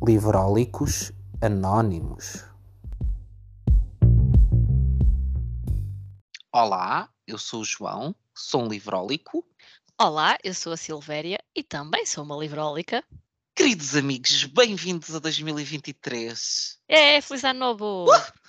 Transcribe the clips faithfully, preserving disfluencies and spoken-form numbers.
Livrólicos Anónimos. Olá, eu sou o João, sou um livrólico. Olá, eu sou a Silvéria e também sou uma livrólica. Queridos amigos, bem-vindos a dois mil e vinte e três. É, feliz ano novo!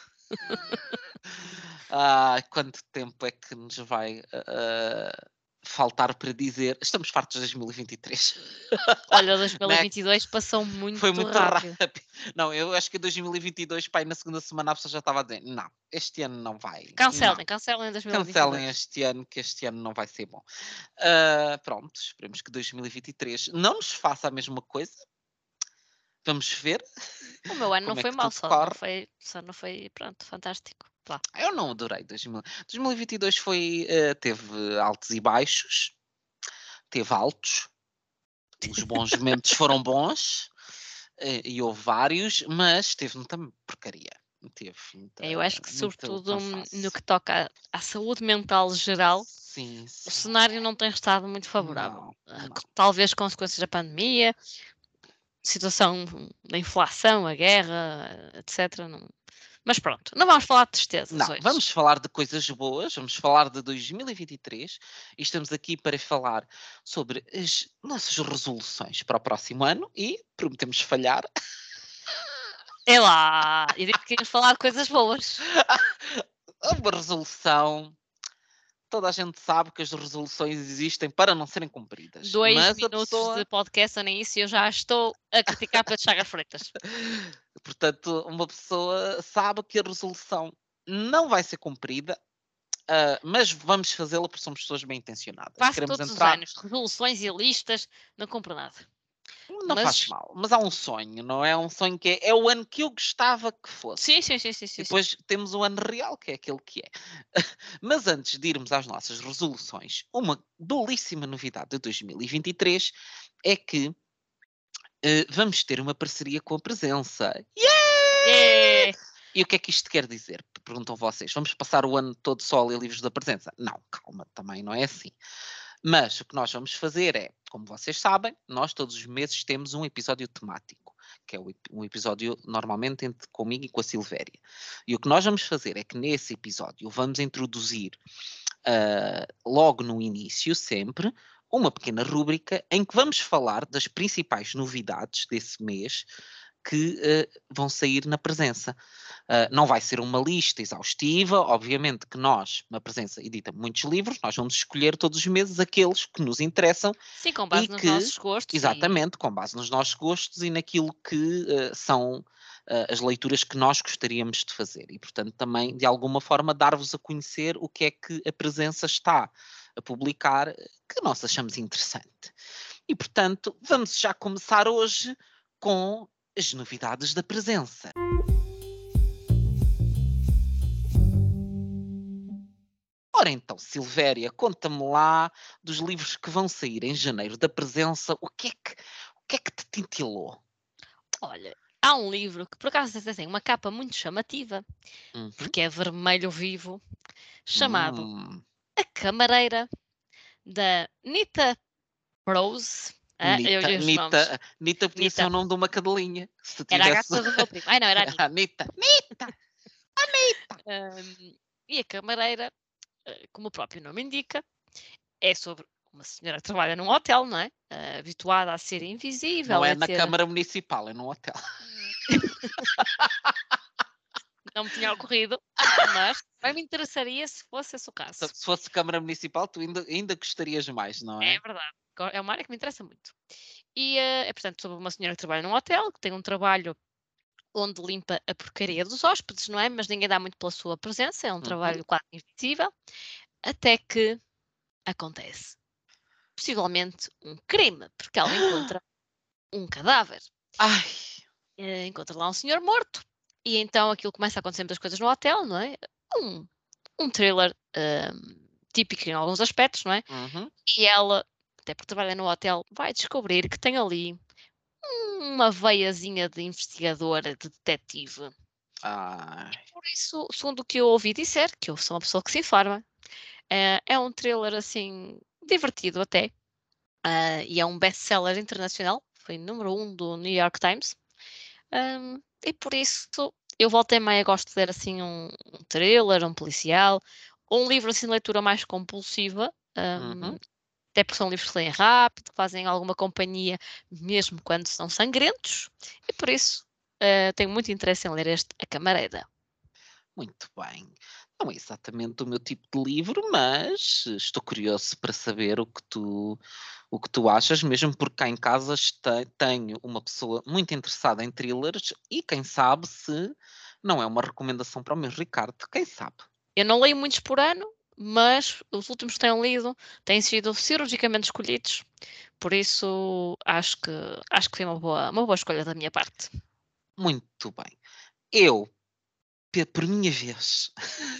Ah, quanto tempo é que nos vai uh, faltar para dizer? Estamos fartos de dois mil e vinte e três. Olha, dois mil e vinte e dois passou muito, Foi muito rápido. rápido. Não, eu acho que em dois mil e vinte e dois, pai, na segunda semana a pessoa já estava a dizer, não, este ano não vai. Cancelem, não. cancelem dois mil e vinte e dois. Cancelem este ano, que este ano não vai ser bom. Uh, pronto, esperemos que dois mil e vinte e três não nos faça a mesma coisa. Vamos ver. O meu ano não como é foi que mau, tudo só corre. não foi, só não foi, pronto, fantástico. Vá. Eu não adorei. dois mil dois mil e vinte e dois foi, uh, teve altos e baixos, teve altos, os bons momentos foram bons, uh, e houve vários, mas teve muita porcaria. Teve muita, Eu acho que, muito sobretudo, cansaço. no que toca à, à saúde mental geral, Sim, sim. o cenário não tem estado muito favorável. Não, Uh, não. Talvez consequências da pandemia, situação da inflação, a guerra, etcétera. Não... Mas pronto, não vamos falar de tristezas Não, hoje. vamos falar de coisas boas, vamos falar de dois mil e vinte e três e estamos aqui para falar sobre as nossas resoluções para o próximo ano e prometemos falhar. É lá, eu disse que íamos falar de coisas boas. Uma resolução. Toda a gente sabe que as resoluções existem para não serem cumpridas. Dois mas minutos a pessoa... de podcast nem isso e eu já estou a criticar para Chagas Freitas. Portanto, uma pessoa sabe que a resolução não vai ser cumprida, uh, mas vamos fazê-la porque somos pessoas bem intencionadas. Faço Queremos todos entrar... os anos resoluções e listas, não compro nada. Não mas... faz mal, mas há um sonho, não é? Um sonho que é, é o ano que eu gostava que fosse. Sim, sim, sim. sim, sim e depois sim. temos o ano real, que é aquele que é. Mas antes de irmos às nossas resoluções, uma belíssima novidade de dois mil e vinte e três é que uh, vamos ter uma parceria com a Presença. Yeah! Yeah! E o que é que isto quer dizer? Perguntam vocês. Vamos passar o ano todo só a ler livros da Presença? Não, calma, também não é assim. Mas o que nós vamos fazer é, como vocês sabem, nós todos os meses temos um episódio temático, que é um episódio normalmente entre comigo e com a Silvéria. E o que nós vamos fazer é que nesse episódio vamos introduzir, uh, logo no início, sempre, uma pequena rúbrica em que vamos falar das principais novidades desse mês que uh, vão sair na Presença. Uh, não vai ser uma lista exaustiva, obviamente que nós, na Presença, edita muitos livros, nós vamos escolher todos os meses aqueles que nos interessam. Sim, com base e nos que, nossos gostos. Exatamente, e... com base nos nossos gostos e naquilo que uh, são uh, as leituras que nós gostaríamos de fazer. E, portanto, também, de alguma forma, dar-vos a conhecer o que é que a Presença está a publicar, que nós achamos interessante. E, portanto, vamos já começar hoje com as novidades da Presença. Ora então, Silvéria, conta-me lá dos livros que vão sair em janeiro da Presença, o que é que, o que, é que te tintilou? Olha, há um livro que por acaso tem uma capa muito chamativa, Uhum. porque é vermelho vivo, chamado hum. A Camareira, da Nita Prose. Ah, Nita, eu, eu, Nita, Nita podia Nita. ser o nome de uma cadelinha. Se Era a tivesse... gata do meu primo. Ai não, era a Nita. a Nita. Nita! A Nita! Um, e a Camareira, como o próprio nome indica, é sobre uma senhora que trabalha num hotel, não é? Uh, habituada a ser invisível. Não é a na ter... Câmara Municipal, é num hotel. Não me tinha ocorrido, mas bem me interessaria se fosse esse o caso. Se fosse Câmara Municipal, tu ainda, ainda gostarias mais, não é? É verdade. É uma área que me interessa muito. E uh, é, portanto, sobre uma senhora que trabalha num hotel, que tem um trabalho onde limpa a porcaria dos hóspedes, não é? Mas ninguém dá muito pela sua presença, é um Uhum. trabalho quase invisível, até que acontece, possivelmente, um crime, porque ela encontra um cadáver. Ai! Uh, encontra lá um senhor morto, e então aquilo começa a acontecer muitas coisas no hotel, não é? Um, um thriller um, típico em alguns aspectos, não é? Uhum. E ela, até porque trabalha no hotel, vai descobrir que tem ali uma veiazinha de investigadora, de detetive. Ai. E por isso, segundo o que eu ouvi dizer, que eu sou uma pessoa que se informa, é, é um thriller assim divertido até, uh, e é um best-seller internacional, foi número um do New York Times. Um, e por isso, eu volta e meia gosto de ler assim um, um thriller, um policial, ou um livro assim de leitura mais compulsiva, um, Uhum. até porque são livros que se leem rápido, que fazem alguma companhia, mesmo quando são sangrentos, e por isso uh, tenho muito interesse em ler este A Camareira. Muito bem. Não é exatamente o meu tipo de livro, mas estou curioso para saber o que tu, o que tu achas, mesmo porque cá em casa este- tenho uma pessoa muito interessada em thrillers e quem sabe se não é uma recomendação para o meu Ricardo, quem sabe? Eu não leio muitos por ano, mas os últimos que tenho lido têm sido cirurgicamente escolhidos, por isso acho que acho que foi uma boa, uma boa escolha da minha parte. Muito bem. Eu, pe- por minha vez,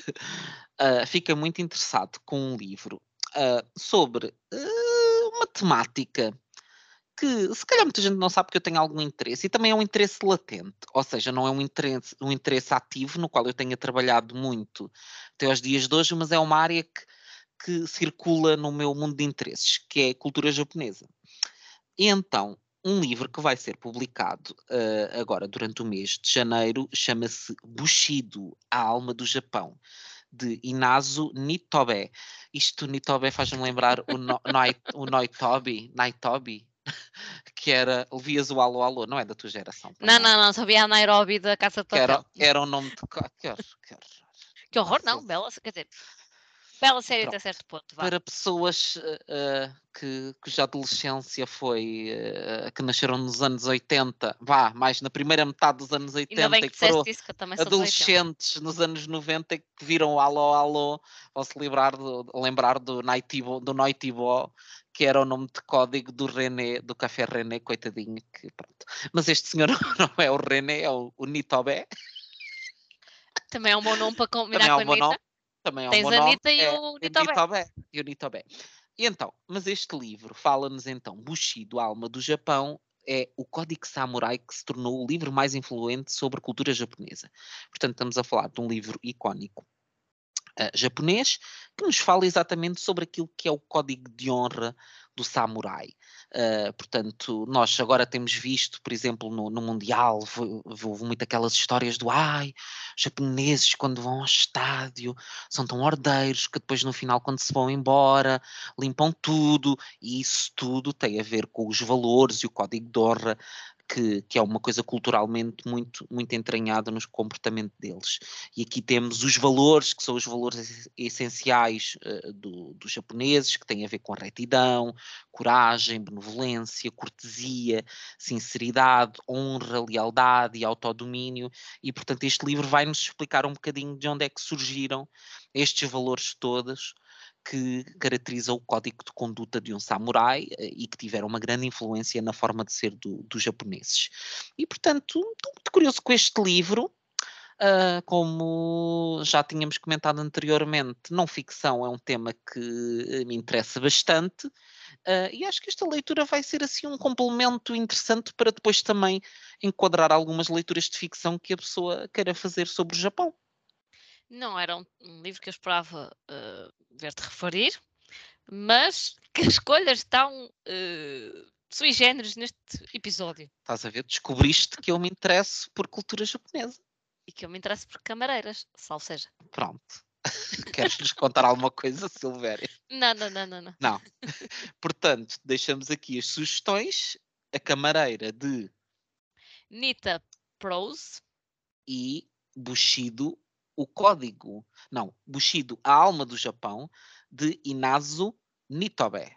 ah, fiquei muito interessado com um livro ah, sobre ah, uma temática que se calhar muita gente não sabe que eu tenho algum interesse e também é um interesse latente, ou seja, não é um interesse, um interesse ativo no qual eu tenha trabalhado muito até aos dias de hoje, mas é uma área que, que circula no meu mundo de interesses, que é a cultura japonesa. E então, um livro que vai ser publicado uh, agora durante o mês de janeiro chama-se Bushido, a alma do Japão, de Inazu Nitobe. Isto Nitobe faz-me lembrar o, no, Noi- o Noitobi, Naitobi, que era, ouvias o Alô Alô, não é da tua geração, pois Não, não? não, não, sabia a Nairobi da Casa de Que era, Papel. era o nome de... co- Que horror, que horror. Que horror, Nossa, não, bela, quer dizer, bela série até pronto. certo ponto, vá. Para pessoas eh, eh, que, cuja adolescência foi, eh, que nasceram nos anos oitenta, vá, mais na primeira metade dos anos Ainda bem oitenta e que que foram disseste isso, que eu também sou dos oitenta. adolescentes nos anos noventa e que viram o Alô Alô, vão se lembrar do, lembrar do Naitibo, do Noitibo, que era o nome de código do René, do Café René, coitadinho, que pronto. Mas este senhor não é o René, é o, o Nitobé, Também é um bom nome para combinar também é com a um bom nome, Anitta. também é um Tens bom a nome, Anitta e é o o Nitobé. Nitobé, e o Nitobé. E então, mas este livro fala-nos então, Bushido, a alma do Japão, é o Código Samurai que se tornou o livro mais influente sobre a cultura japonesa. Portanto, estamos a falar de um livro icónico uh, japonês que nos fala exatamente sobre aquilo que é o código de honra do samurai. Uh, portanto, nós agora temos visto, por exemplo, no, no Mundial, houve muito aquelas histórias do ai, os japoneses quando vão ao estádio são tão ordeiros que depois no final quando se vão embora limpam tudo, e isso tudo tem a ver com os valores e o código de honra que, que é uma coisa culturalmente muito, muito entranhada no comportamento deles. E aqui temos os valores, que são os valores essenciais uh, do, dos japoneses, que têm a ver com a retidão, coragem, benevolência, cortesia, sinceridade, honra, lealdade e autodomínio. E, portanto, este livro vai-nos explicar um bocadinho de onde é que surgiram estes valores todos que caracterizam o código de conduta de um samurai e que tiveram uma grande influência na forma de ser do, dos japoneses. E, portanto, estou muito curioso com este livro. Uh, como já tínhamos comentado anteriormente, não ficção é um tema que me interessa bastante uh, e acho que esta leitura vai ser assim um complemento interessante para depois também enquadrar algumas leituras de ficção que a pessoa queira fazer sobre o Japão. Não era um, um livro que eu esperava uh, ver-te referir, mas que escolhas tão uh, sui generis neste episódio. Estás a ver? Descobriste que eu me interesso por cultura japonesa. E que eu me interesso por camareiras, salvo seja. Pronto. Queres-nos contar alguma coisa, Silvéria? Não, não, não, não, não. Não. Portanto, deixamos aqui as sugestões. A camareira de Nita Prose. e Bushido, o código. Não, Bushido, a alma do Japão, de Inazu Nitobe.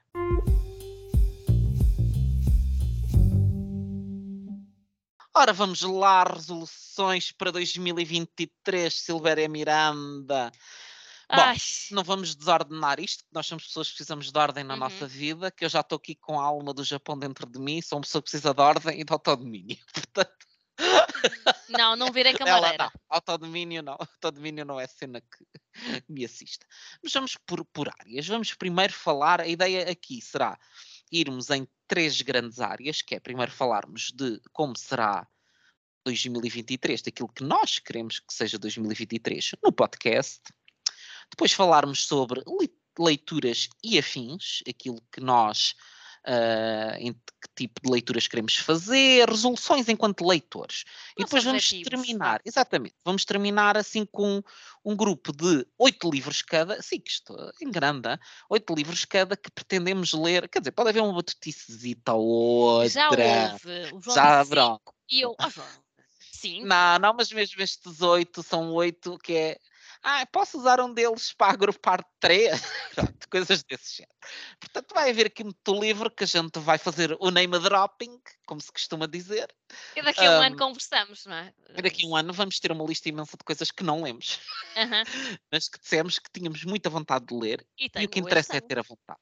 Ora, vamos lá, resoluções para dois mil e vinte e três, Silvéria Miranda. Bom, Ai. não vamos desordenar isto, nós somos pessoas que precisamos de ordem na Uhum. nossa vida, que eu já estou aqui com a alma do Japão dentro de mim, sou uma pessoa que precisa de ordem e de autodomínio. Portanto, Não, não virei ela camareira. não, autodomínio não, autodomínio não é cena que me assista. Mas vamos por, por áreas, vamos primeiro falar, a ideia aqui será irmos em três grandes áreas, que é primeiro falarmos de como será dois mil e vinte e três, daquilo que nós queremos que seja dois mil e vinte e três no podcast. Depois falarmos sobre leituras e afins, aquilo que nós uh, em que tipo de leituras queremos fazer, resoluções enquanto leitores. E Nossos depois vamos objetivos, vá. terminar, exatamente, vamos terminar assim com um grupo de oito livros cada, sim, que isto engranda, oito livros cada que pretendemos ler, quer dizer, pode haver uma batuticezita ou Já outra, houve. O João já, disse pronto. cinco e eu, ó João, cinco? Não, não, mas mesmo estes oito são oito que é. Ah, posso usar um deles para agrupar três? Pronto, coisas desse género. Portanto, vai haver aqui muito livro que a gente vai fazer o name dropping, como se costuma dizer. E daqui a um ano Um, conversamos, não é? e daqui a um ano vamos ter uma lista imensa de coisas que não lemos, Aham. mas que dissemos que tínhamos muita vontade de ler E e o tenho que o interessa é este ano. ter a vontade.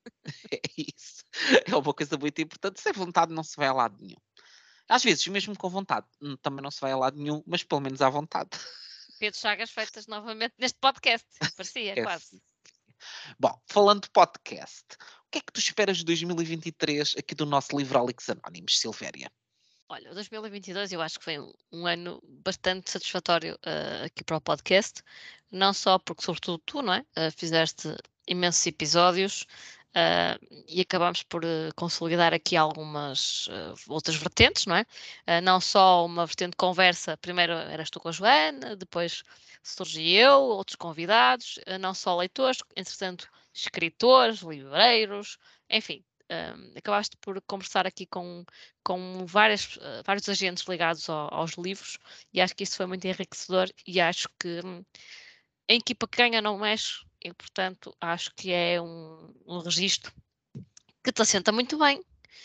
É isso. É uma coisa muito importante. Sem vontade não se vai a lado nenhum. Às vezes, mesmo com vontade, hum, também não se vai a lado nenhum, mas pelo menos à vontade. Pedro Chagas feitas novamente neste podcast. Parecia, É quase. assim. Bom, falando de podcast, o que é que tu esperas de dois mil e vinte e três aqui do nosso Livrolix Anónimos, Silvéria? Olha, o dois mil e vinte e dois eu acho que foi um, um ano bastante satisfatório uh, aqui para o podcast, não só porque, sobretudo, tu, não é? Uh, fizeste imensos episódios uh, e acabámos por uh, consolidar aqui algumas uh, outras vertentes, não é? Uh, não só uma vertente de conversa, primeiro eras tu com a Joana, depois surgi eu, outros convidados, uh, não só leitores, entretanto, escritores, livreiros, enfim. Um, acabaste por conversar aqui com com várias, uh, vários agentes ligados ao, aos livros e acho que isso foi muito enriquecedor e acho que hum, a equipa que ganha não mexe e portanto acho que é um, um registro que te assenta muito bem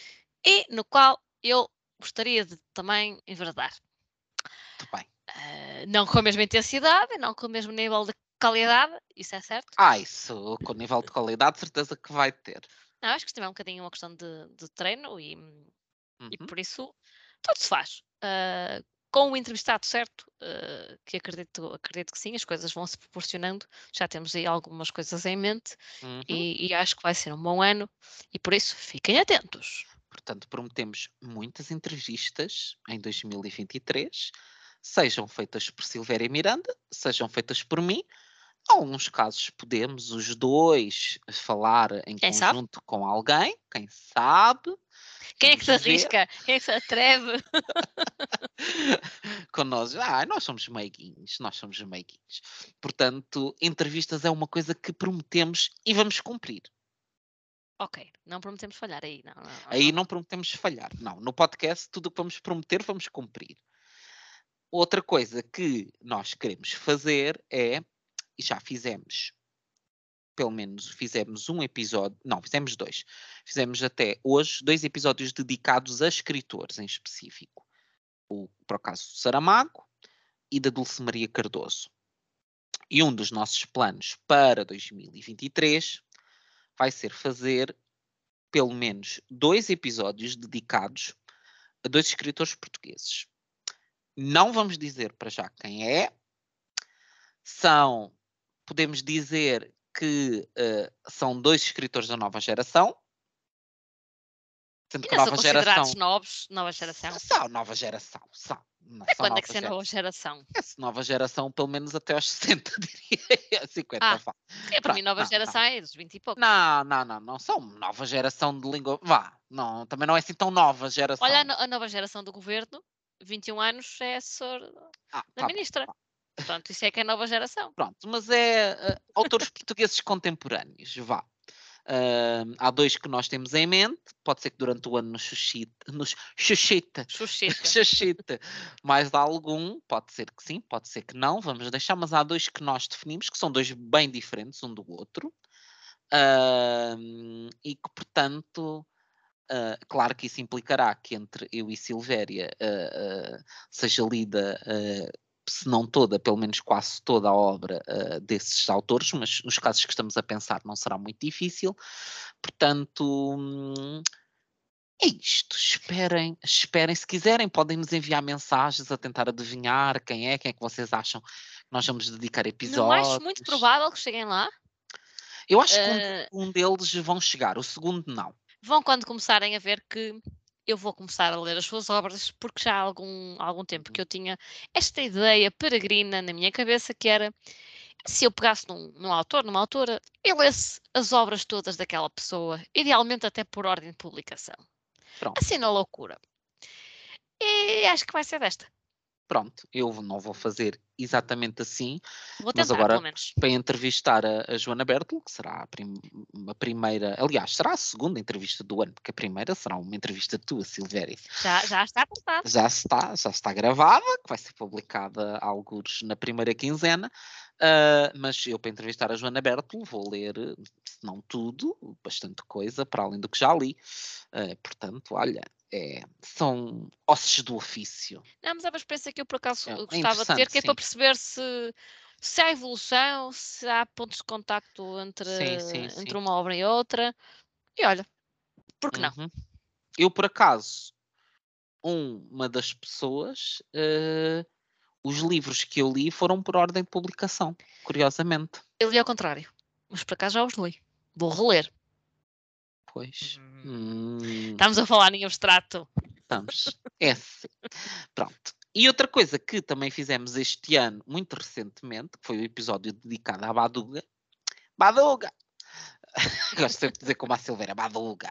e no qual eu gostaria de também enverdar. Muito bem. Uh, não com a mesma intensidade, não com o mesmo nível de qualidade, isso é certo. Ah, isso, com nível de qualidade, certeza que vai ter. Não, acho que isto é um bocadinho uma questão de, de treino e, e Uhum. por isso tudo se faz. Uh, com o entrevistado certo, uh, que acredito, acredito que sim, as coisas vão se proporcionando. Já temos aí algumas coisas em mente Uhum. e, e acho que vai ser um bom ano e por isso fiquem atentos. Portanto, prometemos muitas entrevistas em dois mil e vinte e três, sejam feitas por Silvéria Miranda, sejam feitas por mim. Em alguns casos podemos os dois falar em Quem sabe? conjunto com alguém, quem sabe. Quem é que Vamos se ver. arrisca? Quem é que se atreve? Com nós, ah, nós somos meiguinhos, nós somos meiguinhos. Portanto, entrevistas é uma coisa que prometemos e vamos cumprir. Ok, não prometemos falhar aí. Não, não, Aí não. não prometemos falhar. Não, no podcast tudo o que vamos prometer vamos cumprir. Outra coisa que nós queremos fazer é, e já fizemos, pelo menos fizemos um episódio, não, fizemos dois. Fizemos até hoje dois episódios dedicados a escritores em específico. O, por acaso, do Saramago e da Dulce Maria Cardoso. E um dos nossos planos para dois mil e vinte e três vai ser fazer pelo menos dois episódios dedicados a dois escritores portugueses. Não vamos dizer para já quem é. São, podemos dizer que uh, são dois escritores da nova geração. Sendo que a Ainda são nova considerados geração... novos, nova geração. São nova geração, são. Não, Até são quando é nova que se é geração. nova geração? Essa nova geração, pelo menos até aos sessenta, diria. cinquenta, Ah, vá. é para mim Pronto, nova não, geração não. é dos vinte e poucos. Não, não, não, não. São nova geração de língua. Vá, não, também não é assim tão nova geração. Olha, a, no- a nova geração do governo, vinte e um anos, é assessor Ah, da tá bem. ministra. Portanto, isso é que é nova geração. Pronto, mas é uh, autores portugueses contemporâneos, vá. Uh, há dois que nós temos em mente. Pode ser que durante o ano nos suscite, nos suscite, Xuxita. suscite mais de algum. Pode ser que sim, pode ser que não. Vamos deixar, mas há dois que nós definimos que são dois bem diferentes um do outro. Uh, e que, portanto, uh, claro que isso implicará que entre eu e Silvéria uh, uh, seja lida, uh, se não toda, pelo menos quase toda a obra uh, desses autores, mas nos casos que estamos a pensar não será muito difícil. Portanto, hum, é isto. Esperem, esperem. Se quiserem, podem nos enviar mensagens a tentar adivinhar quem é, quem é que vocês acham que nós vamos dedicar Não acho episódios. muito provável que cheguem lá. Eu acho que Uh, um, um deles vão chegar, o segundo não. vão quando começarem a ver que eu vou começar a ler as suas obras, porque já há algum, algum tempo que eu tinha esta ideia peregrina na minha cabeça, que era, Se eu pegasse num, num autor, numa autora, eu lesse as obras todas daquela pessoa, idealmente até por ordem de publicação. Pronto. Assim na loucura. E acho que vai ser desta. Pronto, eu não vou fazer exatamente assim, Vou mas tentar, agora pelo menos. para entrevistar a, a Joana Bertel, que será a, prim- a primeira, aliás, será a segunda entrevista do ano, porque a primeira será uma entrevista tua, Silvéria. Já, já está contado. Já está, já está gravada, que vai ser publicada algures na primeira quinzena, ah, mas eu para entrevistar a Joana Bertel vou ler, se não tudo, bastante coisa, para além do que já li. Ah, portanto, olha, é, são ossos do ofício. Não, mas é uma experiência que eu, por acaso, É, eu é gostava de ter, interessante, que é para sim. perceber se, se há evolução, se há pontos de contacto entre, Sim, sim, sim. entre uma obra e outra. E olha, por que não? Uhum. Eu, por acaso, um- uma das pessoas, eh, os livros que eu li foram por ordem de publicação, curiosamente. Eu li ao contrário, mas por acaso já os li. Vou reler. Pois. Hum. Hum, Estamos a falar em abstrato. estamos. É assim. Pronto. E outra coisa que também fizemos este ano, muito recentemente, que foi o episódio dedicado à Baduga. Baduga! Gosto sempre de dizer como a Silveira, Baduga.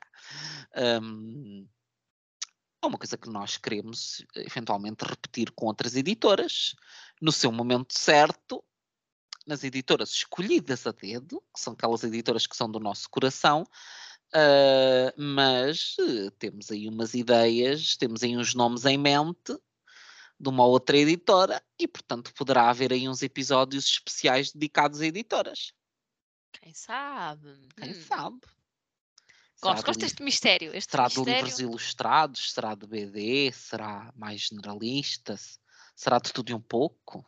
Hum, é uma coisa que nós queremos eventualmente repetir com outras editoras, no seu momento certo, nas editoras escolhidas a dedo, que são aquelas editoras que são do nosso coração, uh, mas uh, temos aí umas ideias, temos aí uns nomes em mente de uma outra editora e, portanto, poderá haver aí uns episódios especiais dedicados a editoras. Quem sabe? Quem Hum. sabe? Será Gosto, de, gosto li- deste mistério. Este será de mistério. livros ilustrados? Será de B D? Será mais generalista? Será de tudo e um pouco?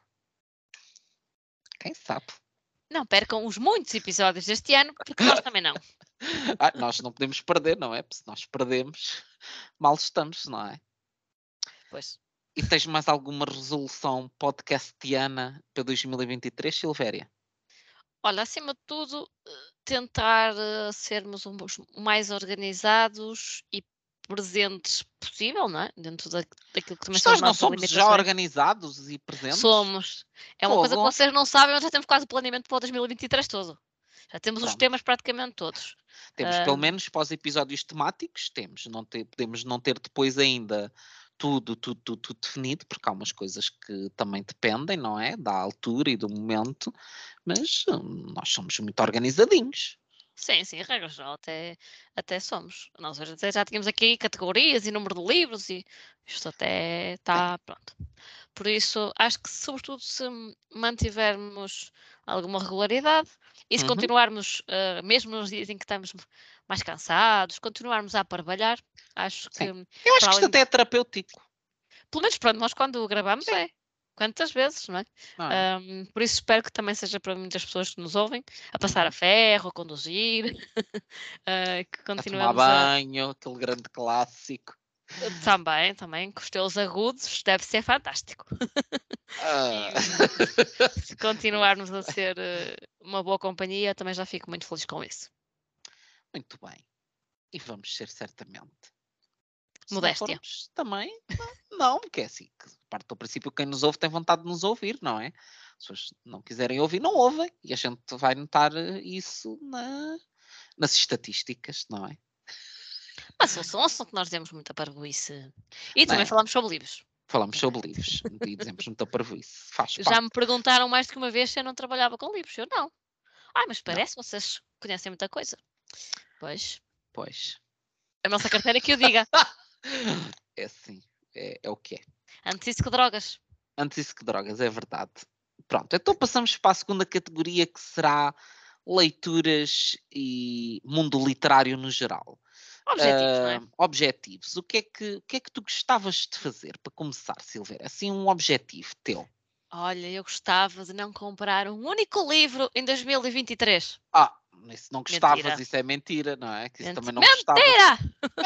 Quem sabe? Não percam os muitos episódios deste ano, porque nós também não. Ah, nós não podemos perder, não é? Porque se nós perdemos, mal estamos, não é? Pois. E tens mais alguma resolução podcastiana para dois mil e vinte e três, Silvéria? Olha, acima de tudo, eh, tentar eh, sermos um- os mais organizados e presentes possível, não é? Dentro da, daquilo que também Mas são as nós não nossas somos já limitações. organizados e presentes? Somos. É uma coisa que Fogo. vocês não sabem, mas já temos quase o planeamento para o dois mil e vinte e três todo. Já temos os Pronto. temas praticamente todos. Temos pelo Ahm, menos para os episódios temáticos, temos. Não ter, podemos não ter depois ainda tudo, tudo, tudo, tudo definido, porque há umas coisas que também dependem, não é? Da altura e do momento, mas hum, nós somos muito organizadinhos. sim, sim, regra geral, até, até somos. Nós hoje até já tínhamos aqui categorias e número de livros e isto até está pronto. Por isso, acho que sobretudo se mantivermos alguma regularidade e se Uhum. continuarmos, uh, mesmo nos dias em que estamos mais cansados, continuarmos a trabalhar, acho que Sim. Eu acho para que isto além, até é terapêutico, pelo menos pronto, nós quando gravamos sim, é. Quantas vezes, não é? não é? Um, por isso espero que também seja para muitas pessoas que nos ouvem, a passar a Uhum. ferro, a conduzir, uh, que A tomar continuemos a. banho, aquele grande clássico. Também, também, com os teus agudos, deve ser fantástico. Ah. E se continuarmos a ser uh, uma boa companhia, também já fico muito feliz com isso. Muito bem. E vamos ser certamente. Se não Modéstia. formos, também não, não, porque é assim, que parte do princípio que quem nos ouve tem vontade de nos ouvir, não é? Se as pessoas não quiserem ouvir, não ouvem. E a gente vai notar eh, isso na, nas estatísticas, não é? Mas são ouçam que nós demos muita parvoíce. E Não também é? falamos sobre livros. Falamos Também. sobre livros e dizemos muita parvoíce. Faz Já parte. me perguntaram mais do que uma vez se eu não trabalhava com livros. Eu não. Ah, mas Não, parece que vocês conhecem muita coisa. Pois. pois. A nossa carteira que o diga. É assim, é, é o que é. Antes isso que drogas. Antes isso que drogas, é verdade. Pronto, então passamos para a segunda categoria, que será leituras e mundo literário no geral. Objetivos, não é? Uh, objetivos. O que, é que, o que é que tu gostavas de fazer para começar, Silveira? Assim, um objetivo teu. Olha, eu gostava de não comprar um único livro em dois mil e vinte e três. Ah, isso não gostavas, Mentira. isso é mentira, não é? Que isso Ment- também não gostavas. Mentira!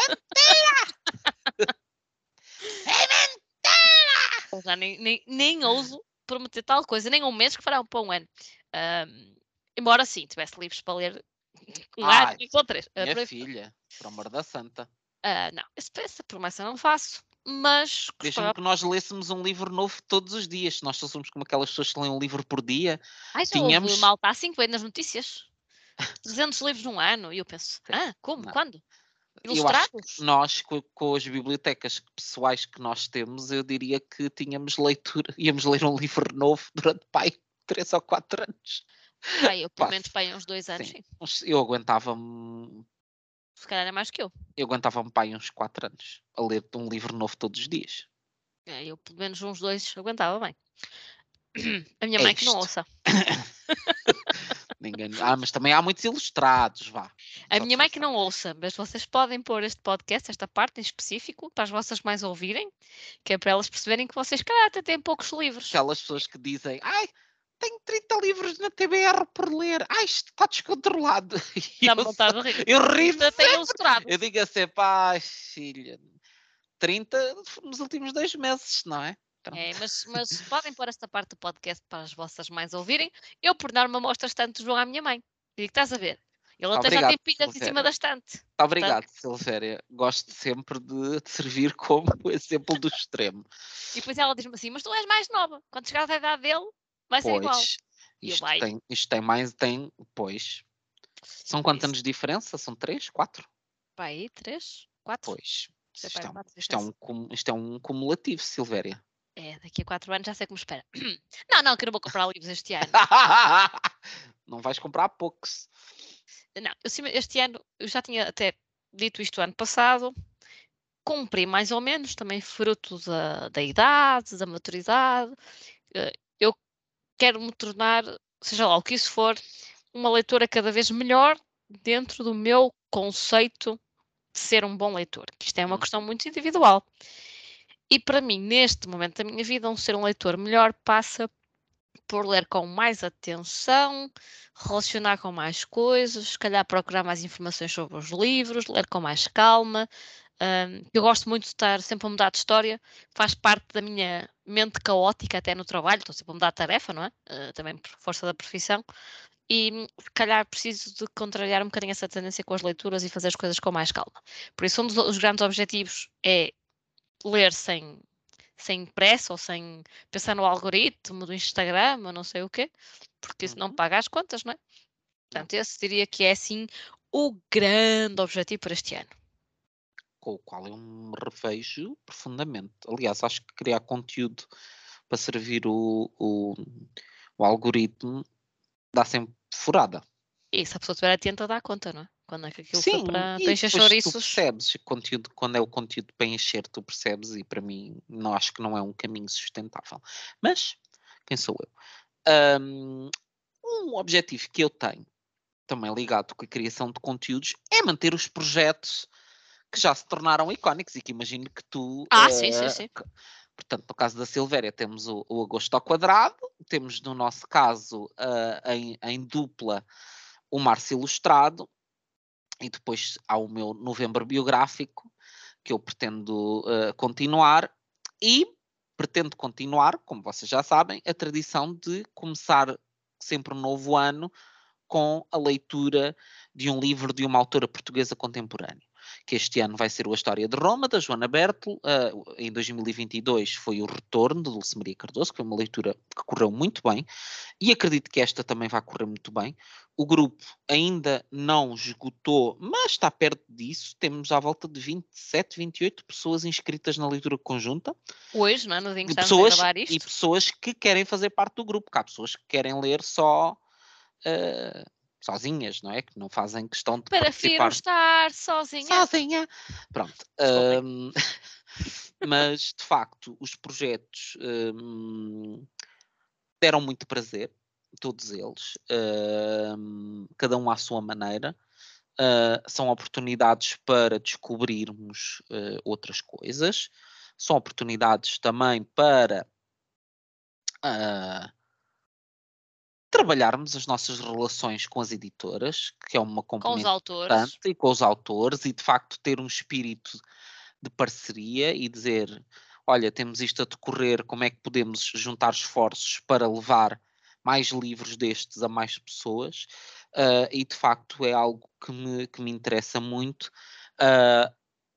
É mentira! Eu já nem, nem, nem ouso prometer tal coisa, nem um mês que fará um para um ano. Ahm, embora sim, tivesse livros para ler um ano Ai, e com três. Ah, minha por aí- filha, por amor da santa. ah, não, esse- essa promessa não faço, mas Mesmo gostava. que nós lêssemos um livro novo todos os dias, se nós só somos como aquelas pessoas que leem um livro por dia, Ai, já houve tínhamos... malta assim que veio nas notícias. trezentos livros num ano. E eu penso, Sim, ah, como? não. Quando? Eu acho que Ilustrados? nós, co- com, as bibliotecas pessoais que nós temos, eu diria que tínhamos leitura, íamos ler um livro novo durante, pai, três ou quatro anos. Pai, eu pelo Pá, menos pai uns dois anos, sim, sim. mas eu aguentava-me, Se calhar é mais que eu. eu aguentava-me, pai, uns quatro anos, a ler um livro novo todos os dias. É, eu pelo menos uns dois aguentava bem. A minha É mãe que não isto. ouça. Ninguém... Ah, mas também há muitos ilustrados, vá. A Só minha mãe que disfarçar. não ouça, mas vocês podem pôr este podcast, esta parte em específico, para as vossas mães ouvirem, que é para elas perceberem que vocês, calhar, até têm poucos livros. Aquelas pessoas que dizem, ai, tenho trinta livros na T B R por ler, ai, isto está descontrolado. E Dá-me eu, vontade só- de rir. eu rio Ainda tem sempre. ilustrados. Eu digo assim, pá, filha, trinta nos últimos dois meses, não é? Pronto. É, mas, mas podem pôr esta parte do podcast para as vossas mães ouvirem. Eu, por norma, mostro a estante do João à minha mãe. E digo, estás a ver? Ele até já Obrigado, tem pilhas em cima Silvéria. da estante. Obrigado, Silvéria. Gosto sempre de te servir como exemplo do extremo. E depois ela diz-me assim, mas tu és mais nova. Quando chegares à idade dele, vai ser igual. Pois, E eu, isto vai. tem, isto tem mais, tem, pois. São quantos Isso. anos de diferença? São três, quatro? Vai aí, três, quatro. Pois, Sei, isto pai, é, um, quatro de isto, é diferença. um, cum- isto é um cumulativo, Silvéria. É, daqui a quatro anos já sei como espera. Não, não, que eu não vou comprar livros este ano. Não vais comprar poucos. Não, eu, sim, este ano, eu já tinha até dito isto ano passado, cumpri mais ou menos, também fruto da, da idade, da maturidade. Eh, Eu quero me tornar, seja lá o que isso for, uma leitora cada vez melhor dentro do meu conceito de ser um bom leitor. Que isto é uma Hum, questão muito individual. E para mim, neste momento da minha vida, um ser um leitor melhor passa por ler com mais atenção, relacionar com mais coisas, se calhar procurar mais informações sobre os livros, ler com mais calma. Um, eu gosto muito de estar sempre a mudar de história, faz parte da minha mente caótica até no trabalho, estou sempre a mudar de tarefa, não é? Uh, também por força da profissão. E hum, se calhar preciso de contrariar um bocadinho essa tendência com as leituras e fazer as coisas com mais calma. Por isso, um dos os grandes objetivos é ler sem, sem pressa ou sem pensar no algoritmo do Instagram ou não sei o quê, porque isso não uhum. paga as contas, não é? Não. Portanto, esse diria que é assim o grande objetivo para este ano. Com o qual eu me revejo profundamente. Aliás, acho que criar conteúdo para servir o, o, o algoritmo dá sempre furada. E se a pessoa estiver atenta, dá conta, não é? Quando é que aquilo foi Sim, para, para e encher depois tu chouriços. percebes o conteúdo, quando é o conteúdo para encher, tu percebes, e para mim não acho que não é um caminho sustentável. Mas quem sou eu? Hum, Um objetivo que eu tenho, também ligado com a criação de conteúdos, é manter os projetos que já se tornaram icónicos e que imagino que tu. Ah, sim, sim, eh, sim. que- portanto, no caso da Silvéria, temos o, o Agosto ao Quadrado, temos no nosso caso, eh, em, em dupla, o Março Ilustrado, e depois há o meu Novembro Biográfico, que eu pretendo eh, continuar, e pretendo continuar, como vocês já sabem, a tradição de começar sempre um novo ano com a leitura de um livro de uma autora portuguesa contemporânea, que este ano vai ser o A História de Roma, da Joana Bertel. Uh, em dois mil e vinte e dois foi o Retorno, de Dulce Maria Cardoso, que foi uma leitura que correu muito bem, e acredito que esta também vai correr muito bem. O grupo ainda não esgotou, mas está perto disso. Temos à volta de vinte e sete, vinte e oito pessoas inscritas na leitura conjunta. Hoje, não é? No dia em que E estamos a pessoas, gravar e isto. pessoas que querem fazer parte do grupo, que há pessoas que querem ler só uh, sozinhas, não é? Que não fazem questão de Prefiro participar estar sozinha. sozinha. Pronto. Desculpem. Um, mas, de facto, os projetos um, deram muito prazer, todos eles, um, cada um à sua maneira. Uh, são oportunidades para descobrirmos uh, outras coisas, são oportunidades também para uh, trabalharmos as nossas relações com as editoras, que é uma Com os componente importante, autores. e com os autores, e de facto ter um espírito de parceria e dizer, olha, temos isto a decorrer, como é que podemos juntar esforços para levar mais livros destes a mais pessoas, uh, e de facto é algo que me, que me interessa muito. Uh,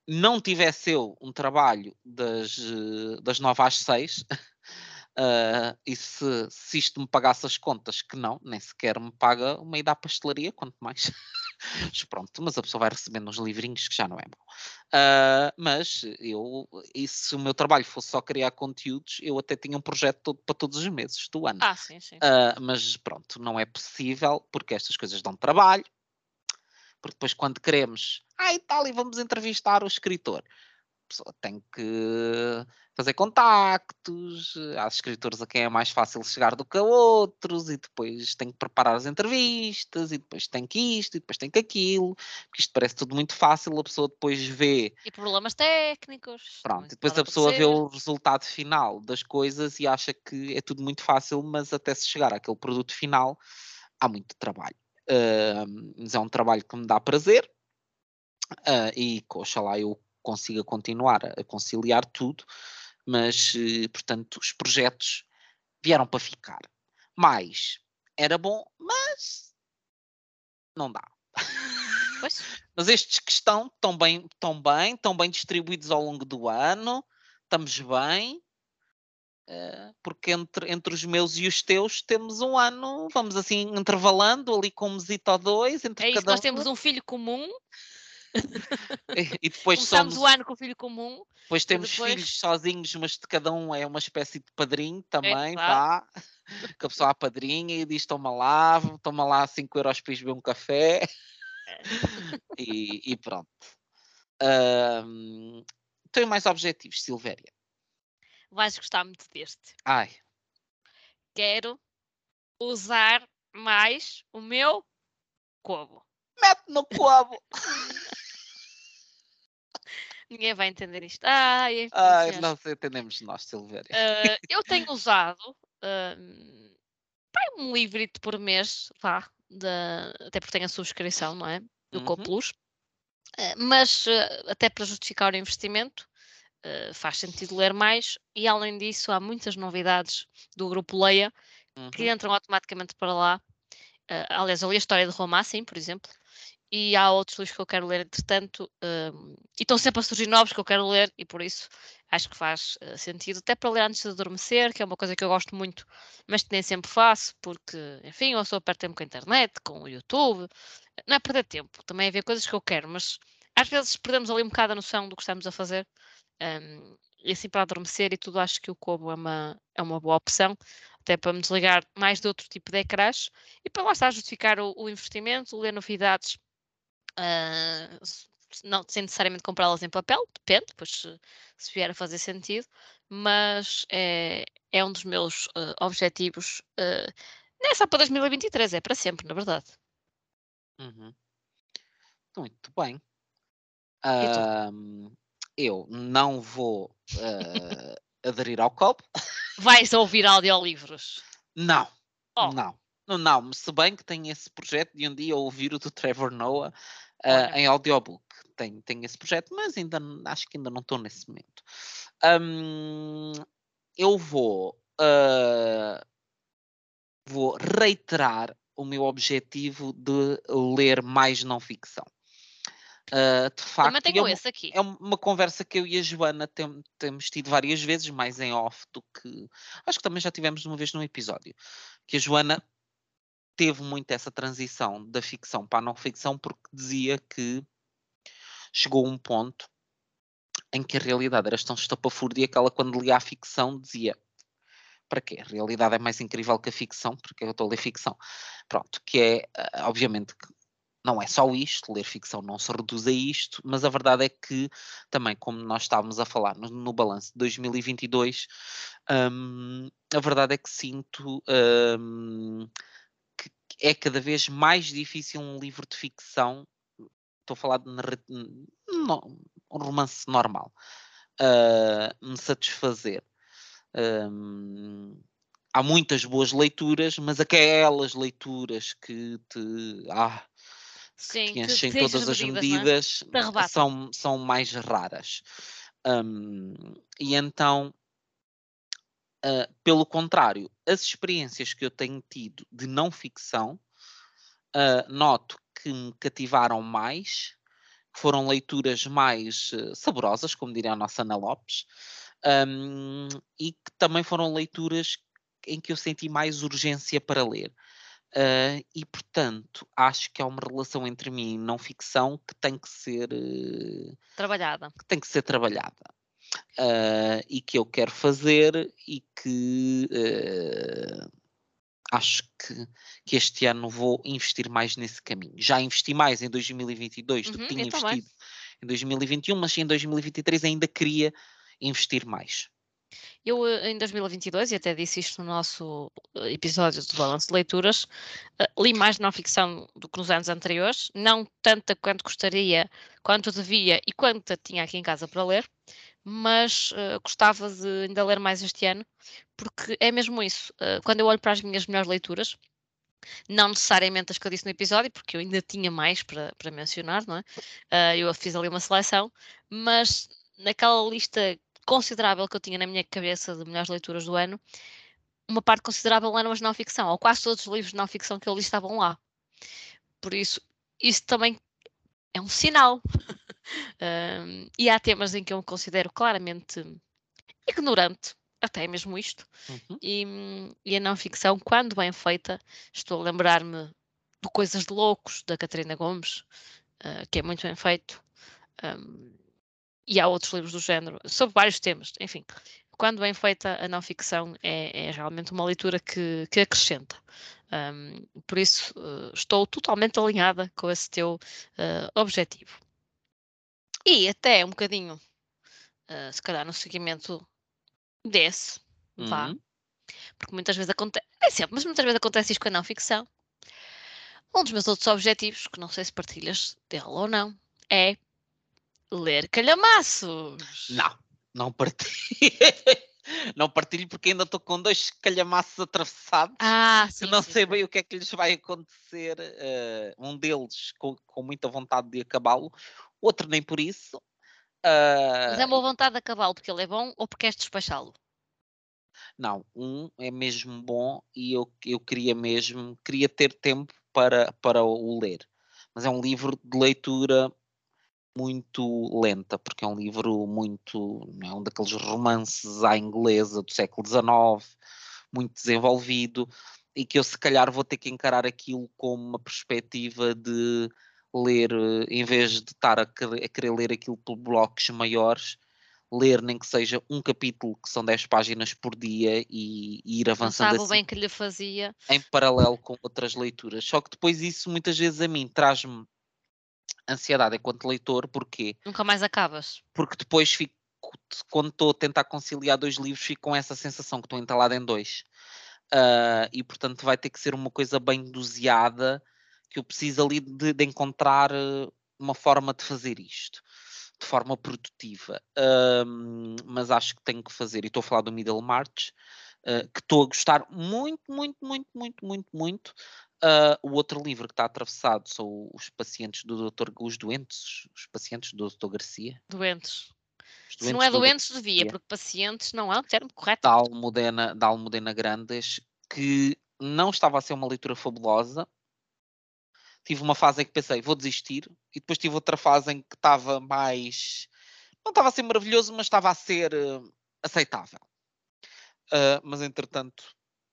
não tivesse eu um trabalho das, das nove às seis, uh, e se, se isto me pagasse as contas, que não, nem sequer me paga uma ida à pastelaria, quanto mais. Mas pronto, mas a pessoa vai recebendo uns livrinhos que já não é bom. Uh, mas eu, e se o meu trabalho fosse só criar conteúdos, eu até tinha um projeto todo, para todos os meses do ano. Ah, sim, sim. Uh, mas pronto, não é possível, porque estas coisas dão trabalho, porque depois quando queremos, ah, e tal, e vamos entrevistar o escritor, a pessoa tem que fazer contactos, há escritores a quem é mais fácil chegar do que a outros, e depois tem que preparar as entrevistas, e depois tem que isto, e depois tem que aquilo, porque isto parece tudo muito fácil, a pessoa depois vê, E problemas técnicos, pronto, também e depois pode a pessoa vê acontecer. o resultado final das coisas e acha que é tudo muito fácil, mas até se chegar àquele produto final, há muito trabalho. Uh, mas é um trabalho que me dá prazer, uh, e oxalá eu consiga continuar a conciliar tudo, mas, uh, portanto, os projetos vieram para ficar. Mais, era bom, mas não dá. Pois. Mas estes que estão, estão bem, estão bem, estão bem distribuídos ao longo do ano, estamos bem, uh, porque entre, entre os meus e os teus temos um ano, vamos assim, intervalando ali com um mesito ou dois entre É isso, cada nós um, temos um filho comum, e, e depois começámos o somos. ano com o filho comum, Depois para temos depois. filhos sozinhos, mas de cada um é uma espécie de padrinho É, também, vá. vá. Que a pessoa apadrinha e diz: toma lá, toma lá cinco euros para ir beber um café. E, e pronto. Ahm, tenho mais objetivos, Silvéria. Vais gostar muito deste. Ai, Quero usar mais o meu como. mete no cobo. Ninguém vai entender isto. Ai, enfim, Ai, senhores. não sei, entendemos nós, Silvéria. Uh, eu tenho usado uh, um livrito por mês, vá, de, até porque tenho a subscrição, não é? Do Uhum, Coplus. Uh, mas uh, até para justificar o investimento, uh, faz sentido ler mais. E além disso, há muitas novidades do grupo Leia que uhum, entram automaticamente para lá. Uh, aliás, eu li a história de Roma assim, por exemplo. E há outros livros que eu quero ler, entretanto, um, e estão sempre a surgir novos que eu quero ler, e por isso acho que faz uh, sentido, até para ler antes de adormecer, que é uma coisa que eu gosto muito, mas que nem sempre faço, porque, enfim, eu sou perto tempo com a internet, com o YouTube, não é perder tempo, também é ver coisas que eu quero, mas às vezes perdemos ali um bocado a noção do que estamos a fazer, um, e assim para adormecer e tudo, acho que o Kobo é uma, é uma boa opção, até para me desligar mais de outro tipo de ecrãs, e para lá estar a justificar o, o investimento, ler novidades. Uh, não sem necessariamente comprá-las em papel, depende, pois se, se vier a fazer sentido, mas é, é um dos meus uh, objetivos, uh, não é só para dois mil e vinte e três, é para sempre, na verdade. uhum. Muito bem. E tu? Ahm, eu não vou ah, aderir ao copo. Vais ouvir audiolivros? Não, Oh, não. Não, não, se bem que tenho esse projeto de um dia ouvir o do Trevor Noah ah, olha, em audiobook. Tenho, tenho esse projeto, mas ainda n- acho que ainda não estou nesse momento. Hum, eu vou, ah, vou reiterar o meu objetivo de ler mais não ficção. Ah, de também facto, e é tenho uma, esse aqui. é uma conversa que eu e a Joana tem- temos tido várias vezes, mais em off do que. Acho que também já tivemos uma vez num episódio. Que a Joana teve muito essa transição da ficção para a não ficção, porque dizia que chegou a um ponto em que a realidade era tão estapafúrdia que ela, quando lia a ficção, dizia: para quê? A realidade é mais incrível que a ficção, porque eu estou a ler ficção. Pronto, que é, ah, obviamente, que não é só isto, ler ficção não se reduz a isto, mas a verdade é que, também, como nós estávamos a falar no, no balanço de dois mil e vinte e dois, hum, a verdade é que sinto. hum, que é cada vez mais difícil um livro de ficção, estou a falar de narra- não, um romance normal, ah, me satisfazer. Hum, há muitas boas leituras, mas aquelas leituras que te, ah, que Sim, te que enchem tens as todas as medidas, não é? medidas, Te arrebatam. são, são mais raras. Hum, e então, ah, pelo contrário, as experiências que eu tenho tido de não ficção, ah, noto que me cativaram mais, foram leituras mais uh, saborosas, como diria a nossa Ana Lopes, um, e que também foram leituras em que eu senti mais urgência para ler. Uh, e, portanto, acho que há uma relação entre mim e não ficção que tem que ser, uh, Trabalhada. que tem que ser trabalhada. Uh, e que eu quero fazer e que uh, acho que, que este ano vou investir mais nesse caminho. Já investi mais em dois mil e vinte e dois do que Uhum, tinha eu também. investido em dois mil e vinte e um, mas em dois mil e vinte e três ainda queria investir mais. Eu, eh, em dois mil e vinte e dois, e até disse isto no nosso eh, episódio do Balanço de Leituras, eh, li mais não ficção do que nos anos anteriores, não tanta quanto gostaria, quanto devia e quanto tinha aqui em casa para ler, mas uh, gostava de ainda ler mais este ano, porque é mesmo isso. Uh, quando eu olho para as minhas melhores leituras, não necessariamente as que eu disse no episódio, porque eu ainda tinha mais para, para mencionar, não é? Uh, eu fiz ali uma seleção, mas naquela lista considerável que eu tinha na minha cabeça de melhores leituras do ano, uma parte considerável eram as não ficção, ou quase todos os livros de não ficção que eu li estavam lá. Por isso, isso também é um sinal. um, e há temas em que eu me considero claramente ignorante, até mesmo isto. Uhum. E, e a não ficção, quando bem feita, estou a lembrar-me de Coisas de Loucos, da Catarina Gomes, uh, que é muito bem feito. Um, e há outros livros do género, sobre vários temas, enfim. Quando bem feita, a não ficção é, é realmente uma leitura que, que acrescenta. Um, por isso, uh, estou totalmente alinhada com esse teu uh, objetivo. E até um bocadinho, uh, se calhar no seguimento desse, vá, Uhum. porque muitas vezes acontece, é sempre, mas muitas vezes acontece isto com a não ficção. Um dos meus outros objetivos, que não sei se partilhas dele ou não, é ler calhamaços. Não, não partilho. Não partilho porque ainda estou com dois calhamaços atravessados. Ah, Que sim, não sim, sei sim. bem o que é que lhes vai acontecer. Uh, um deles com, com muita vontade de acabá-lo, outro nem por isso. Mas é Uh, uma vontade de acabá-lo porque ele é bom ou porque queres despachá-lo? não, um é mesmo bom e eu, eu queria mesmo, queria ter tempo para, para o ler. Mas é um livro de leitura muito lenta, porque é um livro muito, não é um daqueles romances à inglesa do século dezenove, muito desenvolvido, e que eu se calhar vou ter que encarar aquilo como uma perspectiva de ler, eh, em vez de estar a querer, a querer ler aquilo por blocos maiores, ler nem que seja um capítulo, que são dez páginas por dia, e, e ir Não avançando sabe o assim bem que lhe fazia. em paralelo com outras leituras. Só que depois isso muitas vezes a mim traz-me ansiedade enquanto leitor. Porquê? Nunca mais acabas. Porque depois fico, quando estou a tentar conciliar dois livros, fico com essa sensação que estou entalado em dois. Uh, e portanto vai ter que ser uma coisa bem doseada, que eu preciso ali de, de encontrar uh, uma forma de fazer isto de forma produtiva. Um, mas acho que tenho que fazer, e estou a falar do Middlemarch, uh, que estou a gostar muito, muito, muito, muito, muito, muito. Uh, o outro livro que está atravessado são os pacientes do doutor os doentes, os pacientes do doutor Garcia. Doentes. Os Se não doentes é do doutor doentes, devia, Garcia, porque pacientes não é o termo correto. da Almudena, da Almudena Grandes, que não estava a ser uma leitura fabulosa. Tive uma fase em que pensei, vou desistir, e depois tive outra fase em que estava mais. Não estava a ser maravilhoso, mas estava a ser uh, aceitável. Uh, mas entretanto,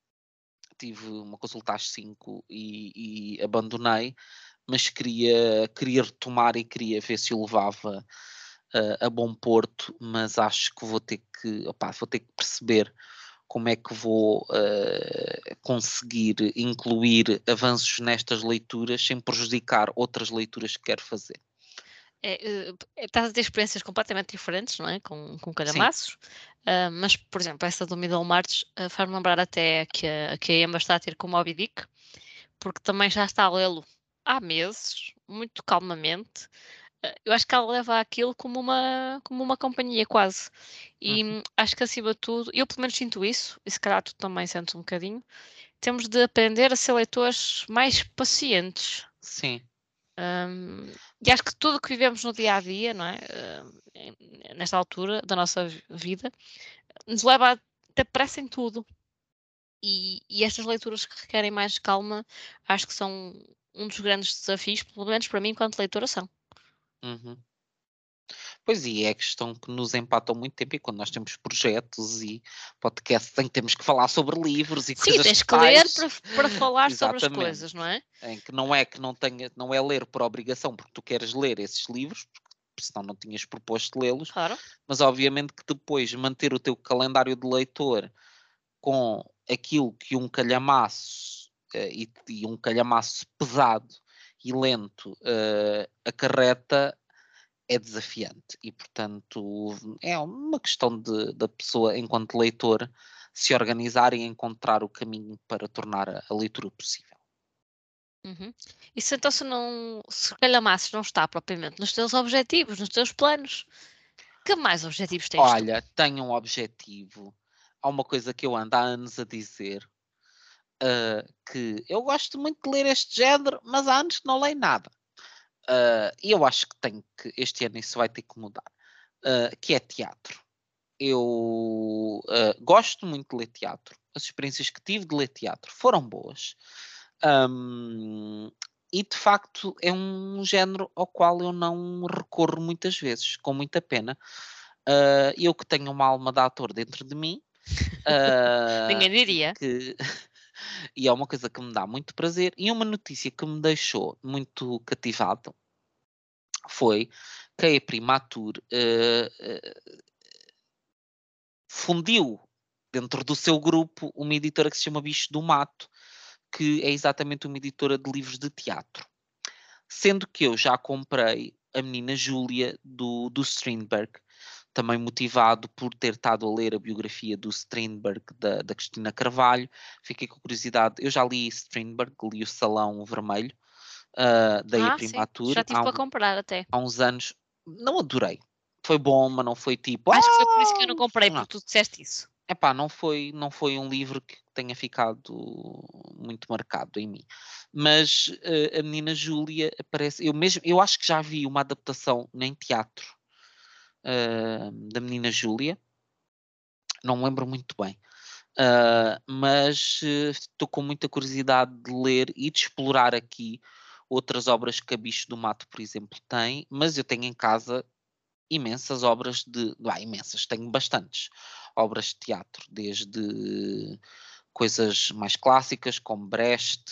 tive uma consulta às cinco e, e abandonei, mas queria, queria retomar e queria ver se o levava uh, a bom porto, mas acho que vou ter que, opá, vou ter que perceber como é que vou uh, conseguir incluir avanços nestas leituras sem prejudicar outras leituras que quero fazer. É, eh, eh, estás a ter experiências completamente diferentes, não é? Com, com Sim. calhamaços. Ah, mas, por exemplo, essa do Middlemarch uh, faz-me lembrar até que a, que a Emma está a ter com o Moby Dick, porque também já está a lê-lo há meses, muito calmamente. Ah, eu acho que ela leva aquilo como uma, como uma companhia, quase. E Uhum. hum, acho que, acima de tudo, eu pelo menos sinto isso, e se calhar tu também sentes um bocadinho, temos de aprender a ser leitores mais pacientes. Sim. Hum, e acho que tudo o que vivemos no dia a dia, não é? Hum, em- nesta altura da nossa vi- vida, nos leva a ter pressa em tudo. E, e estas leituras que requerem mais calma, acho que são um dos grandes desafios, pelo menos para mim, enquanto leitora, são. Uhum. Pois, e é a questão que nos empata há muito tempo, e quando nós temos projetos e podcasts em que temos que falar sobre livros e Sim, coisas tens que ler tais, para, para falar sobre as exatamente, coisas, não é? em que não é que não tenha, não é ler por obrigação, porque tu queres ler esses livros, porque senão não tinhas proposto lê-los, Claro. mas obviamente que depois manter o teu calendário de leitor com aquilo que um calhamaço eh, e, e um calhamaço pesado e lento eh, acarreta é desafiante e, portanto, é uma questão de, da pessoa, enquanto leitor, se organizar e encontrar o caminho para tornar a, a leitura possível. Uhum. Isso então se não, se o calhamaço não está propriamente nos teus objetivos, nos teus planos, que mais objetivos tens tu? Olha, tenho um objetivo. Há uma coisa que eu ando há anos a dizer, ah, que eu gosto muito de ler este género, mas há anos que não leio nada. Ah, E eu acho que tenho que, este ano isso vai ter que mudar, ah, que é teatro. Eu ah, gosto muito de ler teatro. As experiências que tive de ler teatro foram boas. Ahm, e de facto é um género ao qual eu não recorro muitas vezes, com muita pena. Ah, eu que tenho uma alma de ator dentro de mim, ah, Ninguém e diria. que e é uma coisa que me dá muito prazer. E uma notícia que me deixou muito cativado foi que a Primatur eh, eh, fundiu dentro do seu grupo uma editora que se chama Bicho do Mato, que é exatamente uma editora de livros de teatro. Sendo que eu já comprei A Menina Júlia do, do Strindberg, também motivado por ter estado a ler a biografia do Strindberg da, da Cristina Carvalho. Fiquei com curiosidade. Eu já li Strindberg, li o Salão Vermelho, uh, da Ah, sim, Imprimatur já tive há, para um- comprar até. há uns anos. Não adorei. Foi bom, mas não foi tipo. Acho que foi por isso que eu não Ah! comprei, Não. porque tu disseste isso. Epá, não foi, não foi um livro que tenha ficado muito marcado em mim. Mas eh, a menina Júlia aparece. Eu mesmo, eu acho que já vi uma adaptação em teatro eh, da menina Júlia, não me lembro muito bem. Ah, mas eh, estou com muita curiosidade de ler e de explorar aqui outras obras que a Bicho do Mato, por exemplo, tem, mas eu tenho em casa imensas obras de. Ah, imensas, tenho bastantes obras de teatro, desde coisas mais clássicas, como Brecht,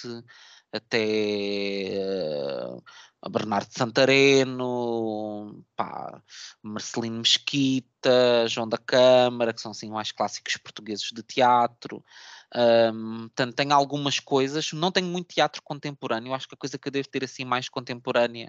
até eh, a Bernardo Santareno, pá, Marcelino Mesquita, João da Câmara, que são assim mais clássicos portugueses de teatro. Um, portanto, tenho algumas coisas, não tenho muito teatro contemporâneo, acho que a coisa que eu devo ter assim mais contemporânea,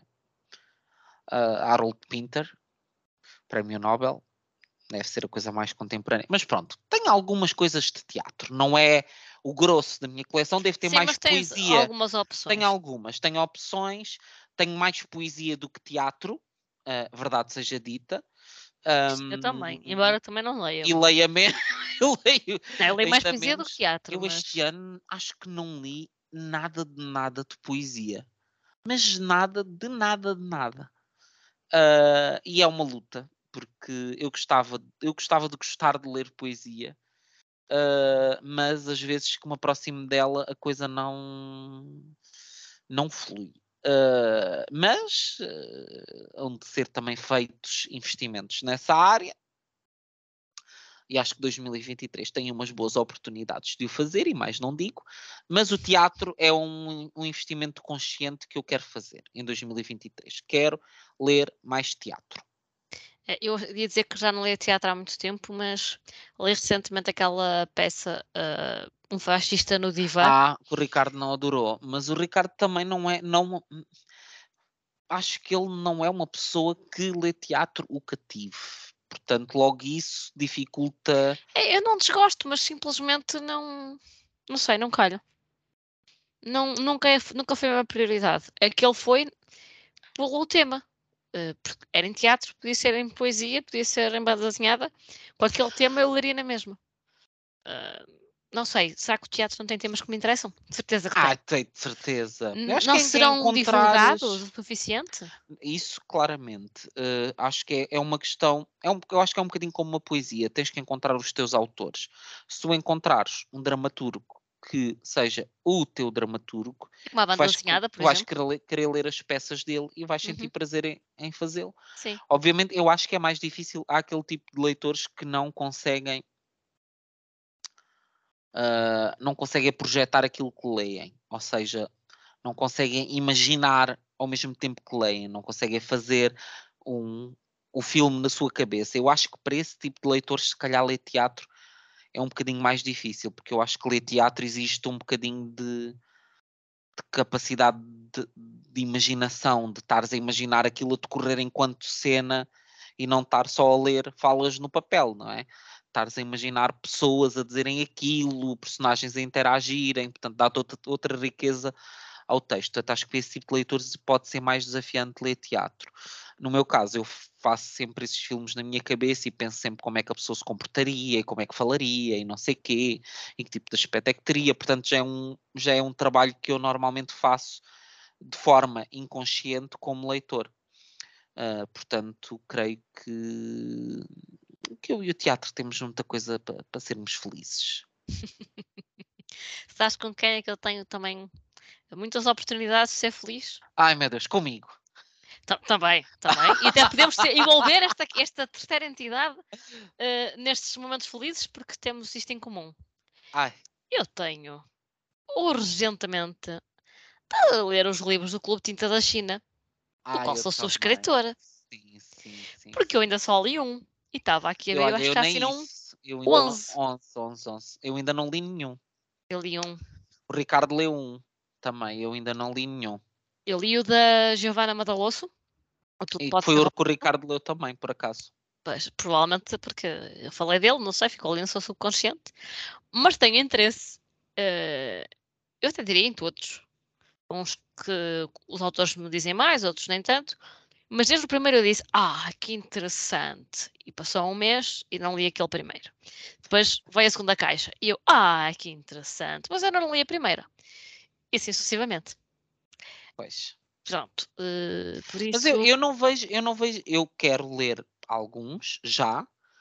uh, Harold Pinter, Prémio Nobel, deve ser a coisa mais contemporânea. Mas pronto, tenho algumas coisas de teatro. Não é o grosso da minha coleção, deve ter Sim, mais mas tens poesia. algumas Tenho opções. algumas, tenho opções, tenho mais poesia do que teatro, uh, verdade seja dita. Eu também, Um, embora também não leia e muito. leia menos, eu leio Eu leio mais ainda poesia do que menos. teatro, Eu este mas ano acho que não li nada de nada de poesia. Mas nada, de nada, de nada. Uh, e é uma luta, porque eu gostava, eu gostava de gostar de ler poesia, uh, mas às vezes que me aproximo dela a coisa não, não flui. Uh, mas uh, hão de ser também feitos investimentos nessa área e acho que dois mil e vinte e três tem umas boas oportunidades de o fazer, e mais não digo, mas o teatro é um, um investimento consciente que eu quero fazer em dois mil e vinte e três. Quero ler mais teatro. eh, eu ia dizer que já não leio teatro há muito tempo, mas li recentemente aquela peça, ah, Um Fascista no Divã. Ah, que o Ricardo não adorou, mas o Ricardo também não é, não, acho que ele não é uma pessoa que lê teatro o cative. Portanto, logo isso dificulta. É, eu não desgosto, mas simplesmente não, não sei, não calho. Não, nunca, é, nunca foi a minha prioridade. Aquele foi pelo tema. Eh, porque era em teatro, podia ser em poesia, podia ser em banda desenhada. Com aquele tema eu leria na mesma. Ah, não sei, será que o teatro não tem temas que me interessam? De certeza que Ah, tem. tenho de certeza. Eu N- acho que Não é em serão divulgados o encontrares suficiente? isso claramente. Eh, acho que é, é uma questão. É um, eu acho que é um bocadinho como uma poesia. Tens que encontrar os teus autores. Se tu encontrares um dramaturgo que seja o teu dramaturgo, Uma tu banda vais, desenhada, por tu vais exemplo. querer, ler, querer ler as peças dele e vais sentir Uhum. prazer em, em fazê-lo. Sim. Obviamente, eu acho que é mais difícil. Há aquele tipo de leitores que não conseguem uh, não conseguem projetar aquilo que leem, ou seja, não conseguem imaginar ao mesmo tempo que leem, não conseguem fazer um, o filme na sua cabeça. Eu acho que para esse tipo de leitores, se calhar ler teatro é um bocadinho mais difícil, porque eu acho que ler teatro existe um bocadinho de, de capacidade de, de imaginação, de estares a imaginar aquilo a decorrer enquanto cena e não estar só a ler falas no papel, não é? Estares a imaginar pessoas a dizerem aquilo, personagens a interagirem, portanto dá-te outra, outra riqueza ao texto. Portanto, acho que para esse tipo de leitores pode ser mais desafiante ler teatro. No meu caso, eu faço sempre esses filmes na minha cabeça e penso sempre como é que a pessoa se comportaria, e como é que falaria, e não sei quê, e que tipo de aspecto é que teria. Portanto, já é um, já é um trabalho que eu normalmente faço de forma inconsciente como leitor. Uh, portanto, creio que, que eu e o teatro temos muita coisa para pa sermos felizes. Sabes com quem é que eu tenho também muitas oportunidades de ser feliz? Ai meu Deus, comigo. Também, também. E até podemos ter, envolver esta, esta terceira entidade uh, nestes momentos felizes porque temos isto em comum. Ai. Eu tenho urgentemente de ler os livros do Clube Tinta da China, do Ai, qual eu sou também. subscritora. Sim, sim, sim, Porque eu sim. ainda só li um. E estava aqui a Eu, ver, eu olha, acho eu que já nem assinam isso. Eu ainda não. onze. onze, onze, onze. Eu ainda não li nenhum. Eu li um. O Ricardo leu um também. Eu ainda não li nenhum. Eu li o da Giovanna Madalosso. O Tudo E Pode foi Ser o que o Rosa. Ricardo leu também, por acaso. Pois, provavelmente porque eu falei dele, não sei, ficou ali no seu subconsciente. Mas tenho interesse. Uh, eu até diria em todos. Uns que os autores me dizem mais, outros nem tanto. Mas desde o primeiro eu disse, ah, que interessante. E passou um mês e não li aquele primeiro. Depois veio a segunda caixa e eu, ah, que interessante. Mas eu não li a primeira. E assim sucessivamente. Pois. Pronto. Uh, por Mas eu, isso. eu não vejo, eu não vejo, eu quero ler alguns já,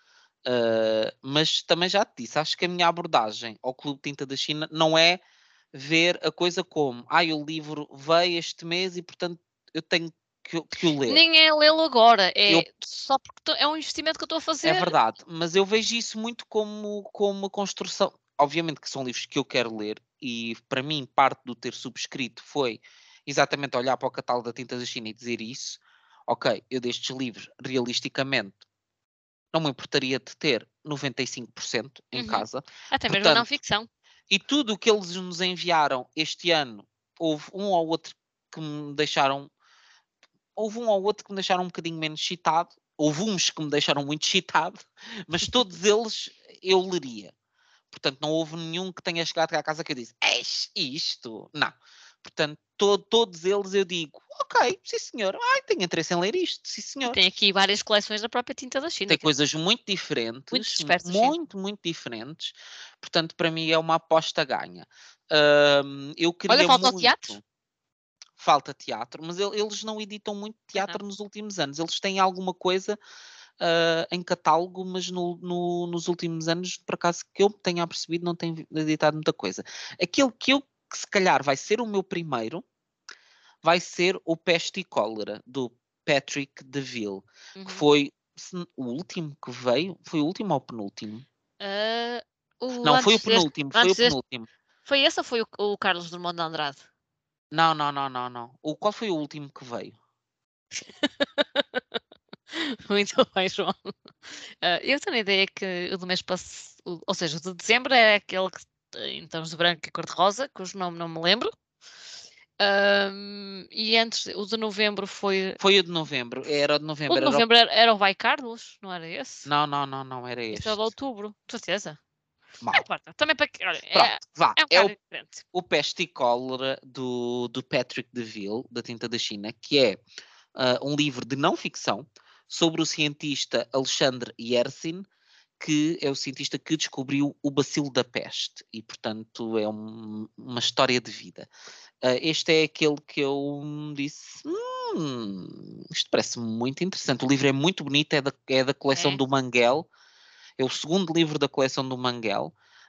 uh, mas também já te disse, acho que a minha abordagem ao Clube Tinta da China não é ver a coisa como, ah, o livro veio este mês e portanto eu tenho que, que o ler. Nem é lê-lo agora, Eu, é só porque tô, é um investimento que eu estou a é fazer. verdade, mas eu vejo isso muito como, como uma construção. Obviamente que são livros que eu quero ler e para mim parte do ter subscrito foi exatamente olhar para o catálogo da Tinta da China e dizer isso. Ok, eu destes livros, realisticamente, não me importaria de ter noventa e cinco por cento em Uhum. casa. Até mesmo a não Portanto, ficção. e tudo o que eles nos enviaram este ano, houve um ou outro que me deixaram houve um ou outro que me deixaram um bocadinho menos excitado, houve uns que me deixaram muito excitado, mas todos eles eu leria. Portanto, não houve nenhum que tenha chegado à casa que eu disse, és isto? Não. Portanto, to todos eles eu digo, ok, sim senhor, ai, tenho interesse em ler isto, sim E senhor. tem aqui várias coleções da própria tinta da China. Tem Quer dizer, coisas muito muito diferentes, dispersas, sim. muito, muito diferentes. Portanto, para mim é uma aposta ganha. Um, eu Olha, queria falta o teatro. muito falta teatro, mas ele, eles não editam muito teatro nos últimos anos. Eles têm alguma coisa uh, em catálogo, mas no, no, nos últimos anos, por acaso, que eu tenha percebido, não tem editado muita coisa. Aquele que eu, que se calhar vai ser o meu primeiro, vai ser o Peste e Cólera, do Patrick DeVille, Uhum. que foi o último que veio. Foi o último ou o penúltimo? Uh, o Não, foi o antes deste, penúltimo, foi o antes deste, penúltimo. foi esse ou foi o, o Carlos Drummond de Andrade? Não, não, não, não, não. O, qual foi o último que veio? Muito bem, João. Uh, eu tenho a ideia que o do mês passado, ou seja, o de dezembro é aquele que em tons de branco e cor-de-rosa, cujo nome não me lembro. Um, e antes, o de novembro foi. Foi o de novembro, era o de O novembro, de era o... novembro era, era o Vai Carlos, não era esse? Não, não, não, não, era Este é o de este. outubro, de certeza. Não Mal. importa, também para que. Olha, é, Pronto, vá. é um É bocado o, diferente. o Peste e Cólera do, do Patrick DeVille, da Tinta da China, que é uh, um livro de não ficção sobre o cientista Alexandre Yersin, que é o cientista que descobriu o bacilo da peste e, portanto, é um, uma história de vida. Uh, este é aquele que eu disse, hum, isto parece muito interessante. O livro é muito bonito, é da, é da coleção É. do Manguel, é o segundo livro da coleção do Manguel.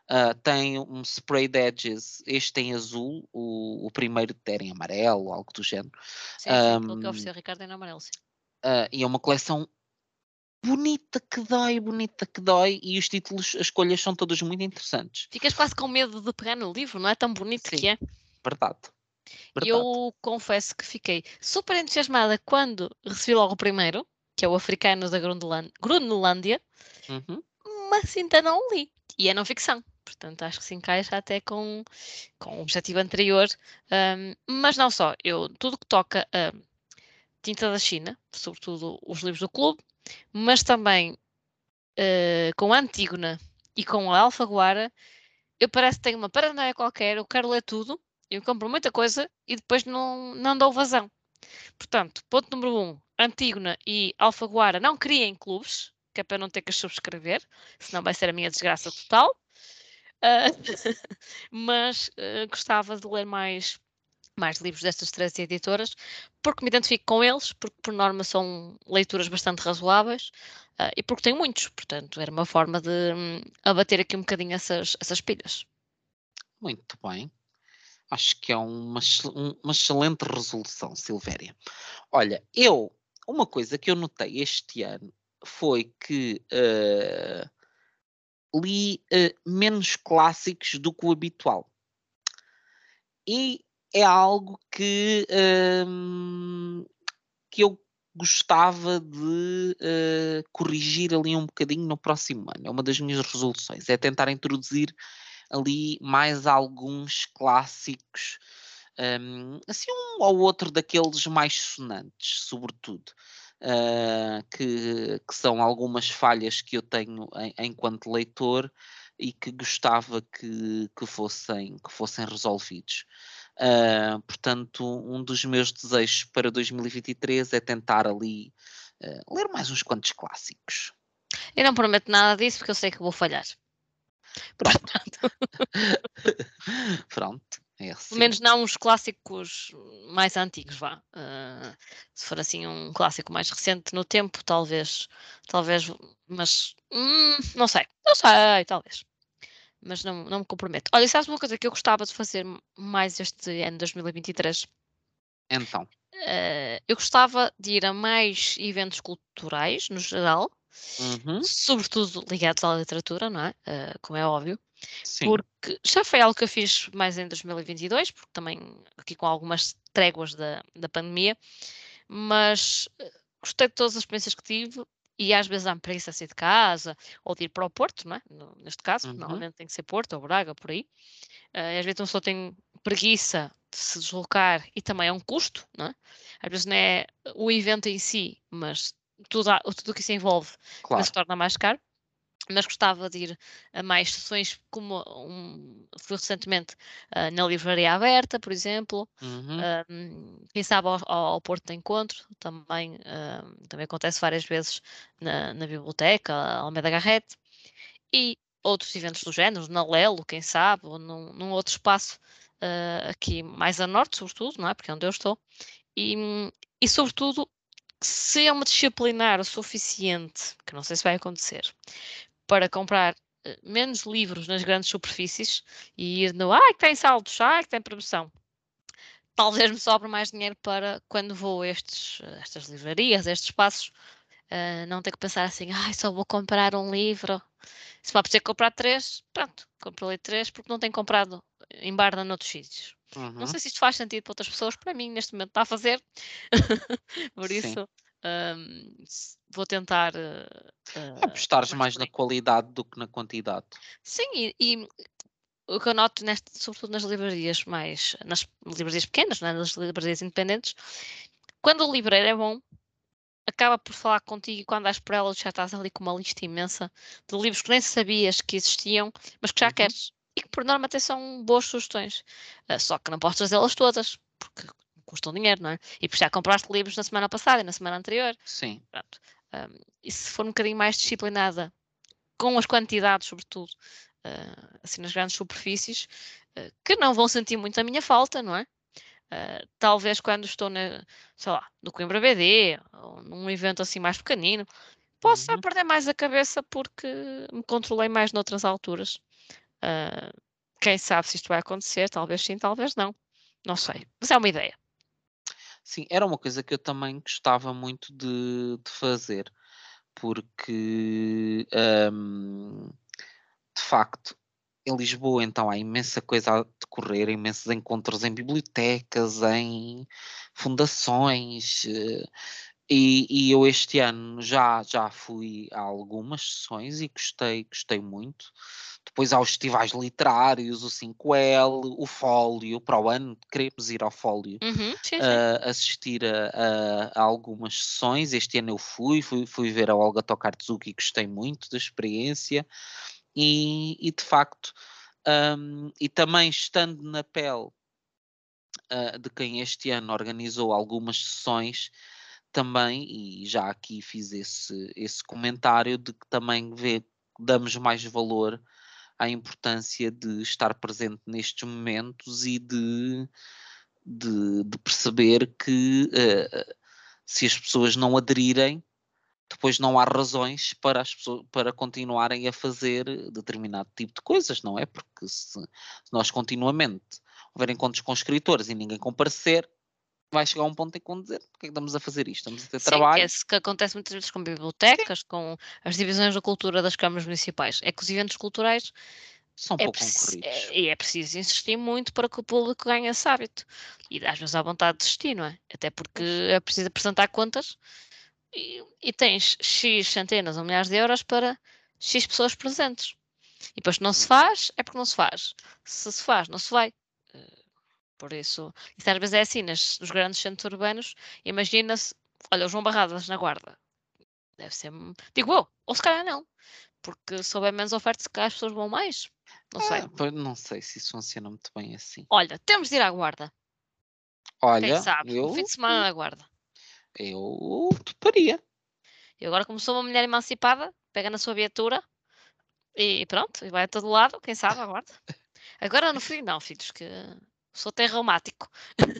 Uh, tem um spray de edges, este em azul, o, o primeiro era em amarelo, algo do género. Sim, sim, aquilo que Um, ofereceu o Ricardo é no amarelo, sim. uh, e é uma coleção bonita que dói, bonita que dói, e os títulos, as escolhas são todas muito interessantes. Ficas quase com medo de pegar no livro, não é tão bonito Sim, que é? verdade. E verdade. eu confesso que fiquei super entusiasmada quando recebi logo o primeiro, que é o Africano da Grunlan- Grunlândia, Uhum. mas ainda não o li. E é não ficção. Portanto, acho que se encaixa até com, com o objetivo anterior. Um, mas não só, eu tudo que toca a tinta da China, sobretudo os livros do clube, mas também uh, com a Antígona e com a Alfaguara, eu parece que tenho uma paranoia qualquer, eu quero ler tudo, eu compro muita coisa e depois não, não dou vazão. Portanto, ponto número um, Antígona e Alfaguara não criem clubes, que é para não ter que as subscrever, senão vai ser a minha desgraça total. Uh, mas uh, gostava de ler mais, mais livros destas três editoras, porque me identifico com eles, porque por norma são leituras bastante razoáveis uh, e porque tenho muitos, portanto era uma forma de um, abater aqui um bocadinho essas, essas pilhas. Muito bem. Acho que é uma, uma excelente resolução, Silvéria. Olha, eu, uma coisa que eu notei este ano foi que uh, li uh, menos clássicos do que o habitual. E é algo que, hum, que eu gostava de uh, corrigir ali um bocadinho no próximo ano. É uma das minhas resoluções, é tentar introduzir ali mais alguns clássicos, um, assim um ou outro daqueles mais sonantes, sobretudo. Uh, que, que são algumas falhas que eu tenho em, enquanto leitor e que gostava que, que, fossem, que fossem resolvidos. Uh, portanto, um dos meus desejos para dois mil e vinte e três é tentar ali uh, ler mais uns quantos clássicos. Eu não prometo nada disso porque eu sei que vou falhar. Pronto. Pronto. É assim. Pelo menos não os clássicos mais antigos, vá. Uh, se for assim um clássico mais recente no tempo, talvez, talvez, mas hum, não sei, não sei, talvez. Mas não, não me comprometo. Olha, sabes uma coisa que eu gostava de fazer mais este ano de dois mil e vinte e três? Então. Uh, eu gostava de ir a mais eventos culturais, no geral, Uhum. sobretudo ligados à literatura, não é? Uh, como é óbvio. Sim. Porque já foi algo que eu fiz mais em dois mil e vinte e dois, porque também aqui com algumas tréguas da, da pandemia, mas uh, gostei de todas as experiências que tive e às vezes há preguiça de sair de casa ou de ir para o Porto, não é? No, neste caso, Uhum. normalmente tem que ser Porto ou Braga, por aí. Uh, às vezes uma pessoa tem preguiça de se deslocar e também é um custo, não é? Às vezes não é o evento em si, mas tudo, tudo o que isso envolve também se Claro. torna mais caro. Mas gostava de ir a mais sessões, como um, fui recentemente uh, na Livraria Aberta, por exemplo. Uhum. Um, quem sabe ao, ao Porto de Encontro, também, uh, também acontece várias vezes na, na Biblioteca, Almeida Garrett. E outros eventos do género, na Lelo, quem sabe, ou num, num outro espaço uh, aqui mais a norte, sobretudo, não é? Porque é onde eu estou. E, e sobretudo, se eu me disciplinar o suficiente, que não sei se vai acontecer, para comprar uh, menos livros nas grandes superfícies e ir no, ah, que tem saldos, ah, que tem promoção. Talvez me sobre mais dinheiro para quando vou a estes, estas livrarias, a estes espaços, uh, não ter que pensar assim, ah, só vou comprar um livro. Se pode ter que comprar três, pronto, comprei três porque não tenho comprado em Barda noutros sítios. Uhum. Não sei se isto faz sentido para outras pessoas, para mim neste momento está a fazer. Por Sim. isso um, vou tentar uh, uh, Apostares mais mais por na aí. qualidade do que na quantidade. Sim, e, e o que eu noto, neste, sobretudo nas livrarias mais, nas livrarias pequenas, não é? Nas livrarias independentes, quando o livreiro é bom, acaba por falar contigo e quando vais por ela já estás ali com uma lista imensa de livros que nem sabias que existiam, mas que já Uhum. queres. E que por norma até são boas sugestões. Uh, só que não podes trazê-las todas, porque custam dinheiro, não é? E por já compraste livros na semana passada e na semana anterior. Sim. Pronto. Um, e se for um bocadinho mais disciplinada, com as quantidades, sobretudo, uh, assim nas grandes superfícies, uh, que não vão sentir muito a minha falta, não é? Uh, talvez quando estou na, sei lá, no Coimbra B D ou num evento assim mais pequenino, possa Uhum. perder mais a cabeça porque me controlei mais noutras alturas. Uh, quem sabe se isto vai acontecer, talvez sim, talvez não. Não sei, mas é uma ideia. Sim, era uma coisa que eu também gostava muito de, de fazer, porque hum, de facto em Lisboa então há imensa coisa a decorrer, imensos encontros em bibliotecas, em fundações, eh, e, e eu este ano já, já fui a algumas sessões e gostei, gostei muito. Depois há os festivais literários, o cinco L, o Fólio, para o ano queremos ir ao Fólio Uhum, sim, sim. uh, assistir a, a- a algumas sessões. Este ano eu fui, fui, fui ver a Olga Tokarczuk e gostei muito da experiência. E, e de facto, um, e também estando na pele uh, de quem este ano organizou algumas sessões, também, e já aqui fiz esse, esse comentário, de que também vê, damos mais valor à importância de estar presente nestes momentos e de, de, de perceber que uh, se as pessoas não aderirem, depois não há razões para as pessoas para continuarem a fazer determinado tipo de coisas, não é? Porque se, se nós continuamente houver encontros com escritores e ninguém comparecer, vai chegar um ponto em que vão dizer: porque é que estamos a fazer isto? Estamos a ter Sim, que é trabalho. isso que acontece muitas vezes com Sim, bibliotecas, com as divisões da cultura das câmaras municipais. É que os eventos culturais são é pouco preci concorridos. é e é preciso insistir muito para que o público ganhe esse hábito. E às vezes há vontade de desistir, não é? Até porque Pois. é preciso apresentar contas e e tens X centenas ou milhares de euros para X pessoas presentes. E depois não se Hum, faz, é porque não se faz. Se se faz, não se vai. Eh, por isso isso às vezes é assim nas nos grandes centros urbanos, imagina-se, olha, o João Barradas na Guarda, deve ser um digo eu, ou se calhar não, porque se houver menos oferta, se calhar as pessoas vão mais, não sei. ah, pois não sei se isso funciona muito bem assim. Olha, temos de ir à Guarda, quem Olha, sabe, um fim eu, de semana na Guarda. eu toparia. E agora como sou uma mulher emancipada, pega na sua viatura e pronto, e vai a todo lado, quem sabe, à Guarda. Agora no frio não, filhos, que sou até reumático.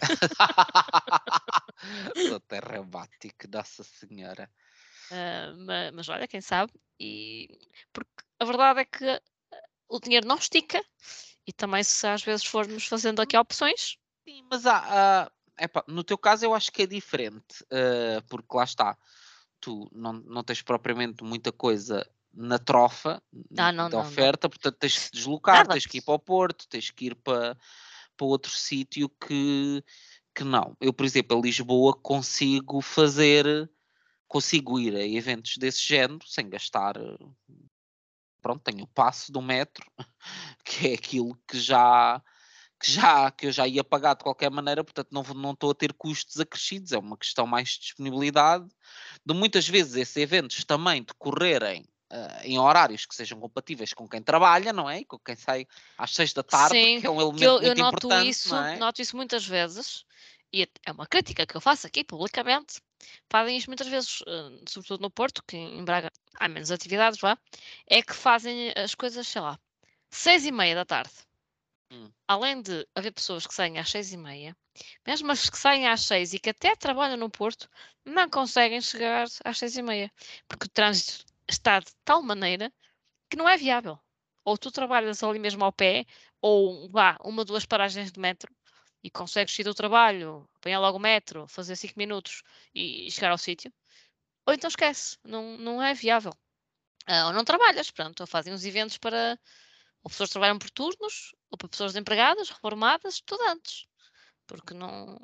Sou até reumático, Nossa Senhora. Ah, ma mas olha, quem sabe, e porque a verdade é que o dinheiro não estica e também se às vezes formos fazendo aqui opções. Sim, mas há, há- epá, no teu caso eu acho que é diferente, eh, porque lá está, tu não, não tens propriamente muita coisa na trofa n- Ah, não, da não, não. oferta, portanto tens que te deslocar, Nada. tens que ir para o Porto, tens que ir para, para outro sítio que, que não. Eu, por exemplo, a Lisboa consigo fazer, consigo ir a eventos desse género sem gastar, eh, pronto, tenho o passo do metro, que é aquilo que já que já que eu já ia pagar de qualquer maneira, portanto não vou não estou a ter custos acrescidos, é uma questão mais de disponibilidade, de muitas vezes esses eventos também decorrerem, hã, em horários que sejam compatíveis com quem trabalha, não é, e com quem sai às seis da tarde, Sim, que é um que elemento eu eu muito noto importante, não isso é? noto isso muitas vezes, e é é uma crítica que eu faço aqui publicamente. Fazem isto muitas vezes, hã, sobretudo no Porto, que em Braga há menos atividades, vá, é que fazem as coisas, sei lá, seis e meia da tarde. Hum, Além de haver pessoas que saem às seis e meia, mesmo as que saem às seis e que até trabalham no Porto, não conseguem chegar às seis e meia, porque o trânsito está de tal maneira que não é viável. Ou tu trabalhas ali mesmo ao pé, ou vá, uma, duas paragens de metro e consegues ir do trabalho, apanhar logo o metro, fazer cinco minutos e chegar ao sítio, ou então esquece, não, não é viável. Ah, ou não trabalhas, pronto, ou fazem uns eventos para ou pessoas que trabalham por turnos, ou para pessoas desempregadas, reformadas, estudantes. Porque não,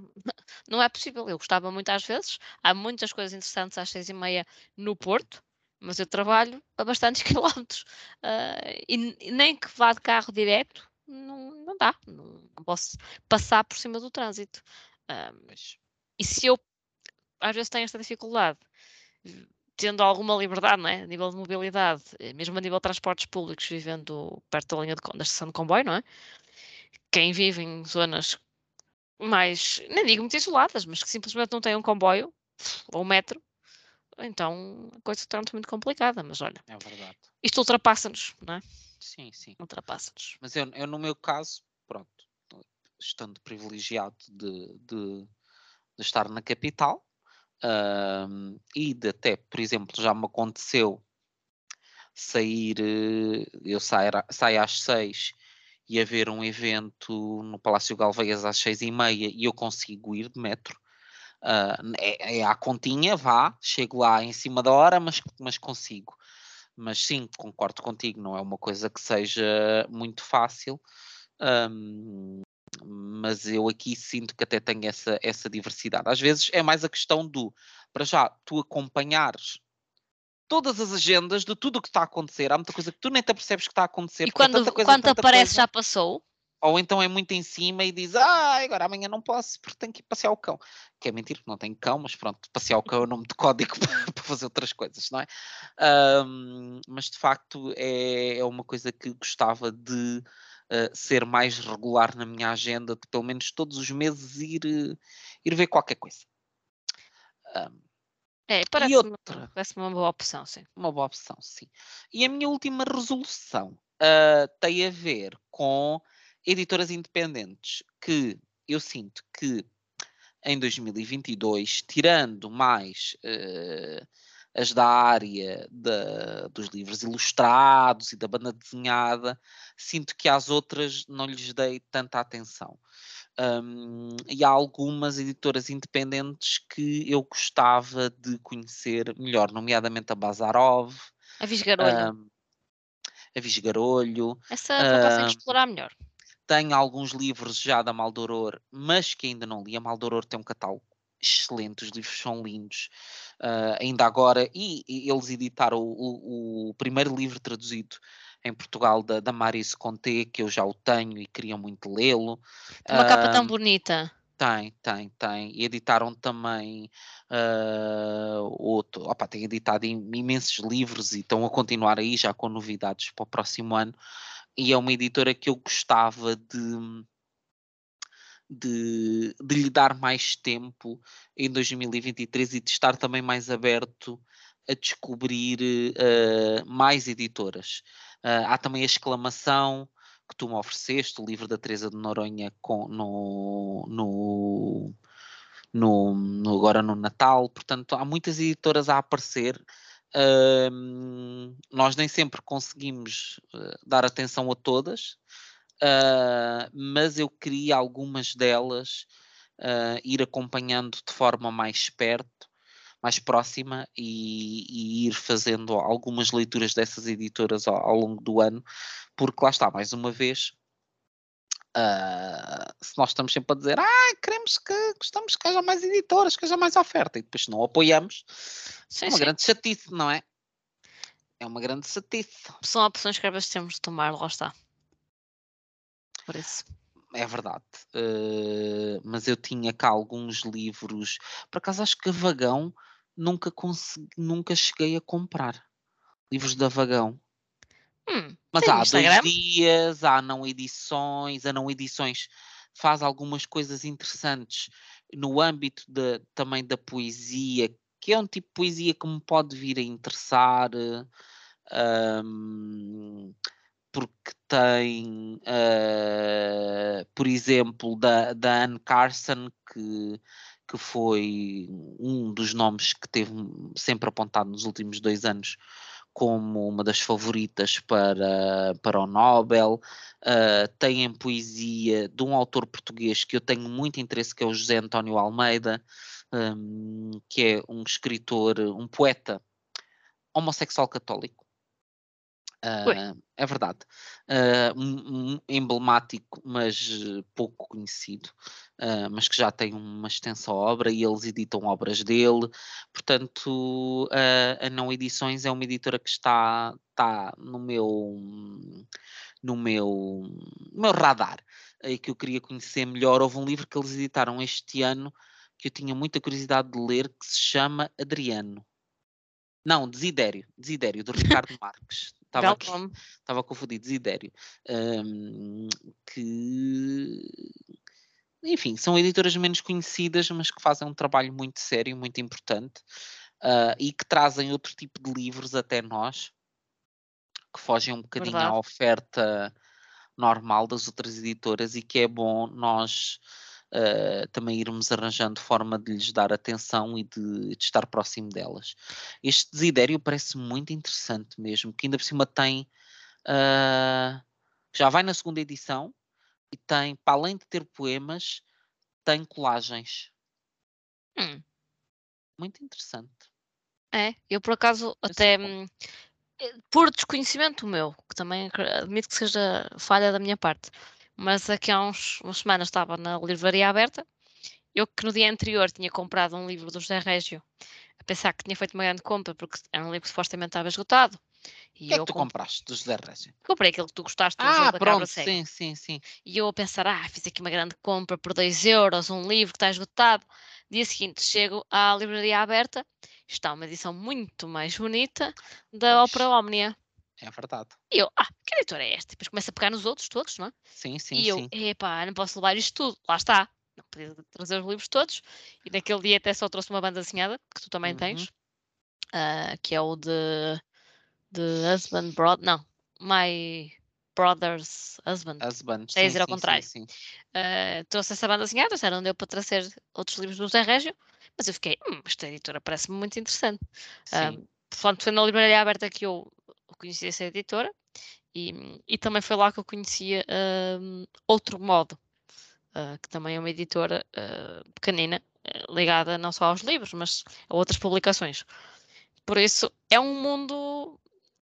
não é possível. Eu gostava muito às vezes. Há muitas coisas interessantes às seis e meia no Porto, mas eu trabalho a bastantes quilómetros. ah, e, e nem que vá de carro direto, não, não dá. Não, não posso passar por cima do trânsito. Ah, pois. e se eu às vezes tenho esta dificuldade, tendo alguma liberdade, não é? A nível de mobilidade, eh, mesmo a nível de transportes públicos, vivendo perto da linha de, co- da estação de comboio, não é? Quem vive em zonas mais, nem digo muito isoladas, mas que simplesmente não têm um comboio ou um metro, então a coisa torna-se muito complicada. Mas olha, É verdade. isto ultrapassa-nos, não é? Sim, sim. Ultrapassa-nos. Mas eu eu no meu caso, pronto, estando privilegiado de de de estar na capital, hã, e de até, por exemplo, já me aconteceu sair, eu saio, saio às seis e haver um evento no Palácio Galveias às seis e meia e eu consigo ir de metro. Uh, é, é à continha, vá, chego lá em cima da hora, mas, mas consigo. Mas sim, concordo contigo, não é uma coisa que seja muito fácil. Um, mas eu aqui sinto que até tenho essa, essa diversidade. Às vezes é mais a questão do, para já, tu acompanhares todas as agendas de tudo o que está a acontecer. Há muita coisa que tu nem te apercebes que está a acontecer, E porque é quando, tanta coisa, quando tanta aparece coisa. já passou? Ou então é muito em cima e diz, ah, agora amanhã não posso porque tenho que ir passear o cão. Que é mentira, não tenho cão, mas pronto, passear o cão é o nome de código para fazer outras coisas, não é? Um, mas de facto é, é uma coisa que gostava de uh, ser mais regular na minha agenda, de pelo menos todos os meses ir, uh, ir ver qualquer coisa. Um, É, e parece-me outra, parece uma boa opção, sim. uma boa opção, sim. E a minha última resolução uh, tem a ver com editoras independentes, que eu sinto que em dois mil e vinte e dois, tirando mais uh, as da área da, dos livros ilustrados e da banda desenhada, sinto que às outras não lhes dei tanta atenção. Um, e há algumas editoras independentes que eu gostava de conhecer melhor, nomeadamente a Bazarov, A Visgarolho. um, a Visgarolho. Essa por acaso tem que Um, explorar melhor. tenho alguns livros já da Maldoror, mas que ainda não li. A Maldoror tem um catálogo excelente, os livros são lindos. Uh, ainda agora, e, e eles editaram o, o, o primeiro livro traduzido em Portugal da, da Maris Conté, que eu já o tenho e queria muito lê-lo. Tem uma capa tão Uh, bonita. Tem, tem, tem. E editaram também uh, outro. Opa, tem editado imensos livros e estão a continuar aí já com novidades para o próximo ano. E é uma editora que eu gostava de, de, de lhe dar mais tempo em dois mil e vinte e três e de estar também mais aberto a descobrir uh, mais editoras. Uh, há também a Exclamação, que tu me ofereceste, o livro da Teresa de Noronha com, no, no, no, no, agora no Natal. Portanto, há muitas editoras a aparecer. Uh, nós nem sempre conseguimos uh, dar atenção a todas, uh, mas eu queria algumas delas uh, ir acompanhando de forma mais perto, mais próxima e, e ir fazendo algumas leituras dessas editoras ao, ao longo do ano, porque lá está, mais uma vez, uh, se nós estamos sempre a dizer, ah, queremos que gostamos que haja mais editoras, que haja mais oferta, e depois se não apoiamos, Sim, é uma sim. grande chatice, não é? É uma grande chatice. São opções que às vezes temos de tomar, lá está. Por isso. É verdade. Uh, mas eu tinha cá alguns livros. Por acaso acho que a Vagão nunca consegui, nunca cheguei a comprar. Livros da Vagão. Hum, Mas tem no há dois Instagram? dias, há não edições, a não edições faz algumas coisas interessantes no âmbito de, também da poesia, que é um tipo de poesia que me pode vir a interessar. Um, porque tem, uh, por exemplo, da, da Anne Carson, que, que foi um dos nomes que teve sempre apontado nos últimos dois anos como uma das favoritas para, para o Nobel. Uh, tem em poesia de um autor português que eu tenho muito interesse, que é o José António Almeida, um, que é um escritor, um poeta homossexual católico. Uh, é verdade. Uh, um, um emblemático, mas pouco conhecido, uh, mas que já tem uma extensa obra e eles editam obras dele. Portanto, uh, a Não Edições é uma editora que está, está no meu no meu, no meu radar e que eu queria conhecer melhor. Houve um livro que eles editaram este ano que eu tinha muita curiosidade de ler, que se chama Adriano. Não, Desidério, Desidério, do Ricardo Marques. Estava aqui, estava confundido, Desidério. Um, que, enfim, são editoras menos conhecidas, mas que fazem um trabalho muito sério, muito importante, uh, e que trazem outro tipo de livros até nós, que fogem um bocadinho Verdade. à oferta normal das outras editoras e que é bom nós uh, também irmos arranjando forma de lhes dar atenção e de, de estar próximo delas. Este Desidério parece muito interessante mesmo, que ainda por cima tem, uh, já vai na segunda edição e tem, para além de ter poemas, tem colagens. Hum. Muito interessante. É, eu por acaso Eu até, sei como. hum, eh, por desconhecimento meu, que também acre- admito que seja falha da minha parte, mas aqui há uns, umas semanas estava na livraria aberta, eu que no dia anterior tinha comprado um livro do José Régio, a pensar que tinha feito uma grande compra, porque era um livro que supostamente estava esgotado, O e que é que eu tu comp- compraste do José Régio? comprei aquele que tu gostaste, o jogo Ah, da cabra pronto, cega. sim, sim, sim. E eu a pensar, ah, fiz aqui uma grande compra por dois euros, um livro que está esgotado. Dia seguinte chego à livraria aberta, está uma edição muito mais bonita da Ópera Pois, Omnia. é verdade. E eu, ah, que editora é esta? E depois começo a pegar nos outros todos, não é? Sim, sim, E eu, sim. epá, não posso levar isto tudo. Lá está. Não podia trazer os livros todos. E naquele dia até só trouxe uma banda desenhada, que tu também Uhum. tens, ah, que é o de, de Husband Brother. Não, My Brother's Husband. Husband, É sim, dizer ao sim, sim, contrário. sim. Uh, trouxe essa banda desenhada, já não deu para trazer outros livros do Zé Régio, mas eu fiquei, hum, esta editora parece-me muito interessante. Sim, Um, portanto, foi na livraria aberta que eu conheci essa editora e, e também foi lá que eu conhecia um, Outro Modo, uh, que também é uma editora uh, pequenina, uh, ligada não só aos livros, mas a outras publicações. Por isso, é um mundo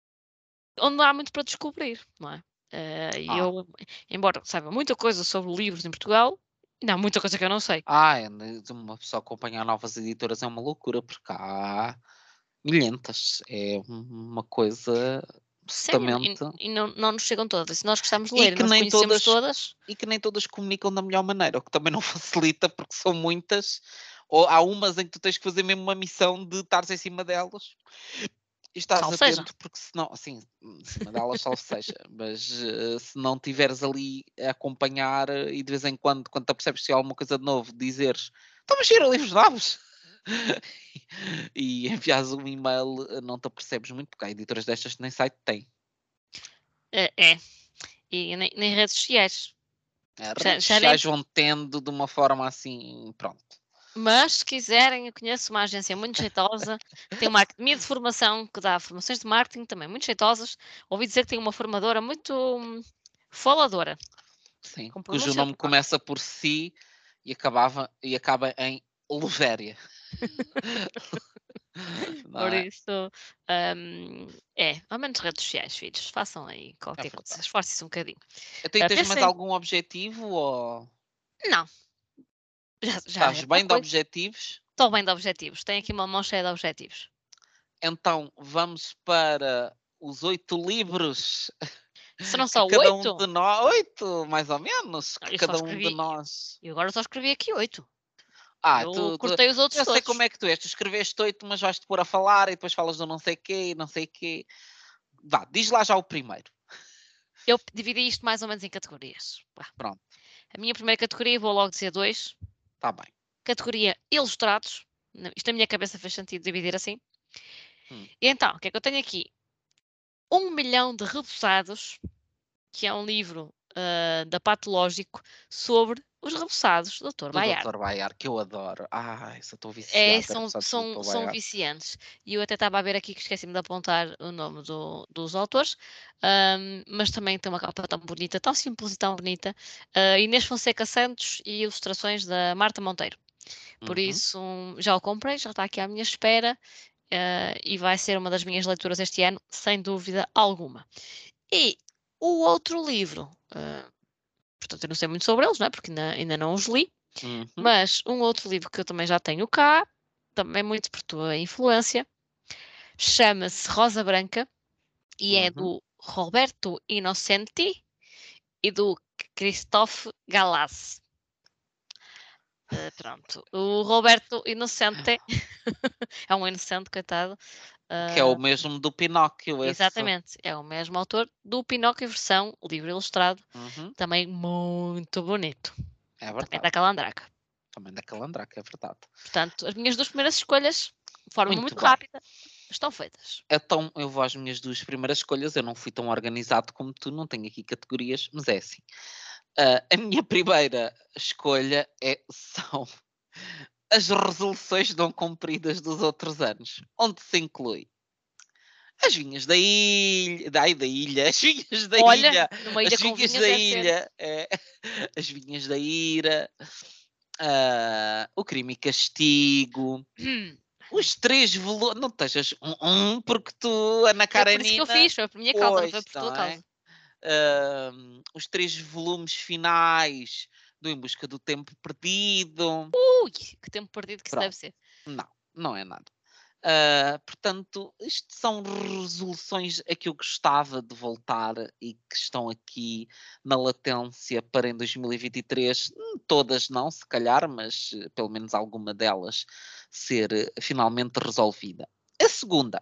onde há muito para descobrir, não é? Uh, e Ah, eu, embora saiba muita coisa sobre livros em Portugal, ainda há muita coisa que eu não sei. ah, é, né, de uma pessoa acompanhar novas editoras é uma loucura, porque há milhentas. É uma coisa Sim, e, absolutamente. e não, não nos chegam todas. Se nós gostamos de E ler e que nós nem conhecemos todas, todas, e que nem todas comunicam da melhor maneira, o que também não facilita, porque são muitas. Ou há umas em que tu tens que fazer mesmo uma missão de estares em cima delas e estares salve seja. atento, porque senão, assim, em cima delas salvo seja, mas uh, se não estiveres ali a acompanhar uh, e de vez em quando, quando te apercebes se há alguma coisa de novo, dizeres estamos a chegar a livros novos e enviares um e-mail, uh, não te apercebes muito, porque há editoras destas que nem site têm. É, é. E nem, nem redes sociais. Uh, Já, redes já nem, sociais vão tendo de uma forma assim, pronto. mas se quiserem, eu conheço uma agência muito jeitosa, que tem uma academia de formação, que dá formações de marketing também muito jeitosas. Ouvi dizer que tem uma formadora muito hum, faladora, Sim, com cujo pronúncia de nome facto. começa por si e, acabava, e acaba em Levéria. Não Por é? isso, hum, é, ao menos redes sociais, filhos, façam aí É qualquer coisa, verdade. esforcem-se um bocadinho. Então, e Uh, tens mais pensem, algum objetivo ou não, já, já estás é pouca bem de coisa. objetivos? Estou bem de objetivos. Tenho aqui uma mão cheia de objetivos. Então vamos para os oito livros Serão que só cada um oito? de nós, oito mais ou menos, que Eu só cada um de escrevi. nós. E agora só escrevi aqui oito. Ah, Eu tu, tu- cortei os outros eu sei todos. como é que tu és. Tu escreveste oito, mas vais-te pôr a falar e depois falas do não sei quê e não sei quê. Vá, diz lá já o primeiro. Eu dividi isto mais ou menos em categorias. Vá. Pronto, A minha primeira categoria, vou logo dizer dois. está bem. Categoria ilustrados. Não, isto na minha cabeça fez sentido dividir assim. Hum, E então, o que é que eu tenho aqui? Um milhão de reboçados, que é um livro uh, da Patológico sobre os reboçados do doutor do Baiar. doutor Baiar, que eu adoro. Ai, só estou É, viciado, era são, só do são, doutor são Baiar. viciantes. E eu até estava a ver aqui que esqueci-me de apontar o nome do- dos autores, ahm, mas também tem uma capa tão bonita, tão simples e tão bonita. Ah, Inês Fonseca Santos e ilustrações da Marta Monteiro. Por Uhum. isso, já o comprei, já está aqui à minha espera, ah, e vai ser uma das minhas leituras este ano, sem dúvida alguma. E o outro livro, ah, portanto, eu não sei muito sobre eles, não é? Porque ainda, ainda não os li. Uhum. Mas um outro livro que eu também já tenho cá, também muito por tua influência, chama-se Rosa Branca e é Uhum. do Roberto Innocenti e do Christophe Galassi. Uh, pronto, o Roberto Inocente é um inocente, coitado. Que é o Uh, mesmo do Pinóquio, esse. exatamente, é o mesmo autor do Pinóquio versão livro ilustrado, Uhum. também muito bonito, É também verdade. da Calandraca. Também da Calandraca, é verdade. Portanto, as minhas duas primeiras escolhas, de forma Muito muito bem. rápida, estão feitas. Então, eu vou às minhas duas primeiras escolhas. Eu não fui tão organizado como tu, não tenho aqui categorias, mas é assim. Uh, a minha primeira escolha é, são as resoluções não cumpridas dos outros anos, onde se inclui as vinhas da ilha, da, ai, da ilha, as vinhas da Olha, ilha, numa as ilha com vinhas vinhas da deve ser. ilha, é, as vinhas da ira, uh, o crime e castigo, os três volumes, não estejas um, um, porque tu, Ana Foi por isso que eu Karenina, fiz, foi por minha causa, não foi pois, por tua não é? causa. Uh, os três volumes finais do Em Busca do Tempo Perdido. Ui, que tempo perdido que isso Pronto. deve ser. Não, não é nada. Uh, portanto, isto são resoluções a que eu gostava de voltar e que estão aqui na latência para em dois mil e vinte e três. Hum, Todas não, se calhar, mas uh, pelo menos alguma delas ser uh, finalmente resolvida. A segunda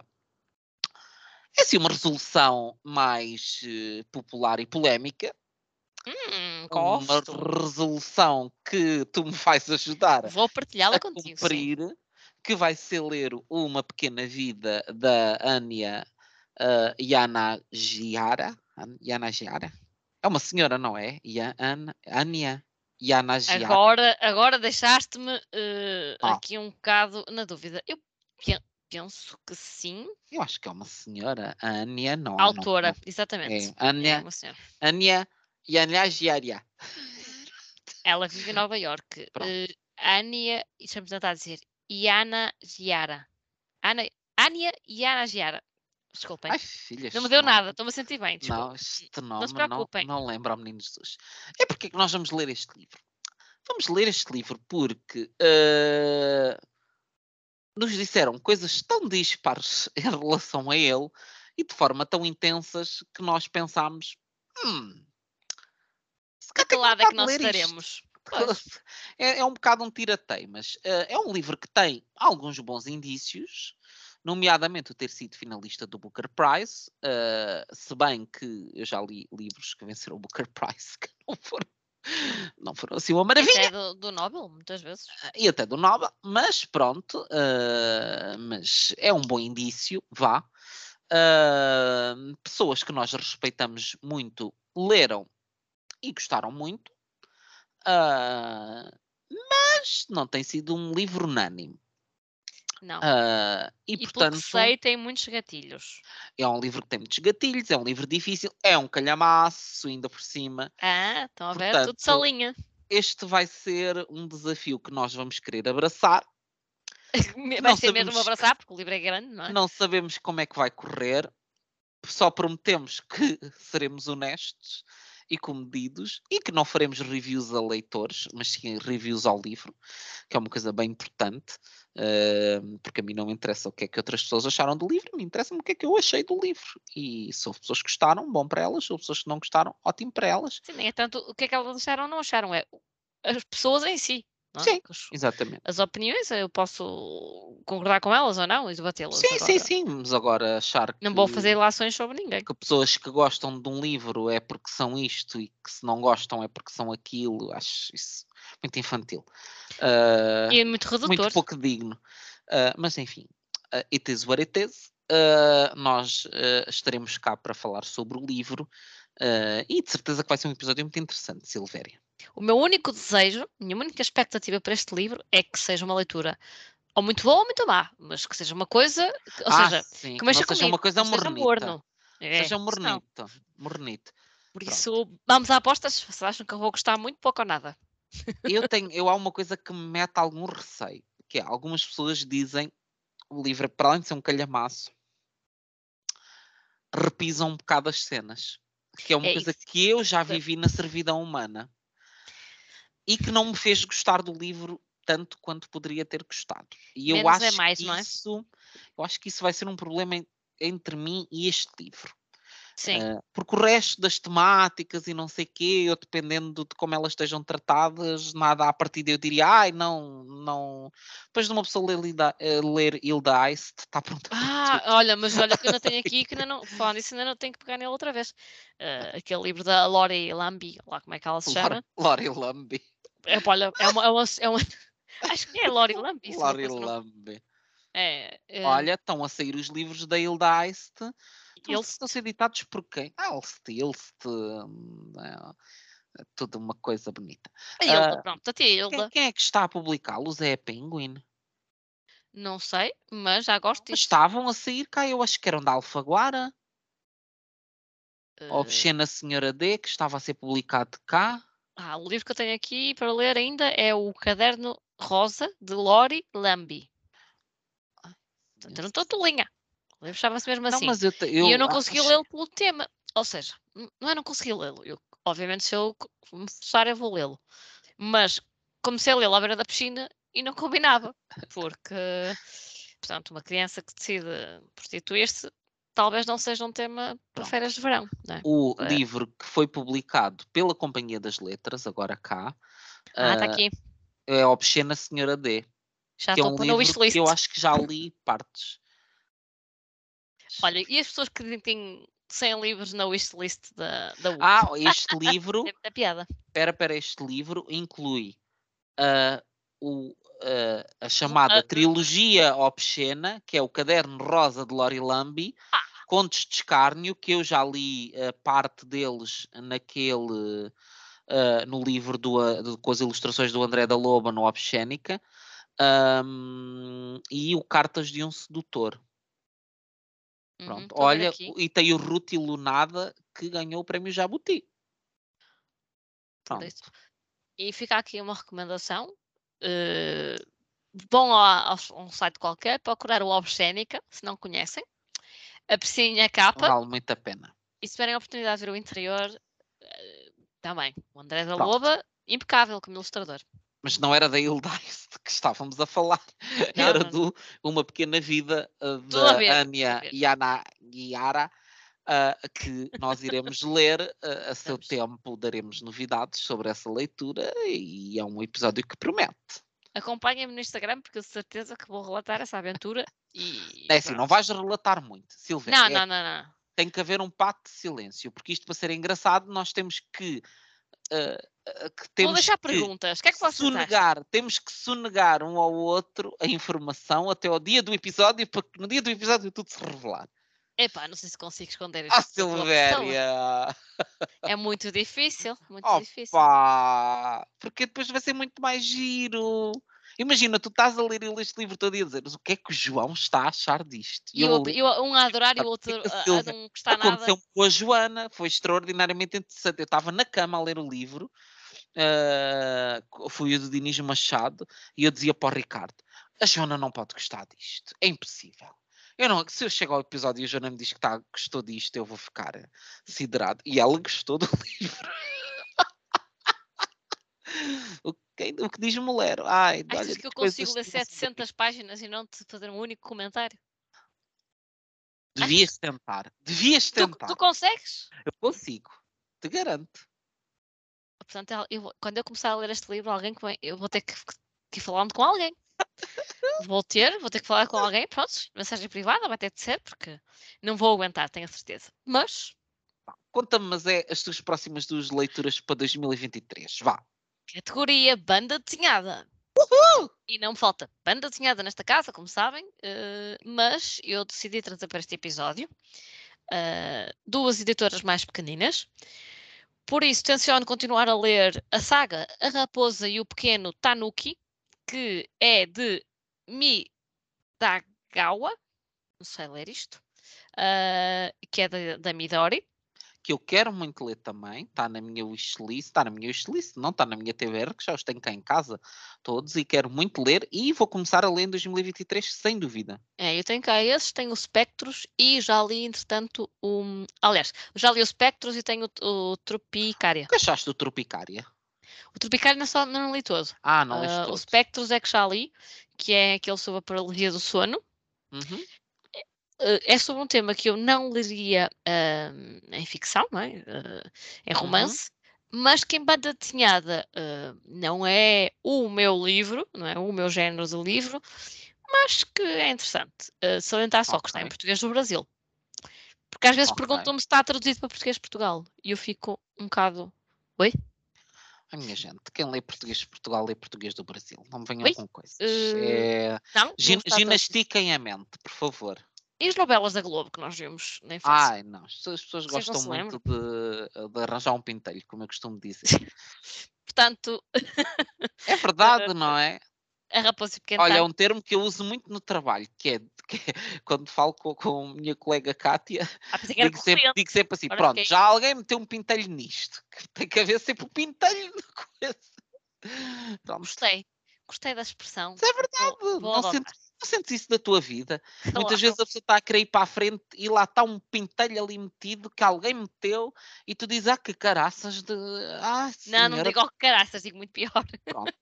é assim uma resolução mais uh, popular e polémica. Hum, Uma gosto. resolução que tu me vais ajudar Vou partilhá-la a contigo, sim. cumprir, que vai ser ler Uma Pequena Vida da Anya uh, Yanagiara. An- Yanagiara? É uma senhora, não é? Ya- An- Anya Yanagiara. Agora, agora deixaste-me uh, Ah, aqui um bocado na dúvida. Eu pe- penso que sim. eu acho que é uma senhora. A Anya, não, A ah, não, autora, não. É exatamente. É Anya, uma senhora. Anya Yanagiara. Ela vive em Nova Iorque. Pronto. Uh, Ania, deixa-me tentar dizer, Iana Giara. Ana, Ania Iana Giara. Desculpem. Ai, filha, Não me este deu nome. nada, estou-me a sentir bem. Desculpa. Não, este Não se nome não, preocupem. não lembra ao Menino Jesus. É porque é que nós vamos ler este livro? Vamos ler este livro porque uh, nos disseram coisas tão dispares em relação a ele e de forma tão intensas que nós pensámos, hum, se De calhar que tenho lado é que vontade de nós ler isto. estaremos? Pois. É, é um bocado um tiratei, mas uh, é um livro que tem alguns bons indícios, nomeadamente o ter sido finalista do Booker Prize, uh, se bem que eu já li livros que venceram o Booker Prize que não foram, não foram assim uma E maravilha. até do, do Nobel, muitas vezes. E até do Nobel, mas pronto, uh, mas é um bom indício, vá. Uh, pessoas que nós respeitamos muito leram e gostaram muito, uh, mas não tem sido um livro unânime. Não. Uh, e, E pelo que portanto, sei, tem muitos gatilhos. é um livro que tem muitos gatilhos, é um livro difícil, é um calhamaço, ainda por cima. Ah, estão a ver? Tudo se Portanto, alinha. este vai ser um desafio que nós vamos querer abraçar. Vai Não ser mesmo sabemos, abraçar, porque o livro é grande, não é? não sabemos como é que vai correr. Só prometemos que seremos honestos e comedidos e que não faremos reviews a leitores, mas sim reviews ao livro, que é uma coisa bem importante, uh, porque a mim não me interessa o que é que outras pessoas acharam do livro, me interessa-me o que é que eu achei do livro. E se houve pessoas que gostaram, bom para elas, se houve pessoas que não gostaram, ótimo para elas. Sim, nem é tanto o que é que elas acharam ou não acharam, é as pessoas em si, não é? Sim, As, exatamente. as opiniões, eu posso concordar com elas ou não e debatê-las Sim, sim, agora. sim, mas agora achar que, Não vou fazer ilações sobre ninguém. que pessoas que gostam de um livro é porque são isto e que se não gostam é porque são aquilo, acho isso muito infantil. Uh, E é muito redutor. muito pouco digno. Uh, mas enfim, uh, it is what it is. Uh, nós uh, estaremos cá para falar sobre o livro uh, e de certeza que vai ser um episódio muito interessante, Silvéria. O meu único desejo, minha única expectativa para este livro é que seja uma leitura ou muito boa ou muito má, mas que seja uma coisa, ou Ah, seja, sim, que que não mexa seja comigo, uma coisa não seja mornita. morno. É, Seja isso não. mornito. Mornito. Por Pronto. isso, vamos a apostas. Vocês acham que eu vou gostar muito, pouco ou nada? Eu tenho, eu há uma coisa que me mete algum receio, que é, algumas pessoas dizem o livro, para além de ser um calhamaço, repisam um bocado as cenas, que é uma É coisa isso. que eu já vivi na servidão humana e que não me fez gostar do livro tanto quanto poderia ter gostado. E eu Menos é acho mais, que não é? isso, eu acho que isso vai ser um problema en- entre mim e este livro. Sim. Uh, porque o resto das temáticas e não sei quê, eu dependendo de como elas estejam tratadas, nada à partida eu diria, ai, não, não. Depois de uma pessoa ler, Hilda- eh, ler Hilda Heist, está pronta para Ah, tudo. olha, mas olha que eu ainda tenho aqui que ainda não, falando nisso, ainda não tenho que pegar nele outra vez. Uh, aquele livro da Lori Lambi, lá como é que ela se Lori, chama? Lori Lumby. É, olha, é uma, é uma, é uma- acho que é Lori Lambi, se não Lori fosse não. Lumby. É, é, Olha, estão a sair os livros da Hilda Heist. Estão, eles, estão a ser editados por quem? Ah, Elst, Elst. hum, é, Tudo uma coisa bonita. A Hilda, Ah, pronto, a tia quem, Hilda, quem é que está a publicá-los? É a Penguin? não sei, mas já gosto Mas disso. estavam a sair cá, eu acho que eram da Alfaguara. A Eh, Obscena Senhora D, que estava a ser publicado cá. ah, o livro que eu tenho aqui para ler ainda é o Caderno Rosa, de Lori Lambi. Portanto, eu não estou tolinha. O livro chama-se mesmo Não, assim. mas eu, te- E eu eu não consegui acho. lê-lo pelo tema. Ou seja, n- não é não consegui lê-lo. Eu, obviamente, se eu co- me forçar, eu vou lê-lo. Mas comecei a lê-lo à beira da piscina e não combinava. Porque, portanto, uma criança que decide prostituir-se talvez não seja um tema para Pronto. férias de verão, não é? O É. livro que foi publicado pela Companhia das Letras, agora cá, Ah, está ah, aqui. é a Obscena Senhora D, Já que é estou a um pôr na livro que eu wishlist. acho que já li partes. Olha, e as pessoas que dizem que têm cem livros na wishlist da, da U C? Ah, este livro, Tem muita piada. espera, espera, este livro inclui ah, o, ah, a Ah, chamada ah, Trilogia Obscena, que é o Caderno Rosa de Lori Lambi, ah, Contos de Escárnio, que eu já li ah, parte deles naquele, ah, no livro do, ah, do- com as ilustrações do André da Loba, no Obscénica, ahm, e o Cartas de um Sedutor. uhum, Pronto, estou a ver olha, aqui. e tem o Ruth Lunada, que ganhou o prémio Jabuti. Por isso. Pronto. E fica aqui uma recomendação. eh, vão a, a um site qualquer, procurar o Obscénica, se não conhecem. Apreciem a capa Vale muito a pena. e se tiverem a oportunidade de ver o interior, eh, também. O André da Pronto. Loba, impecável como ilustrador. Mas não era da Hildice de que estávamos a falar. Não, Era não, não. do Uma Pequena Vida uh, Tudo a da ver. Tudo a Ania ver. Yana Guiara, uh, que nós iremos ler uh, a seu Vamos. tempo. Daremos novidades sobre essa leitura e é um episódio que promete. Acompanhem-me no Instagram porque eu de certeza que vou relatar essa aventura e É assim, não pronto. vais relatar muito, Silvéria. Não, É, não, não, não. tem que haver um pacto de silêncio, porque isto para ser engraçado nós temos que Uh, uh, que Vou temos deixar que perguntas. O que é que vocês acham? sonegar, temos que sonegar um ao outro a informação até ao dia do episódio, para que no dia do episódio tudo se revelar. Epá, não sei se consigo esconder Ah, isto da tua pessoa. Silvéria! É muito difícil, muito difícil. Opa! Porque depois vai ser muito mais giro. Imagina, tu estás a ler este livro todo e a dizer, mas o que é que o João está a achar disto? E E eu eu, a ler, eu, um a adorar e o "Ah, o que outro é que a a, a Silvia-" não gostar nada. Aconteceu com a Joana, foi extraordinariamente interessante. Eu estava na cama a ler o livro. Uh, foi o do Dinis Machado e eu dizia para o Ricardo: a Joana não pode gostar disto, é impossível. Eu não, se eu chego ao episódio e a Joana me diz que tá, gostou disto, eu vou ficar siderado. E ela gostou do livro. o, que, o que diz Molero? Ai, Achas olha, que eu coisas consigo ler que não se setecentas páginas e não te fazer um único comentário? Achas? Devias tentar, devias Tu, tu tentar. consegues? Eu consigo, te garanto. Portanto, eu, quando eu começar a ler este livro, alguém que vem, eu vou ter que, que ir falando com alguém. Vou ter, vou ter que falar com alguém, pronto, mensagem privada, vai ter de ser, porque não vou aguentar, tenho a certeza. Mas, Conta-me, mas é as tuas próximas duas leituras para dois mil e vinte e três. Vá. categoria banda desenhada. E não me falta banda desenhada nesta casa, como sabem, uh, mas eu decidi trazer para este episódio uh, duas editoras mais pequeninas. Por isso, tenciono continuar a ler a saga A Raposa e o Pequeno Tanuki, que é de Midagawa, não sei ler isto, uh, que é da, da Midori. Que eu quero muito ler também, está na minha wishlist, está na minha wishlist, não está na minha T V R, que já os tenho cá em casa todos e quero muito ler e vou começar a ler em dois mil e vinte e três, sem dúvida. É, eu tenho cá esses, tenho o Spectros e já li, entretanto, o... Aliás, já li o Spectros e tenho o, o Tropicária. O que achaste do Tropicária? O Tropicária não, só, não li todo. Ah, não leste Uh, o todo. Spectros é que já li, que é aquele sobre a paralisia do sono. Uhum. Uh, é sobre um tema que eu não leria uh, em ficção, não é? Uh, em romance, uhum. Mas que em banda desenhada uh, não é o meu livro, não é o meu género de livro, mas que é interessante. Uh, salientar só okay. que está em português do Brasil. Porque às vezes okay. perguntam-me se está traduzido para português de Portugal. E eu fico um bocado... Oi? A minha gente, quem lê português de Portugal lê português do Brasil. Não me venham Oi? com coisas. Uh, É... não, Gin não ginastiquem a mente, por favor. E as novelas da Globo que nós vimos na infância? Ai, não. As pessoas, as pessoas Vocês não gostam se muito lembram? de, de arranjar um pintelho, como eu costumo dizer. Portanto, É verdade, não é? a Raposa e o Pequeno Olha, é Tanque. um termo que eu uso muito no trabalho, que é, que é quando falo com, com a minha colega Cátia, Ah, pensei que era digo sempre, corrente. digo sempre assim: Agora pronto, fiquei. já alguém meteu um pintelho nisto, que tem que haver sempre um pintelho na coisa. Pronto. Gostei. Gostei da expressão. Isso é Vou, verdade. vou Não sentes, adotar. não sentes isso da tua vida? Muitas Claro. vezes a pessoa está a querer ir para a frente e lá está um pintelho ali metido que alguém meteu e tu dizes, ah, que caraças de. Ah, Não, não senhora. digo ao caraças, digo muito pior. Pronto.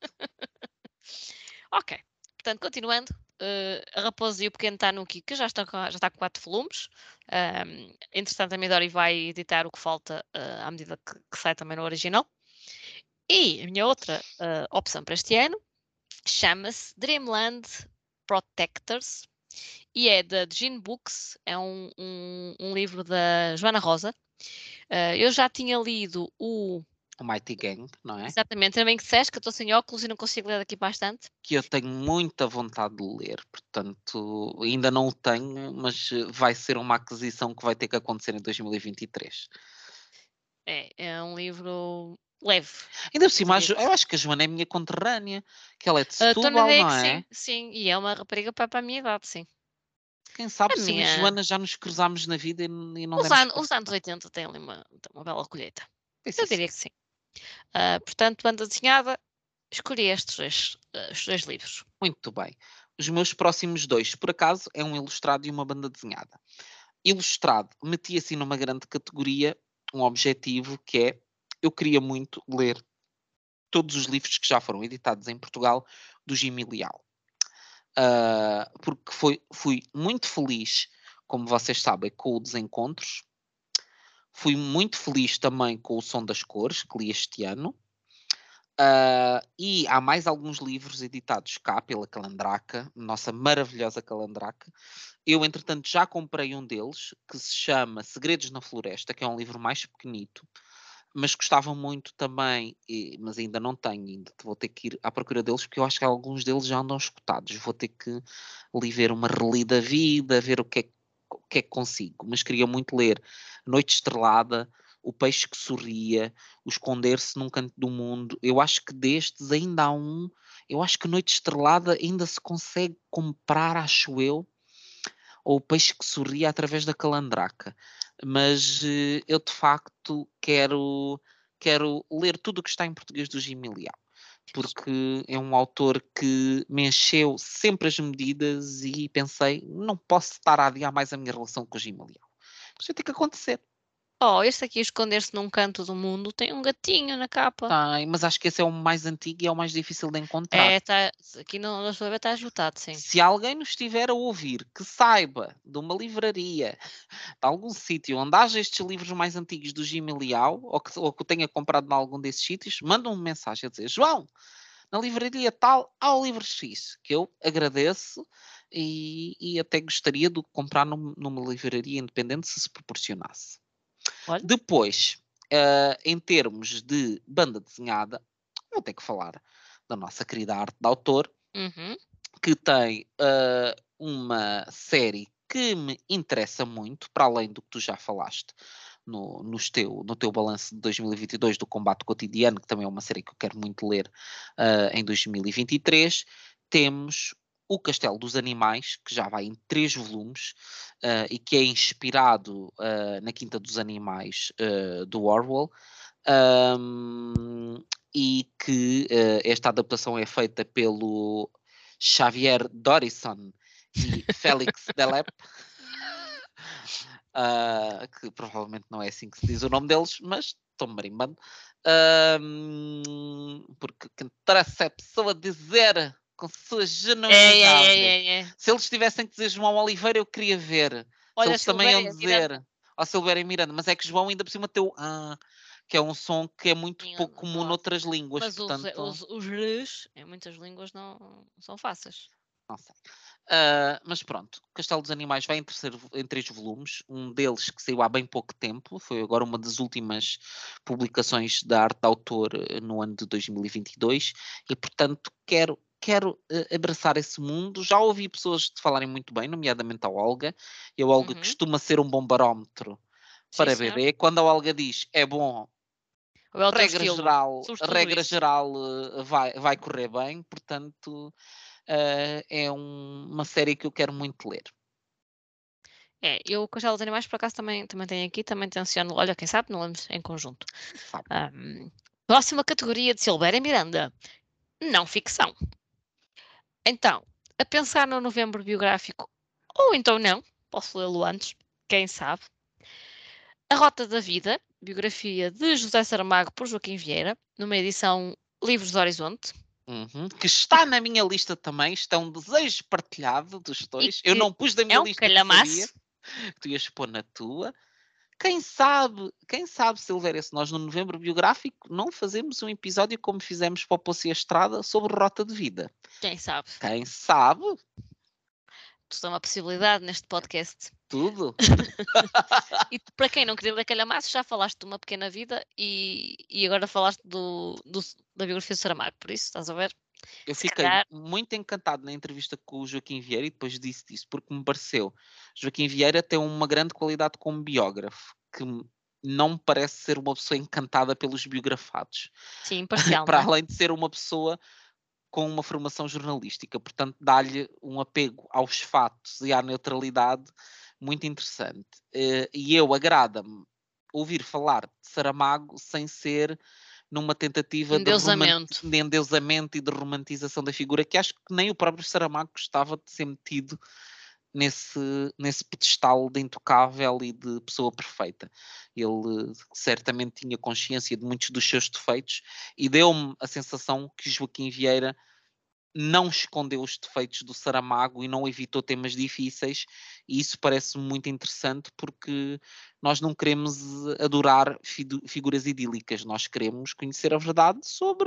Ok. Portanto, continuando. eh, a Raposa e o Pequeno Tanuki, que já está, com- já está com quatro volumes. Ahm, entretanto, a Midori vai editar o que falta eh, à medida que, que sai também no original. E a minha outra eh, opção para este ano chama-se Dreamland Protectors e é da Jean Books, é um, um, um livro da Joana Rosa. Uh, eu já tinha lido o. O Mighty Gang, não é? Exatamente, também que disseste que eu estou sem óculos e não consigo ler daqui bastante. Que eu tenho muita vontade de ler, portanto, ainda não o tenho, mas eh, vai ser uma aquisição que vai ter que acontecer em dois mil e vinte e três. É, é um livro leve. Ainda por cima, a Diria Jo- que eu sim. acho que a Joana é minha conterrânea, que ela é de Uh, Estou na Setúbal, ideia não que é? sim, sim, e é uma rapariga para, para a minha idade, sim. Quem sabe A se eu e minha. Joana já nos cruzámos na vida e, e não Os, demos an por os anos oitenta têm ali uma, uma bela colheita. Pensa Eu assim. diria que sim. Uh, portanto, banda desenhada, escolhi estes dois, uh, estes dois livros. Muito bem. Os meus próximos dois, por acaso, é um ilustrado e uma banda desenhada. Ilustrado, meti assim numa grande categoria um objetivo que é, eu queria muito ler todos os livros que já foram editados em Portugal do Jimmy Leal. Uh, porque foi, fui muito feliz, como vocês sabem, com o Desencontros. Fui muito feliz também com o Som das Cores, que li este ano. Uh, e há mais alguns livros editados cá pela Calandraca, nossa maravilhosa Calandraca. Eu, entretanto, já comprei um deles, que se chama Segredos na Floresta, que é um livro mais pequenito, mas gostava muito também, e- mas ainda não tenho, ainda vou ter que ir à procura deles, porque eu acho que alguns deles já andam esgotados. Vou ter que ali ver uma relida vida, ver o que é, que- o que é que consigo. Mas queria muito ler Noite Estrelada, O Peixe que Sorria, O Esconder-se num Canto do Mundo. Eu acho que destes ainda há um. Eu acho que Noite Estrelada ainda se consegue comprar, acho eu, ou O Peixe que Sorria através da Calandraca. Mas eh, eu de facto quero, quero ler tudo o que está em português do Jimmy Leal, porque é um autor que me encheu sempre as medidas e pensei, não posso estar a adiar mais a minha relação com o Jimmy Leal. Isso vai ter que acontecer. Oh, este aqui, Esconder-se num Canto do Mundo, tem um gatinho na capa. Ai, mas acho que esse é o mais antigo e é o mais difícil de encontrar. É, tá, aqui no, na sua vez está esgotado, sim. Se alguém nos estiver a ouvir que saiba de uma livraria, de algum sítio onde haja estes livros mais antigos do Jimmy Leal, ou que, ou que eu tenha comprado em algum desses sítios, manda uma mensagem a dizer: João, na livraria tal há o livro X, que eu agradeço e, e até gostaria de comprar num- numa livraria independente se se proporcionasse. Olha. Depois, eh, em termos de banda desenhada, vou ter que falar da nossa querida arte de autor, Uhum. que tem eh, uma série que me interessa muito, para além do que tu já falaste no, nos teu, no teu balanço de dois mil e vinte e dois do Combate Cotidiano, que também é uma série que eu quero muito ler eh, em dois mil e vinte e três. Temos O Castelo dos Animais, que já vai em três volumes eh, e que é inspirado eh, na Quinta dos Animais eh, do Orwell. Um, e que eh, esta adaptação é feita pelo Xavier Dorison e Félix Delep, uh, que provavelmente não é assim que se diz o nome deles, mas estou-me marimbando, um, porque que interessa é a pessoa dizer com sua É, é, genuinidade. é, é, é. Se eles tivessem que dizer João Oliveira, eu queria ver. Se Olha, eles também iam Silvéria Miranda. dizer ao Silveira e Miranda, mas é que João ainda por cima tem o ah, que é um som que é muito Sim, pouco não comum falar. noutras línguas, Mas os, portanto, os, os r's, em muitas línguas, não são fáceis. não sei. Ah, mas pronto, Castelo dos Animais vai em, terceiro, em três volumes, um deles que saiu há bem pouco tempo, foi agora uma das últimas publicações da arte de autor eh, no ano de dois mil e vinte e dois, e portanto quero quero uh, abraçar esse mundo. Já ouvi pessoas te falarem muito bem, nomeadamente a Olga, e a Olga Uhum. costuma ser um bom barómetro Sim, para senhor. bebê. Quando a Olga diz é bom, Qual é o teu regra estilo? geral, Sobretudo regra isso. geral uh, vai, vai correr bem, portanto uh, é um- uma série que eu quero muito ler. É, eu Castelo dos Animais, por acaso, também, também tenho aqui, também tenciono. Olha, quem sabe, não lemos em conjunto. Sabe? Ahm, próxima categoria de Silveira Miranda. Não ficção. Então, a pensar no novembro biográfico, ou então não, posso lê-lo antes, quem sabe. A Rota da Vida, biografia de José Saramago por Joaquim Vieira, numa edição Livros do Horizonte. Uhum. Que está na minha lista também, está um desejo partilhado dos E dois. Eu que não pus da é minha um lista que sabia calhamaço. que tu ias pôr na tua. Quem sabe, quem sabe, Silvéria, se nós no novembro biográfico não fazemos um episódio como fizemos para o Poço e a Estrada sobre Rota de Vida. Quem sabe? Quem sabe? Tudo é uma possibilidade neste podcast. Tudo. E tu, para quem não queria ler calhamaço, já falaste de Uma Pequena Vida e, e agora falaste do, do- da biografia de Saramago, por isso, estás a ver? Eu Se fiquei calhar, muito encantado na entrevista com o Joaquim Vieira e depois disse disso, porque me pareceu. Joaquim Vieira tem uma grande qualidade como biógrafo, que m- não me parece ser uma pessoa encantada pelos biografados, sim, imparcial, não para é? além de ser uma pessoa com uma formação jornalística, portanto dá-lhe um apego aos fatos e à neutralidade muito interessante. Eh, E eu agrada-me ouvir falar de Saramago sem ser numa tentativa de, roman- Endeusamento. de endeusamento e de romantização da figura, que acho que nem o próprio Saramago gostava de ser metido nesse, nesse pedestal de intocável e de pessoa perfeita. Ele eh, certamente tinha consciência de muitos dos seus defeitos e deu-me a sensação que Joaquim Vieira não escondeu os defeitos do Saramago e não evitou temas difíceis, e isso parece-me muito interessante porque nós não queremos eh, adorar fidu- figuras idílicas, nós queremos conhecer a verdade sobre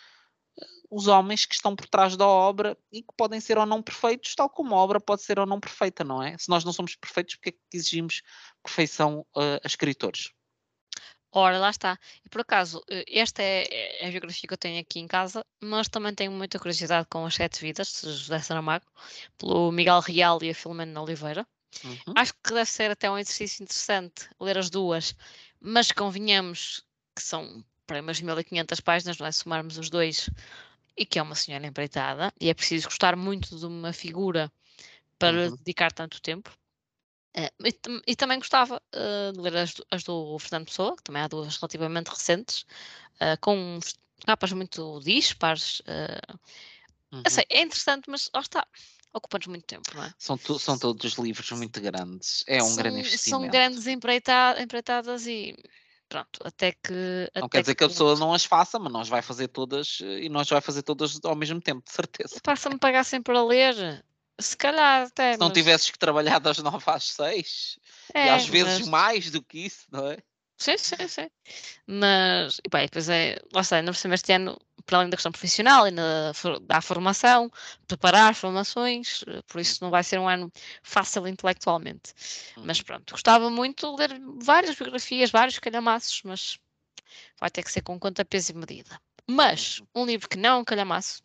os homens que estão por trás da obra e que podem ser ou não perfeitos, tal como a obra pode ser ou não perfeita, não é? Se nós não somos perfeitos, porque é que exigimos perfeição uh, a escritores? Ora, lá está. E por acaso, eh, esta é, é a biografia que eu tenho aqui em casa, mas também tenho muita curiosidade com As Sete Vidas, de José Saramago, pelo Miguel Real e a Filomena Oliveira. Uhum, Acho que deve ser até um exercício interessante ler as duas, mas convenhamos que são para umas mil e quinhentas páginas, não é? Somarmos os dois, e que é uma senhora empreitada, e é preciso gostar muito de uma figura para uhum. dedicar tanto tempo. Eh, e, tam- e também gostava eh, de ler as, do as do Fernando Pessoa, que também há duas relativamente recentes, eh, com uns capas muito dispares. eh. Eu Uhum. sei, é interessante, mas lá está, ocupa-nos muito tempo, não é? São, to- são todos livros muito grandes. É um grande São, são investimento. grandes empreita- empreitadas e pronto, até que, Não quer até que dizer que a pessoa ponto. não as faça, mas nós vai fazer todas eh, e nós vai fazer todas ao mesmo tempo, de certeza. Passa-me pagassem para ler, se calhar até, Se não mas tivesses que trabalhar das nove às seis e às é, vezes mas mais do que isso, não é? sim, sim, sim. Mas, e bem, depois é, lá está, ainda por cima este ano, para além da questão profissional, ainda for- dá formação, preparar formações, eh, por isso não Uhum, vai ser um ano fácil intelectualmente. Mas uhum, pronto, gostava muito de ler várias biografias, vários calhamaços, mas vai ter que ser com conta, peso e medida. Mas, uhum. um livro que não é um calhamaço,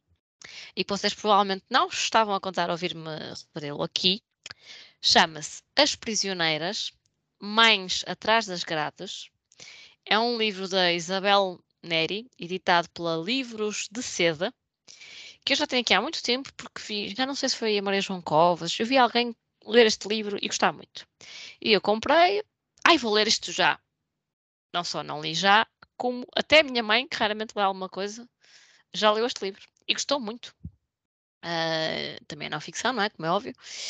e que vocês provavelmente não estavam a contar a ouvir-me referi-lo aqui, chama-se As Prisioneiras, Mães Atrás das Grades. É um livro da Isabel Neri, editado pela Livros de Seda, que eu já tenho aqui há muito tempo, porque vi, já não sei se foi a Maria João Covas, eu vi alguém ler este livro e gostar muito. E eu comprei, ai, vou ler isto já. Não só não li já, como até a minha mãe, que raramente lê alguma coisa, já leu este livro e gostou muito. Ah, também é não ficção, não é? Como é óbvio.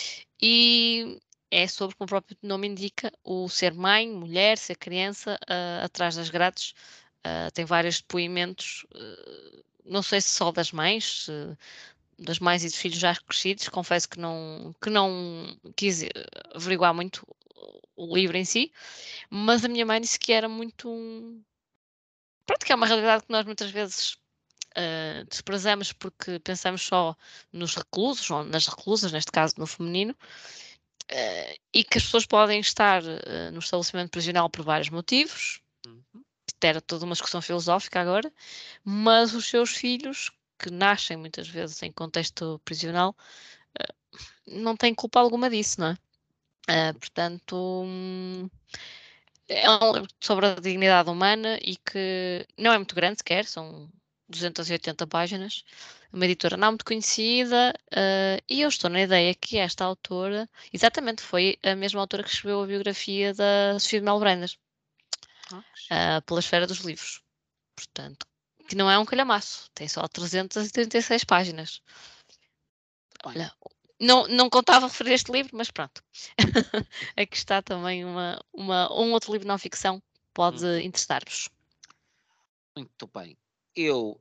E é sobre, como o próprio nome indica, o ser mãe, mulher, ser criança, ah, atrás das grades. Ah, tem vários depoimentos, ah, não sei se só das mães, se das mães e dos filhos já crescidos. Confesso que não, que não quis eh, averiguar muito o o livro em si, mas a minha mãe disse que era muito. um- Pronto, que é uma realidade que nós muitas vezes ah, desprezamos porque pensamos só nos reclusos, ou nas reclusas, neste caso no feminino, eh, e que as pessoas podem estar eh, no estabelecimento prisional por vários motivos. Uhum. Isto era toda uma discussão filosófica agora, mas os seus filhos que nascem muitas vezes em contexto prisional, uh, não têm culpa alguma disso, não é? Uh, portanto, hum, é um livro sobre a dignidade humana e que não é muito grande sequer, são duzentas e oitenta páginas, uma editora não muito conhecida, uh, e eu estou na ideia que esta autora, exatamente, foi a mesma autora que escreveu a biografia da Sofia de Melo Brandas, Ah, que giro. uh, pela Esfera dos Livros. Portanto, que não é um calhamaço, tem só trezentas e trinta e seis páginas. Bem, Olha, não, não contava referir este livro, mas pronto. Aqui está também uma, uma, um outro livro de não-ficção que pode uhum, interessar-vos. muito bem. Eu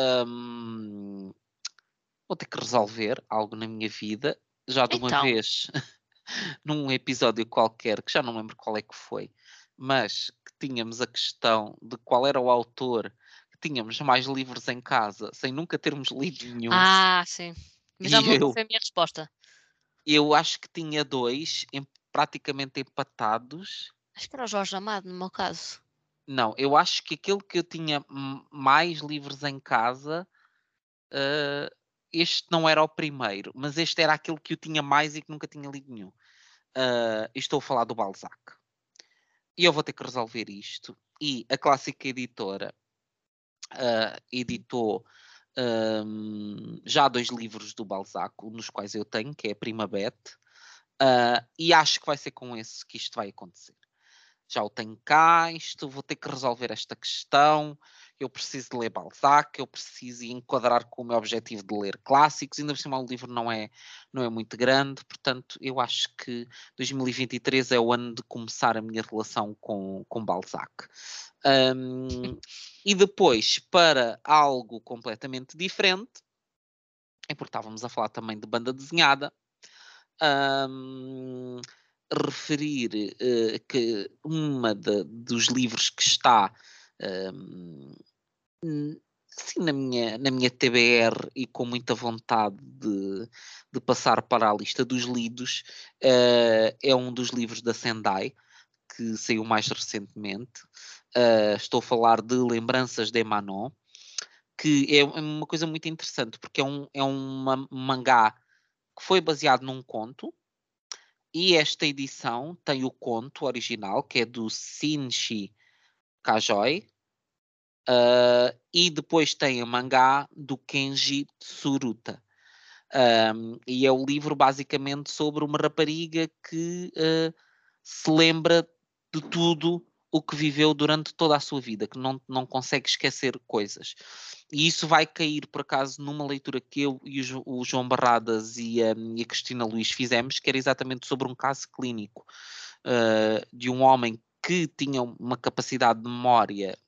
hum, vou ter que resolver algo na minha vida. Já de uma Então, vez, num episódio qualquer, que já não lembro qual é que foi, mas que tínhamos a questão de qual era o autor que tínhamos mais livros em casa, sem nunca termos lido nenhum. ah, sim. Mas já E me lembro qual eu, foi a minha resposta. eu acho que tinha dois em- praticamente empatados. Acho que era o Jorge Amado, no meu caso. Não, eu acho que aquele que eu tinha m- mais livros em casa, eh, este não era o primeiro, mas este era aquele que eu tinha mais e que nunca tinha lido nenhum. Eh, e estou a falar do Balzac. E eu vou ter que resolver isto. E a clássica editora ah, editou hum, já dois livros do Balzac, um dos quais eu tenho, que é a Prima Bete, ah, e acho que vai ser com esse que isto vai acontecer. Já o tenho cá, isto vou ter que resolver esta questão. Eu preciso de ler Balzac, eu preciso enquadrar com o meu objetivo de ler clássicos, ainda por cima o livro não é, não é muito grande, portanto eu acho que dois mil e vinte e três é o ano de começar a minha relação com, com Balzac. Um, e depois, para algo completamente diferente, e porque estávamos a falar também de banda desenhada, um, referir uh, que uma de, dos livros que está um, assim na minha, na minha T B R e com muita vontade de, de passar para a lista dos lidos, uh, é um dos livros da Sendai, que saiu mais recentemente. Uh, estou a falar de Lembranças de Manon, que é uma coisa muito interessante, porque é um, é uma- um mangá que foi baseado num conto, e esta edição tem o conto original, que é do Shinji Kajoi, uh, e depois tem o mangá do Kenji Tsuruta. Um, e é o livro basicamente sobre uma rapariga que uh, se lembra de tudo o que viveu durante toda a sua vida, que não, não consegue esquecer coisas. E isso vai cair, por acaso, numa leitura que eu e o, Jo- o João Barradas e a, e a Cristina Luís fizemos, que era exatamente sobre um caso clínico uh, de um homem que tinha uma capacidade de memória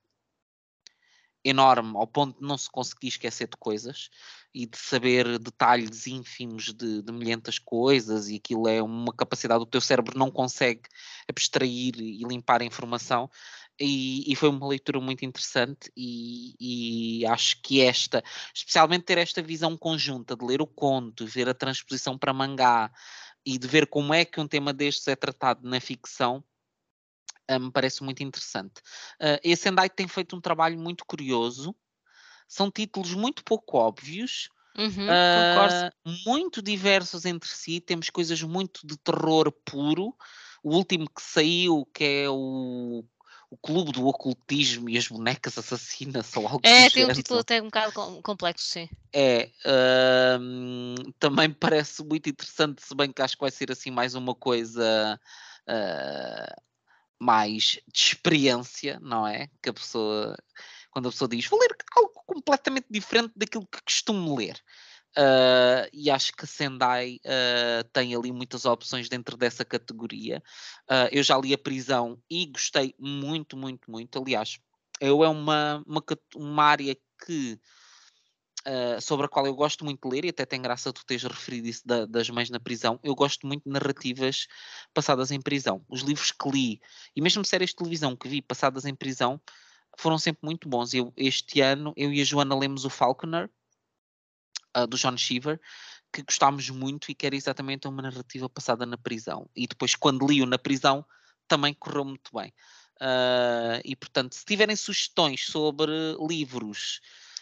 enorme ao ponto de não se conseguir esquecer de coisas e de saber detalhes ínfimos de, de milhentas coisas, e aquilo é uma capacidade do teu cérebro não consegue abstrair e limpar a informação. E, e foi uma leitura muito interessante, e, e acho que esta, especialmente ter esta visão conjunta de ler o conto, ver a transposição para mangá e de ver como é que um tema destes é tratado na ficção, ah, me parece muito interessante. Uh, e a Sendai tem feito um trabalho muito curioso. São títulos muito pouco óbvios, Uhum, concordo. uh, muito diversos entre si. Temos coisas muito de terror puro. O último que saiu, que é o, o Clube do Ocultismo e as Bonecas Assassinas, ou algo do É, tem um título género. até um bocado com- complexo, sim. É, hum, também me parece muito interessante, se bem que acho que vai ser assim mais uma coisa uh, mais de experiência, não é? Que a pessoa, quando a pessoa diz, vou ler algo completamente diferente daquilo que costumo ler. Uh, e acho que a Sendai uh, tem ali muitas opções dentro dessa categoria. Uh, eu já li A Prisão e gostei muito, muito, muito. Aliás, eu é uma, uma, uma área que Uh, sobre a qual eu gosto muito de ler, e até tem graça tu teres referido isso da, das mães na prisão. Eu gosto muito de narrativas passadas em prisão. Os livros que li, e mesmo séries de televisão que vi passadas em prisão, foram sempre muito bons. Eu, este ano, eu e a Joana lemos o Falconer, uh, do John Cheever, que gostámos muito e que era exatamente uma narrativa passada na prisão. E depois, quando li-o na prisão, também correu muito bem. Uh, e, portanto, se tiverem sugestões sobre livros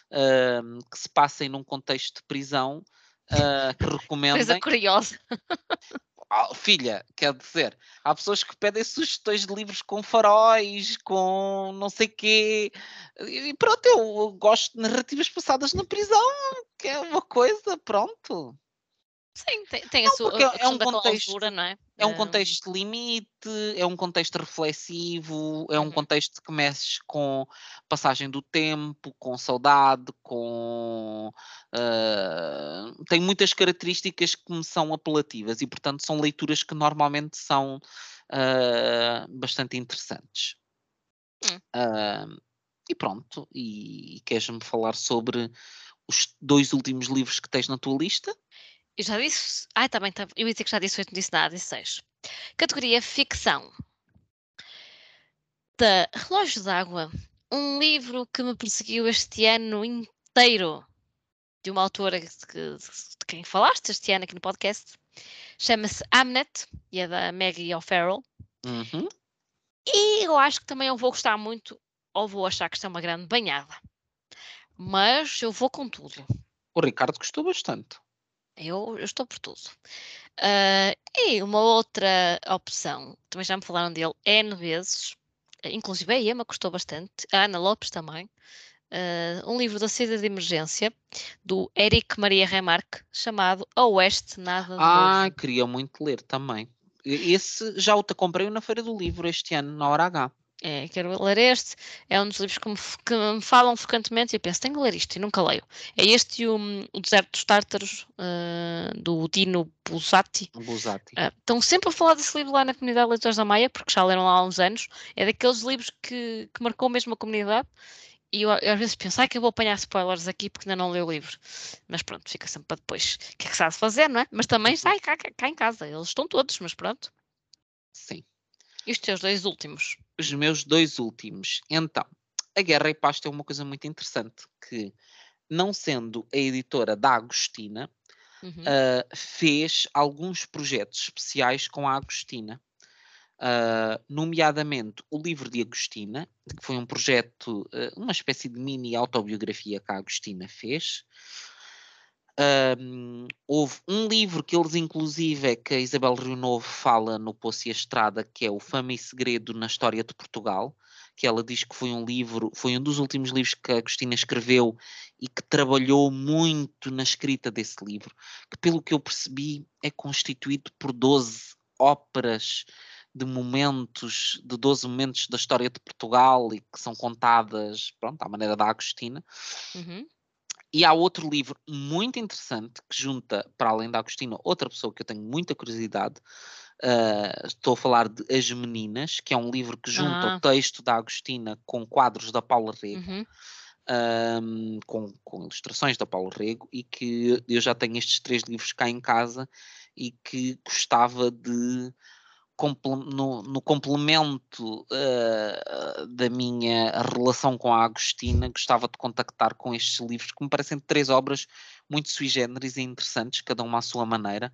uh, que se passem num contexto de prisão, uh, que recomendem. Coisa curiosa. Oh, filha, quer dizer, há pessoas que pedem sugestões de livros com faróis, com não sei quê, e pronto, eu gosto de narrativas passadas na prisão, que é uma coisa, pronto. Sim, tem, tem a, Não, sua, porque a é questão um da contexto, clausura, não é? é um Um, contexto limite, é um contexto reflexivo, é um Uhum. contexto que mexe com passagem do tempo, com saudade, com uh, tem muitas características que me são apelativas e, portanto, são leituras que normalmente são uh, bastante interessantes. Hum. Uh, e pronto, e queres-me falar sobre os dois últimos livros que tens na tua lista? Eu já disse. Ai, também, tá, eu ia dizer que já disse oito, não disse nada, disse seis. Categoria ficção. Da Relógio d'Água. Um livro que me perseguiu este ano inteiro. De uma autora que, que, de quem falaste este ano aqui no podcast. Chama-se Amnet e é da Maggie O'Farrell. Uhum. E eu acho que também eu vou gostar muito, ou vou achar que isto é uma grande banhada. Mas eu vou com tudo. O Ricardo gostou bastante. Eu, eu estou por tudo. Uh, e uma outra opção, também já me falaram dele N vezes, inclusive a Emma gostou bastante, a Ana Lopes também. Uh, um livro da saída de emergência do Eric Maria Remarque, chamado A Oeste Nada de Ah, Novo. queria muito ler também. Esse já o te comprei na Feira do Livro este ano, na hora H. É, quero ler este. É um dos livros que me, que me falam frequentemente e eu penso, tenho que ler isto e nunca leio. É este e o, o Deserto dos Tártaros, uh, do Dino Buzzati. Buzzati. Uh, estão sempre a falar desse livro lá na comunidade de Leitores da Maia, porque já leram lá há uns anos. É daqueles livros que, que marcou mesmo a comunidade. E eu, eu às vezes penso, ah, que eu vou apanhar spoilers aqui porque ainda não li o livro. Mas pronto, fica sempre para depois. O que é que se há de fazer, não é? Mas também está cá, cá, cá em casa. Eles estão todos, mas pronto. Sim. E os teus dois últimos? Os meus dois últimos. Então, A Guerra e Paz é uma coisa muito interessante, que, não sendo a editora da Agostina, Uhum. uh, fez alguns projetos especiais com a Agostina. Uh, nomeadamente o livro de Agostina, que foi um projeto, uh, uma espécie de mini autobiografia que a Agostina fez. Um, houve um livro que eles, inclusive, é que a Isabel Rio Novo fala no Poço e a Estrada, que é o Fama e Segredo na História de Portugal, que ela diz que foi um livro, foi um dos últimos livros que a Agostina escreveu e que trabalhou muito na escrita desse livro, que, pelo que eu percebi, é constituído por doze óperas de momentos, de doze momentos da história de Portugal e que são contadas, pronto, à maneira da Agostina. Uhum. E há outro livro muito interessante que junta, para além da Agostina, outra pessoa que eu tenho muita curiosidade. Uh, estou a falar de As Meninas, que é um livro que junta Ah. o texto da Agostina com quadros da Paula Rego, Uhum. um, com, com ilustrações da Paula Rego, e que eu já tenho estes três livros cá em casa e que gostava de no, no complemento uh, da minha relação com a Agostina, gostava de contactar com estes livros, que me parecem três obras muito sui generis e interessantes, cada uma à sua maneira,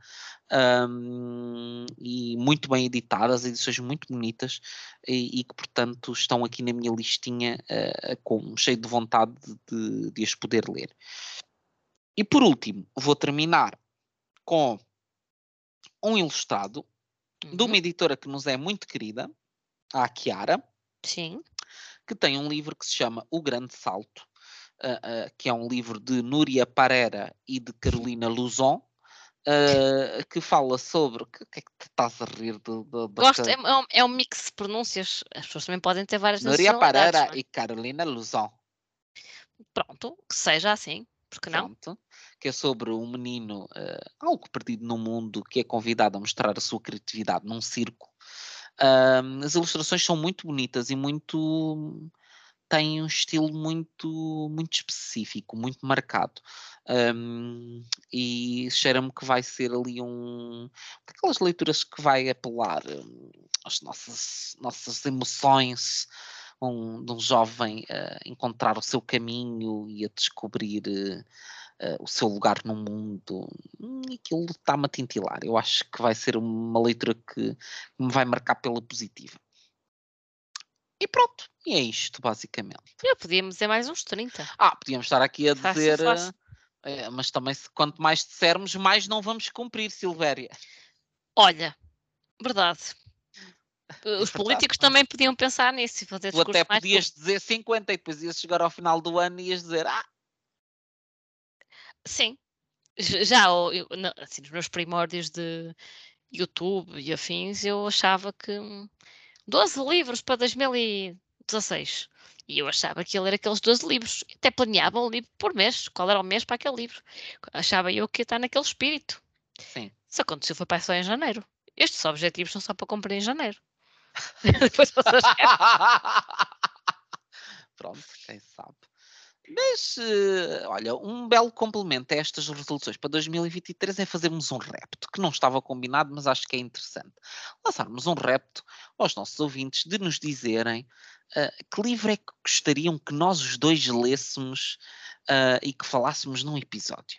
um, e muito bem editadas, edições muito bonitas, e, e que, portanto, estão aqui na minha listinha, uh, com, cheio de vontade de, de as poder ler. E, por último, vou terminar com um ilustrado, de uma Uhum. editora que nos é muito querida, a Chiara, Sim. que tem um livro que se chama O Grande Salto, uh, uh, que é um livro de Núria Parera e de Carolina Luzon, uh, que fala sobre... O que, que é que te estás a rir? De, de, de, Gosto, de... é, é, um, é um mix de pronúncias. As pessoas também podem ter várias Núria nacionalidades, Parera não é? e Carolina Luzon. Pronto, que seja assim, porque não? Pronto, que é sobre um menino, uh, algo perdido no mundo, que é convidado a mostrar a sua criatividade num circo. Uh, as ilustrações são muito bonitas e muito... têm um estilo muito, muito específico, muito marcado. Um, e cheira-me que vai ser ali um daquelas leituras que vai apelar um, às nossas, nossas emoções, um, de um jovem a encontrar o seu caminho e a descobrir uh, uh, o seu lugar no mundo. Hum, E aquilo está-me a tintilar. Eu acho que vai ser uma leitura que me vai marcar pela positiva. E pronto, e é isto, basicamente. Eu podíamos dizer mais uns trinta. Ah, podíamos estar aqui a Fácil, dizer, fácil. eh, mas também se, quanto mais dissermos, mais não vamos cumprir, Silvéria. Olha, verdade. É Os verdade, políticos não é? também podiam pensar nisso e fazer Tu até discursos mais podias curtos. dizer cinquenta e depois ias chegar ao final do ano e ias dizer, ah, Sim. J- Já ou eu- na- assim, nos meus primórdios de YouTube e afins, eu achava que hum, doze livros para dois mil e dezasseis. E eu achava que ele era aqueles doze livros. Até planeava um livro por mês. Qual era o mês para aquele livro? Achava eu que ia estar naquele espírito. sim. Isso aconteceu foi para só em janeiro. Estes objetivos são só para cumprir em janeiro. Depois vocês Pronto, quem sabe. Mas, eh, olha, um belo complemento a estas resoluções para dois mil e vinte e três é fazermos um repto, que não estava combinado, mas acho que é interessante. Lançarmos um repto aos nossos ouvintes de nos dizerem eh, que livro é que gostariam que nós os dois lêssemos eh, e que falássemos num episódio.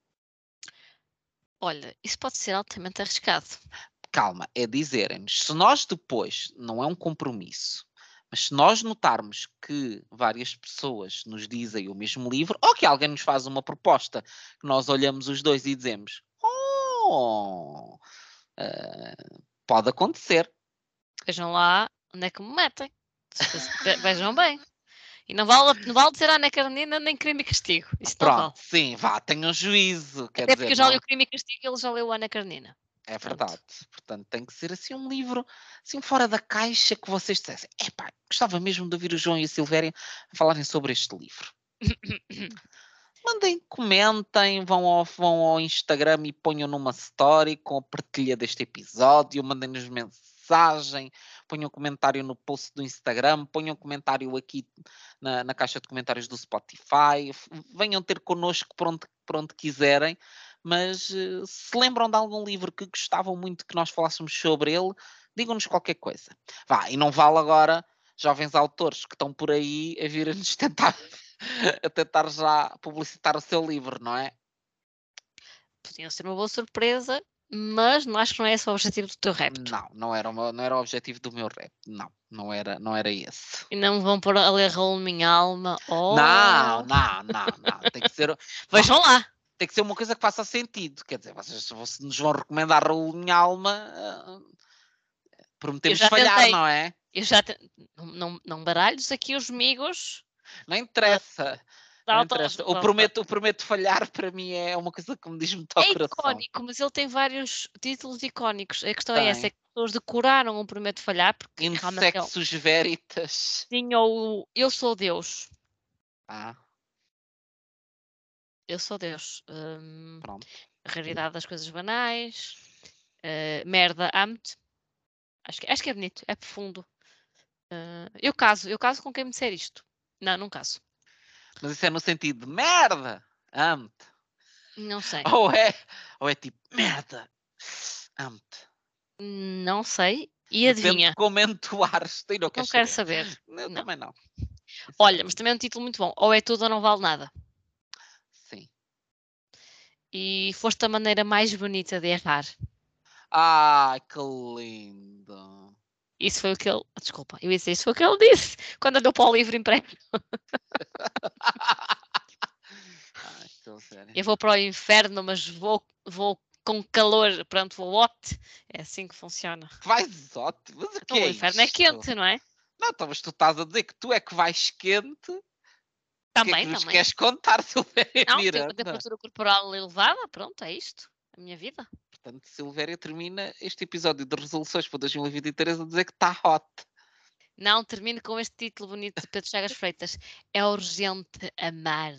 Olha, isso pode ser altamente arriscado. Calma, é dizerem-nos, se nós depois, não é um compromisso, mas se nós notarmos que várias pessoas nos dizem o mesmo livro, ou que alguém nos faz uma proposta, que nós olhamos os dois e dizemos, oh, eh, pode acontecer. Vejam lá onde é que me metem. Ve- Vejam bem. E não vale, não vale dizer Ana Karenina nem Crime e Castigo. Isso não Pronto, vale. sim, vá, tenham juízo, quer Até porque dizer, eu já li não o Crime e Castigo e ele já leu Ana Karenina. é Portanto, verdade. Portanto, tem que ser assim um livro, assim fora da caixa, que vocês dissessem, epá, gostava mesmo de ouvir o João e a Silvéria a falarem sobre este livro. Mandem, comentem, vão ao, vão ao Instagram e ponham numa story com a partilha deste episódio, mandem-nos mensagem, ponham um comentário no post do Instagram, ponham um comentário aqui na, na caixa de comentários do Spotify, f- venham ter connosco por onde, por onde quiserem, mas eh, se lembram de algum livro que gostavam muito que nós falássemos sobre ele, digam-nos qualquer coisa. Vá, e não vale agora jovens autores que estão por aí a vir-nos tentar a tentar já publicitar o seu livro, não é? podiam ser uma boa surpresa, mas não acho que não é esse o objetivo do teu repto. Não, não era, o meu- não era o objetivo do meu rap. Não, não era, não era esse. E não vão pôr a ler Raul Minha Alma. Não, Oh, não, não, não. Tem que ser, vejam vá, lá. tem que ser uma coisa que faça sentido. Quer dizer, vocês se vocês nos vão recomendar Raul Minha Alma, ah, Eu prometemos já falhar, tentei. não é? Eu já te... não, não, não baralhos aqui os amigos Não da, interessa. da Não interessa. O autoajuda. prometo, o prometo falhar para mim é uma coisa que me diz muito ao É coração. icónico, mas ele tem vários títulos icónicos. A questão é essa, é Tem. que as pessoas decoraram o Prometo Falhar, porque In realmente ele sexus veritas. tinha o Eu Sou Deus. Ah, Eu Sou Deus. Hum, pronto. a Raridade das Coisas Banais. eh, merda, amo-te. Acho que, acho que é bonito, é profundo. Eh, eu caso, eu caso com quem me disser isto. Não, não caso. Mas isso é no sentido de merda, amo-te. Não sei. Ou é, ou é tipo, merda, amo-te. Não sei. E Depende de adivinha? como entoares. Tu não Não queres quero saber. saber. Eu Não. também não. Olha, mas também é um Sinceramente. título muito bom. Ou é tudo ou não vale nada. Sim. E foste a maneira mais bonita de errar. Ai, que lindo. Isso foi o que ele. Desculpa, eu ia dizer, isso foi o que ele disse quando andou para o livro impresso. Ai, estou sério. Eu vou para o inferno, mas vou, vou com calor. Pronto, vou hot. É assim que funciona. Vais ótimo. Mas o que Então, é o inferno é isto? quente, não é? Não, então, mas tu estás a dizer que tu é que vais quente. O que é que Também, nos também. queres contar, Silvéria Não, tenho uma Miranda? temperatura corporal elevada. Pronto, é isto. A minha vida. Portanto, Silvéria termina este episódio de resoluções para dois mil e vinte e três a dizer que está hot. Não, termino com este título bonito de Pedro Chagas Freitas. É urgente amar.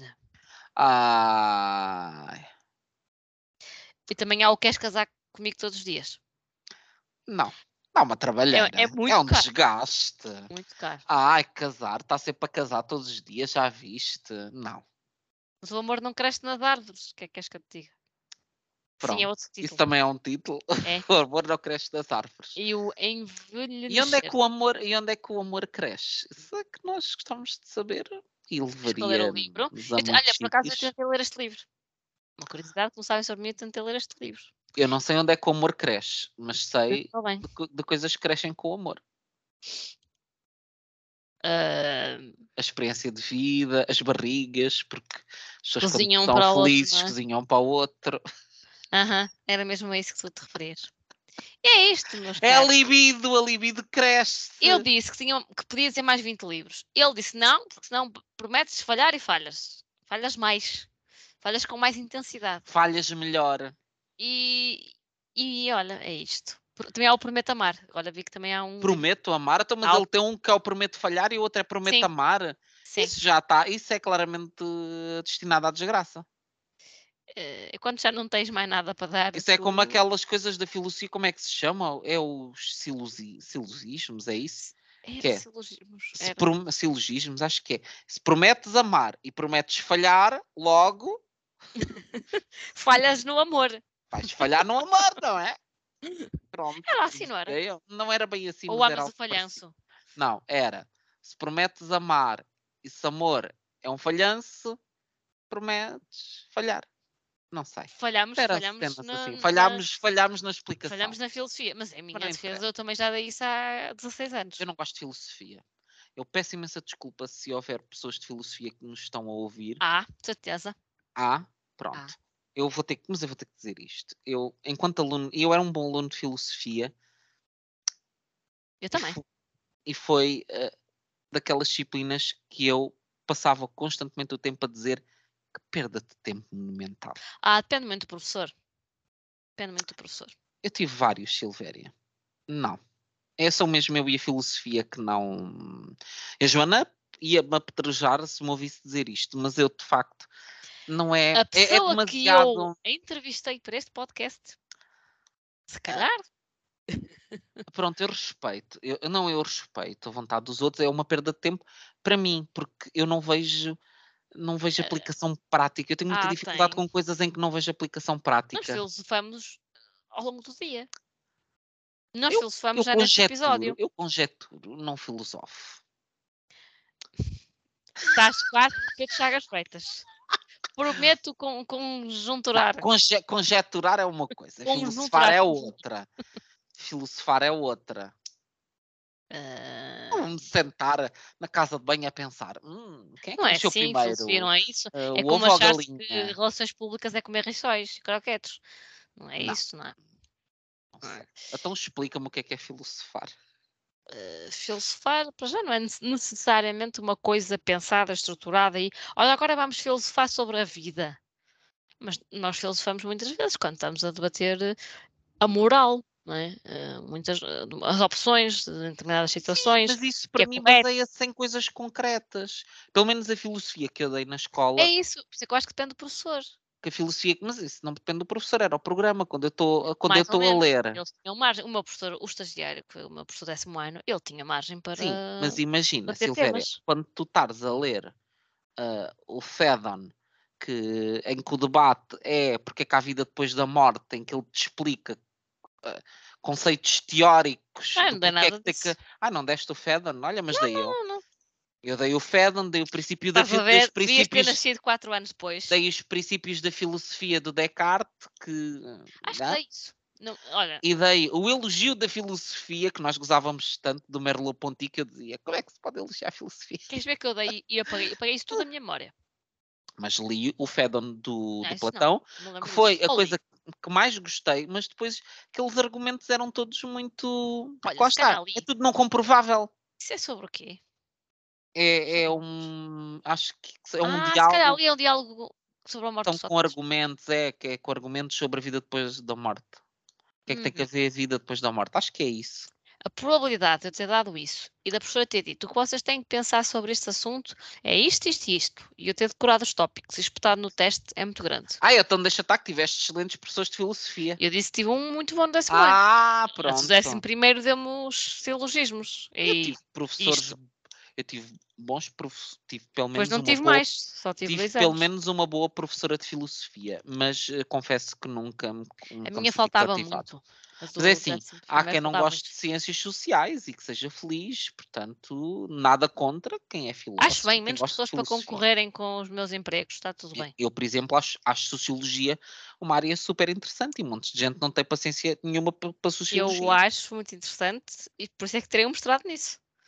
Ai, E também há o Queres Casar Comigo Todos os Dias. não. Dá uma É, é trabalheira. É muito um caro. desgaste. Muito caro. Ai, casar. Está sempre a casar todos os dias, já viste? Não. Mas o amor não cresce nas árvores. O que é que queres que eu te diga? Sim, é Pronto. outro Isso título. também é um título. É. O amor não cresce das árvores. E o E onde é envelhecer. que o amor, e onde é que o amor cresce? Isso é que nós gostamos de saber. E Escolher o livro. levaria-nos a Este- muitos olha, por acaso eu sítios. tentei ler este livro. Uma curiosidade que não sabem sobre mim, eu tentei ler este livro. Eu não sei onde é que o amor cresce, mas sei Está bem. de, co- de coisas que crescem com o amor. Uh, a experiência de vida, as barrigas, porque as pessoas quando Cozinham um estão para o outro, felizes não é? cozinham para o outro. Aham, era mesmo a isso que tu te referias. E é isto, meus É a caros. libido, a libido cresce. Eu disse que, tinha, que podia dizer mais vinte livros. Ele disse não, porque senão prometes falhar e falhas. Falhas mais. Falhas com mais intensidade. Falhas melhor. E, e olha, é isto. Por- Também há o Prometo Amar. Agora vi que também há um livro. Prometo amar, então, mas Há o- ele tem um que é o prometo falhar e o outro é prometo Sim, amar. sim. Isso já está, isso é claramente eh, destinado à desgraça. Eh, quando já não tens mais nada para dar, Isso é como tu- aquelas coisas da filosofia, como é que se chama? É os silogi- silogismos, é isso? Era Que é? silogismos. Se Era. prom- silogismos, acho que é. Se prometes amar e prometes falhar, logo Falhas no amor. vais falhar no amor, não é? Pronto. Era assim, não era? Eu- Não era bem assim, Ou mas era amas o algo parecido. falhanço? Não, era. Se prometes amar e se amor é um falhanço, prometes falhar. Não sei. Falhámos, Era falhámos cenas na, assim. na- Falhámos, falhámos na explicação. falhámos na filosofia. Mas em Mas minha não defesa, interessa. eu também já dei isso há dezasseis anos. Eu não gosto de filosofia. Eu peço imensa desculpa se houver pessoas de filosofia que nos estão a ouvir. Ah, de certeza. Ah, pronto. Ah. Eu vou ter que, mas eu vou ter que dizer isto. Eu, enquanto aluno, eu era um bom aluno de filosofia. Eu E, também. fo- e foi uh, daquelas disciplinas que eu passava constantemente o tempo a dizer que perda de tempo monumental. Ah, depende muito do professor. Depende muito do professor. Eu tive vários, Silvéria. Não. É só mesmo eu e a filosofia que não. A Joana ia-me apedrejar se me ouvisse dizer isto, mas eu de facto não é. A É, é pessoa que eu demasiado. entrevistei para este podcast, se calhar, Pronto, eu respeito. Eu, eu- não, eu respeito a vontade dos outros. É uma perda de tempo para mim, porque eu não vejo, não vejo eh, aplicação prática. Eu tenho muita ah, dificuldade tem. com coisas em que não vejo aplicação Nós prática. filosofamos ao longo do dia. Nós Eu, filosofamos eu já neste conjeturo, episódio. eu conjeturo, não filosofo. Estás quase com Pedro Chagas Freitas. Prometo com, Não, conjunturar. conje- conjeturar é uma coisa, filosofar Conjunturar. é outra. Filosofar é outra. Ah, Não me sentar na casa de banho a pensar, hum, quem é que não é nasceu assim, filosofia primeiro? não é isso. Uh, É o como ovo ou a achares que galinha? relações públicas é comer rissóis e croquetes. Não é Não, isso, não é? não Não sei. é? Então explica-me o que é que é filosofar. Uh, filosofar, para já não é nece- necessariamente uma coisa pensada, estruturada e olha, agora vamos filosofar sobre a vida. Mas nós filosofamos muitas vezes quando estamos a debater eh, a moral, não é? Uh, muitas uh, as opções de determinadas Sim, situações, mas isso o que para é mim correto. baseia-se em coisas concretas. Pelo menos a filosofia que eu dei na É escola, isso, por isso é que eu acho que depende do professor. que a filosofia, mas isso não depende do professor, era o programa, quando eu estou quando eu Mais ou estou a menos. ler. Eles tinham margem. O meu professor, o estagiário, que foi o meu professor décimo ano, ele tinha margem para Sim, mas imagina, debater Silvéria, temas. quando tu estares a ler uh, o Fedon, que, em que o debate é porque é que há vida depois da morte, em que ele te explica uh, conceitos teóricos Ah, do não dei porquê é nada que tem disso. que. Ah, não deste o Fedon? Olha, mas dei eu. Não, não. Eu dei o Fedon, dei o princípio da Estás a fi- dei os ver? Devias ter princípios, nascido quatro anos depois. dei os princípios da filosofia do Descartes, que. Acho que Né? dei isso. Não, olha, E dei o elogio da filosofia, que nós gozávamos tanto do Merleau-Ponty, que eu dizia, como é que se pode elogiar a filosofia? queres ver que eu dei e apaguei? Eu apaguei isso tudo da minha memória. Mas li o Fedon do, Ah, do isso não. Platão, Não que lembro foi disso. a Ou li. coisa que mais gostei, mas depois aqueles argumentos eram todos muito. Porque Olha, lá se calhar está, é li. tudo não comprovável. Isso é sobre o quê? É, é Sobre... um. Acho que é um Ah, se calhar diálogo. li um diálogo sobre a morte Estão de com Sócrates. argumentos, é, que é com argumentos sobre a vida depois da morte. O que é que tem que Uhum. haver a vida depois da morte? Acho que é isso. A probabilidade de eu ter dado isso e da professora ter dito o que vocês têm que pensar sobre este assunto é isto, isto e isto, e eu ter decorado os tópicos e espetado no teste é muito grande. Ah, então deixa estar que tiveste excelentes professores de filosofia. Eu disse que tive um muito bom no décimo ano. Ah, Antes do décimo pronto. primeiro demos silogismos. Eu E tive professores, isto. eu tive bons professores, tive pelo Depois menos não uma tive boa, mais, só tive tive dois pelo anos. menos uma boa professora de filosofia, mas eh, confesso que nunca, me- A nunca me minha senti faltava cativado. muito. A Mas é do assim, décimo há primeiro quem não faltava goste de muito. ciências sociais e que seja feliz, portanto, nada contra quem é Acho filósofo bem, e quem menos gosta de pessoas para filosofia. concorrerem com os meus empregos, está tudo Eu, bem. eu, por exemplo, acho, acho sociologia uma área super interessante e montes de gente não tem paciência nenhuma para Eu sociologia. acho muito interessante e por isso é que terei um mestrado nisso.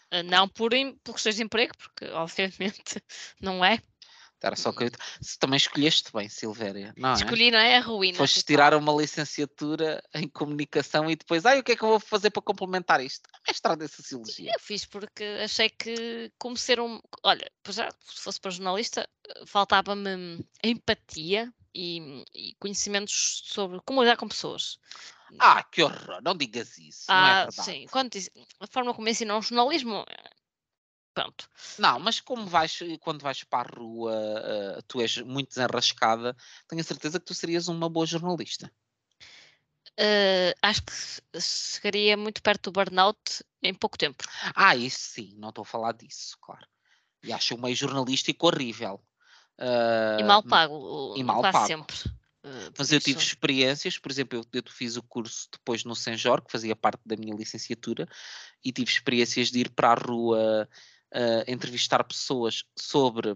Uh, não por, em, por questões de emprego, porque obviamente não é. Era só que eu... Se também escolheste bem, Silvéria, não é? Escolhi, não é? A ruína. Foste total. tirar uma licenciatura em comunicação e depois, ai, o que é que eu vou fazer para complementar isto? Mestrado em Sociologia. Eu fiz porque achei que, como ser um. Olha, já, se fosse para jornalista, faltava-me empatia e, e conhecimentos sobre como lidar com pessoas. Ah, que horror, não digas isso, ah, não é verdade. Sim, quando diz, a forma como ensinam o jornalismo, pronto. Não, mas como vais, quando vais para a rua, uh, tu és muito desenrascada, tenho a certeza que tu serias uma boa jornalista. Uh, acho que chegaria muito perto do burnout em pouco tempo. Ah, isso sim, não estou a falar disso, claro. E acho o meio jornalístico horrível. Uh, e mal pago, e mal quase pago. sempre. Uh, Mas eu tive experiências, por exemplo, eu, eu fiz o curso depois no Senjor, que fazia parte da minha licenciatura, e tive experiências de ir para a rua uh, entrevistar pessoas sobre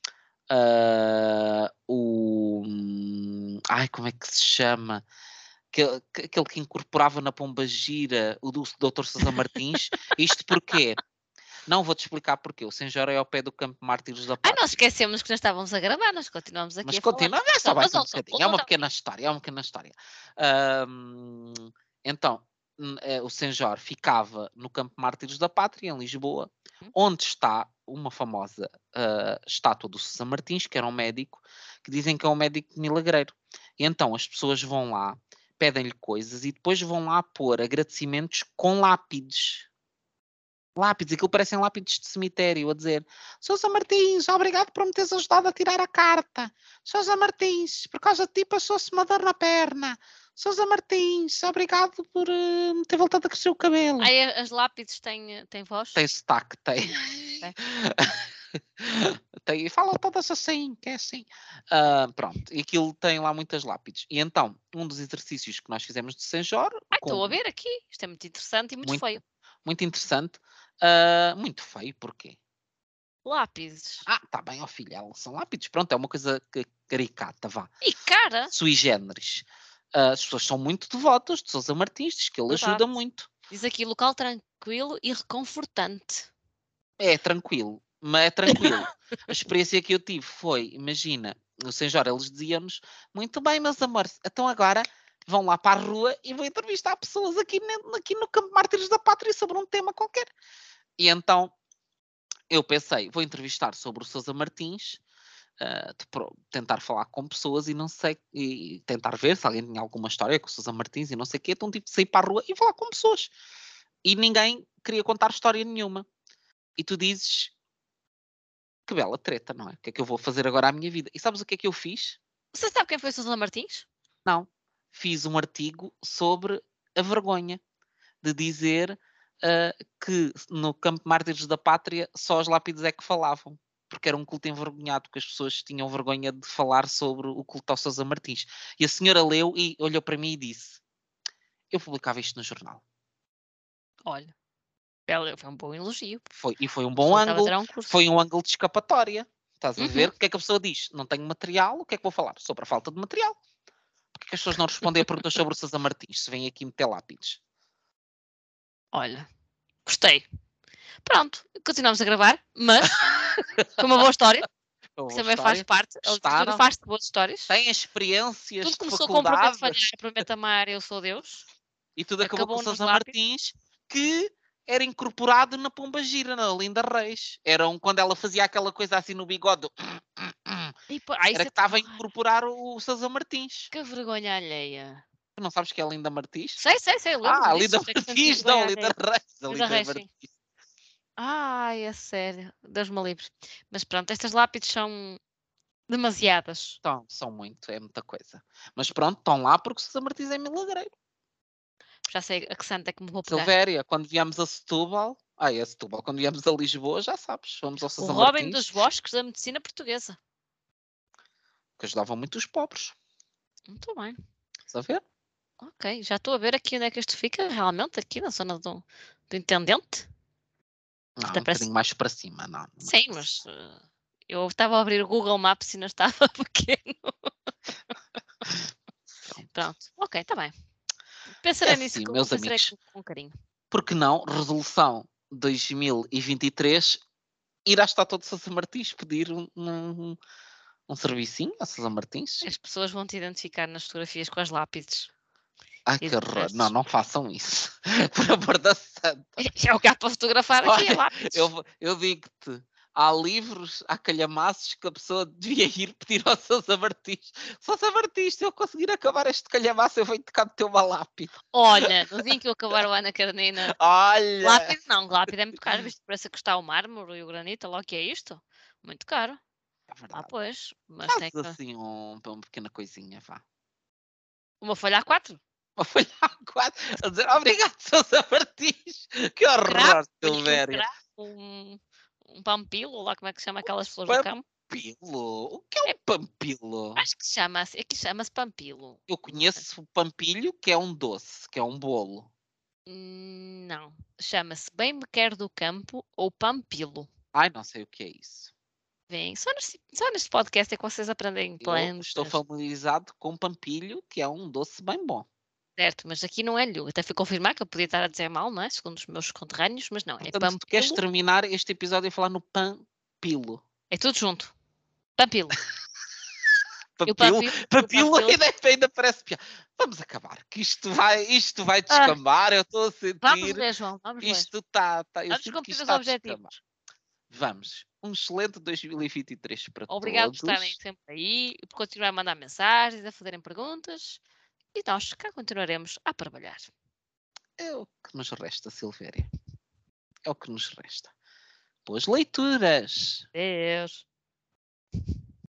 uh, o... Ai, como é que se chama? Aquele, aquele que incorporava na Pombagira o do doutor Sousa Martins. Isto porquê? Não vou-te explicar porquê. O Senjor é ao pé do Campo Mártires da Pátria. Ah, nós esquecemos que nós estávamos a gravar, nós continuamos aqui mas a continua, falar. É só mais mas, um ouça, bocadinho. ouça, É uma ouça. pequena história. É uma pequena história. Um, então, o Senjor ficava no Campo Mártires da Pátria, em Lisboa, hum? onde está uma famosa uh, estátua do Sousa Martins, que era um médico, que dizem que é um médico milagreiro. E então as pessoas vão lá, pedem-lhe coisas e depois vão lá pôr agradecimentos com lápides. Lápides, aquilo parecem lápides de cemitério, a dizer: Sousa Martins, obrigado por me teres ajudado a tirar a carta. Sousa Martins, por causa de ti passou-se uma dor na perna. Sousa Martins, obrigado por uh, me ter voltado a crescer o cabelo. Aí as lápides têm, têm voz? Tem sotaque, tem. É. tem. Falam todas assim, que é assim. Uh, pronto, e aquilo tem lá muitas lápides. E então, um dos exercícios que nós fizemos de Senjor... Ah, estou com... a ver aqui. Isto é muito interessante e muito, muito feio. Muito interessante. Uh, muito feio, porquê? Lápides. Ah, tá bem, ó oh, filha, são lápides. Pronto, é uma coisa caricata, vá. E cara? Sui generis. Uh, as pessoas são muito devotas de Sousa Martins, diz que ele Verdade. ajuda muito. Diz aqui, local tranquilo e reconfortante. É, tranquilo. Mas é tranquilo. A experiência que eu tive foi, imagina, no Senjor eles diziam-nos, muito bem, meus amores, então agora vão lá para a rua e vão entrevistar pessoas aqui, aqui no Campo Mártires da Pátria sobre um tema qualquer. E então eu pensei, vou entrevistar sobre o Sousa Martins, uh, de pro, tentar falar com pessoas e não sei, e tentar ver se alguém tinha alguma história com o Sousa Martins e não sei o quê, então tive de sair para a rua e falar com pessoas. E ninguém queria contar história nenhuma. E tu dizes, que bela treta, não é? O que é que eu vou fazer agora à minha vida? E sabes o que é que eu fiz? Você sabe quem foi o Sousa Martins? Não. Fiz um artigo sobre a vergonha de dizer uh, que no Campo Mártires da Pátria só os lápides é que falavam. Porque era um culto envergonhado, porque as pessoas tinham vergonha de falar sobre o culto ao Sousa Martins. E a senhora leu e olhou para mim e disse, eu publicava isto no jornal. Olha. Foi um bom elogio. Foi, e foi um bom ângulo. Um foi um ângulo de escapatória. Estás a ver? Uhum. O que é que a pessoa diz? Não tenho material, o que é que vou falar? Sobre a falta de material. Porquê que as pessoas não respondem a perguntas sobre o Sousa Martins se vêm aqui meter lápides? Olha, gostei. Pronto, continuamos a gravar, mas foi uma boa história. Uma boa também história. Faz parte. A literatura faz de boas histórias. Tem experiências tudo de começou faculdade. Com Prometo Falhar, Prometo Amar, Eu Sou Deus. E tudo acabou, acabou com o Sousa Martins, que era incorporado na Pombagira, na Linda Reis. Era um, quando ela fazia aquela coisa assim no bigode. E, pô, era que estava a incorporar o Sousa Martins. Que vergonha alheia. Tu não sabes que é a Linda Martins? Sei, sei, sei. Eu ah, a Linda Martins, não, Linda Reis. A Linda Martins. Ai, é sério. Deus me livre. Mas pronto, estas lápides são demasiadas. Então, são muito, é muita coisa. Mas pronto, estão lá porque o Sousa Martins é milagreiro. Já sei a que santa é que me vou pegar. Silvéria, quando viemos a Setúbal, ah, é Setúbal, quando viemos a Lisboa, já sabes, fomos ao Sousa Martins. O Robin dos Bosques da medicina portuguesa. Que ajudavam muito os pobres. Muito bem. Estás a ver? Ok, já estou a ver aqui onde é que isto fica, realmente, aqui na zona do, do Intendente. Não, um bocadinho mais para cima, não. Sim, mas uh, eu estava a abrir o Google Maps e não estava pequeno. Pronto. Pronto, ok, está bem. Pensarei é nisso assim, com, meus pensarei amigos. Com, com carinho. Por que não? Resolução dois mil e vinte e três irá estar todo Sousa Martins pedir um, um, um servicinho a Sousa Martins. As pessoas vão te identificar nas fotografias com as lápides. Ai, E que horror. depois- Não, não façam isso. Por amor da santa. É o que há para fotografar aqui, é Olha, lápides. Eu, eu digo-te, há livros, há calhamaços que a pessoa devia ir pedir ao Sousa Martins. Sousa Martins, se eu conseguir acabar este calhamaço, eu venho-te cá meter uma lápide. Olha, no dia em que eu acabar o Ana Karenina, Olha! lápide não, lápide é muito caro, visto que parece que está o mármore e o granito, logo que é isto? Muito caro. É Ah, verdade. pois, mas Faz tem que... assim um, uma pequena coisinha, vá. Uma folha A quatro. Uma folha A quatro a dizer obrigado, Sousa Martins. Que horror, Cravo, Silvéria. um, um pampilo, lá como é que se chama aquelas flores do campo? Pampilo? O que é um pampilo? Acho que se chama assim, aqui chama-se pampilo. Eu conheço o pampilho, que é um doce, que é um bolo. Hum, Não, chama-se Bem Me Quer do Campo ou Pampilo. Ai, não sei o que é isso. Vem, só neste, só neste podcast é que vocês aprendem Eu plantas. estou familiarizado com pampilho, que é um doce bem bom. Certo, mas aqui não é lho. Até fui confirmar que eu podia estar a dizer mal, não é? Segundo os meus conterrâneos, mas não, é Portanto, se tu queres pampilo. terminar este episódio a falar no pampilo. É tudo junto. Pampilo. E o Papilo, pampilo, o papilo pampilo- ainda, ainda parece pior. Vamos acabar, que isto vai, isto vai Ah, descambar, eu estou a Vamos sentir. ler, João, vamos ler. Isto está. Tá, eu Vamos sinto que cumprir isto os está a descambar. objetivos. Vamos. Um excelente dois mil e vinte e três para Obrigado por todos. estarem sempre aí, por continuar a mandar mensagens, a fazerem perguntas. E nós cá continuaremos a trabalhar. É o que nos resta, Silvéria. É o que nos resta. Boas leituras! Deus.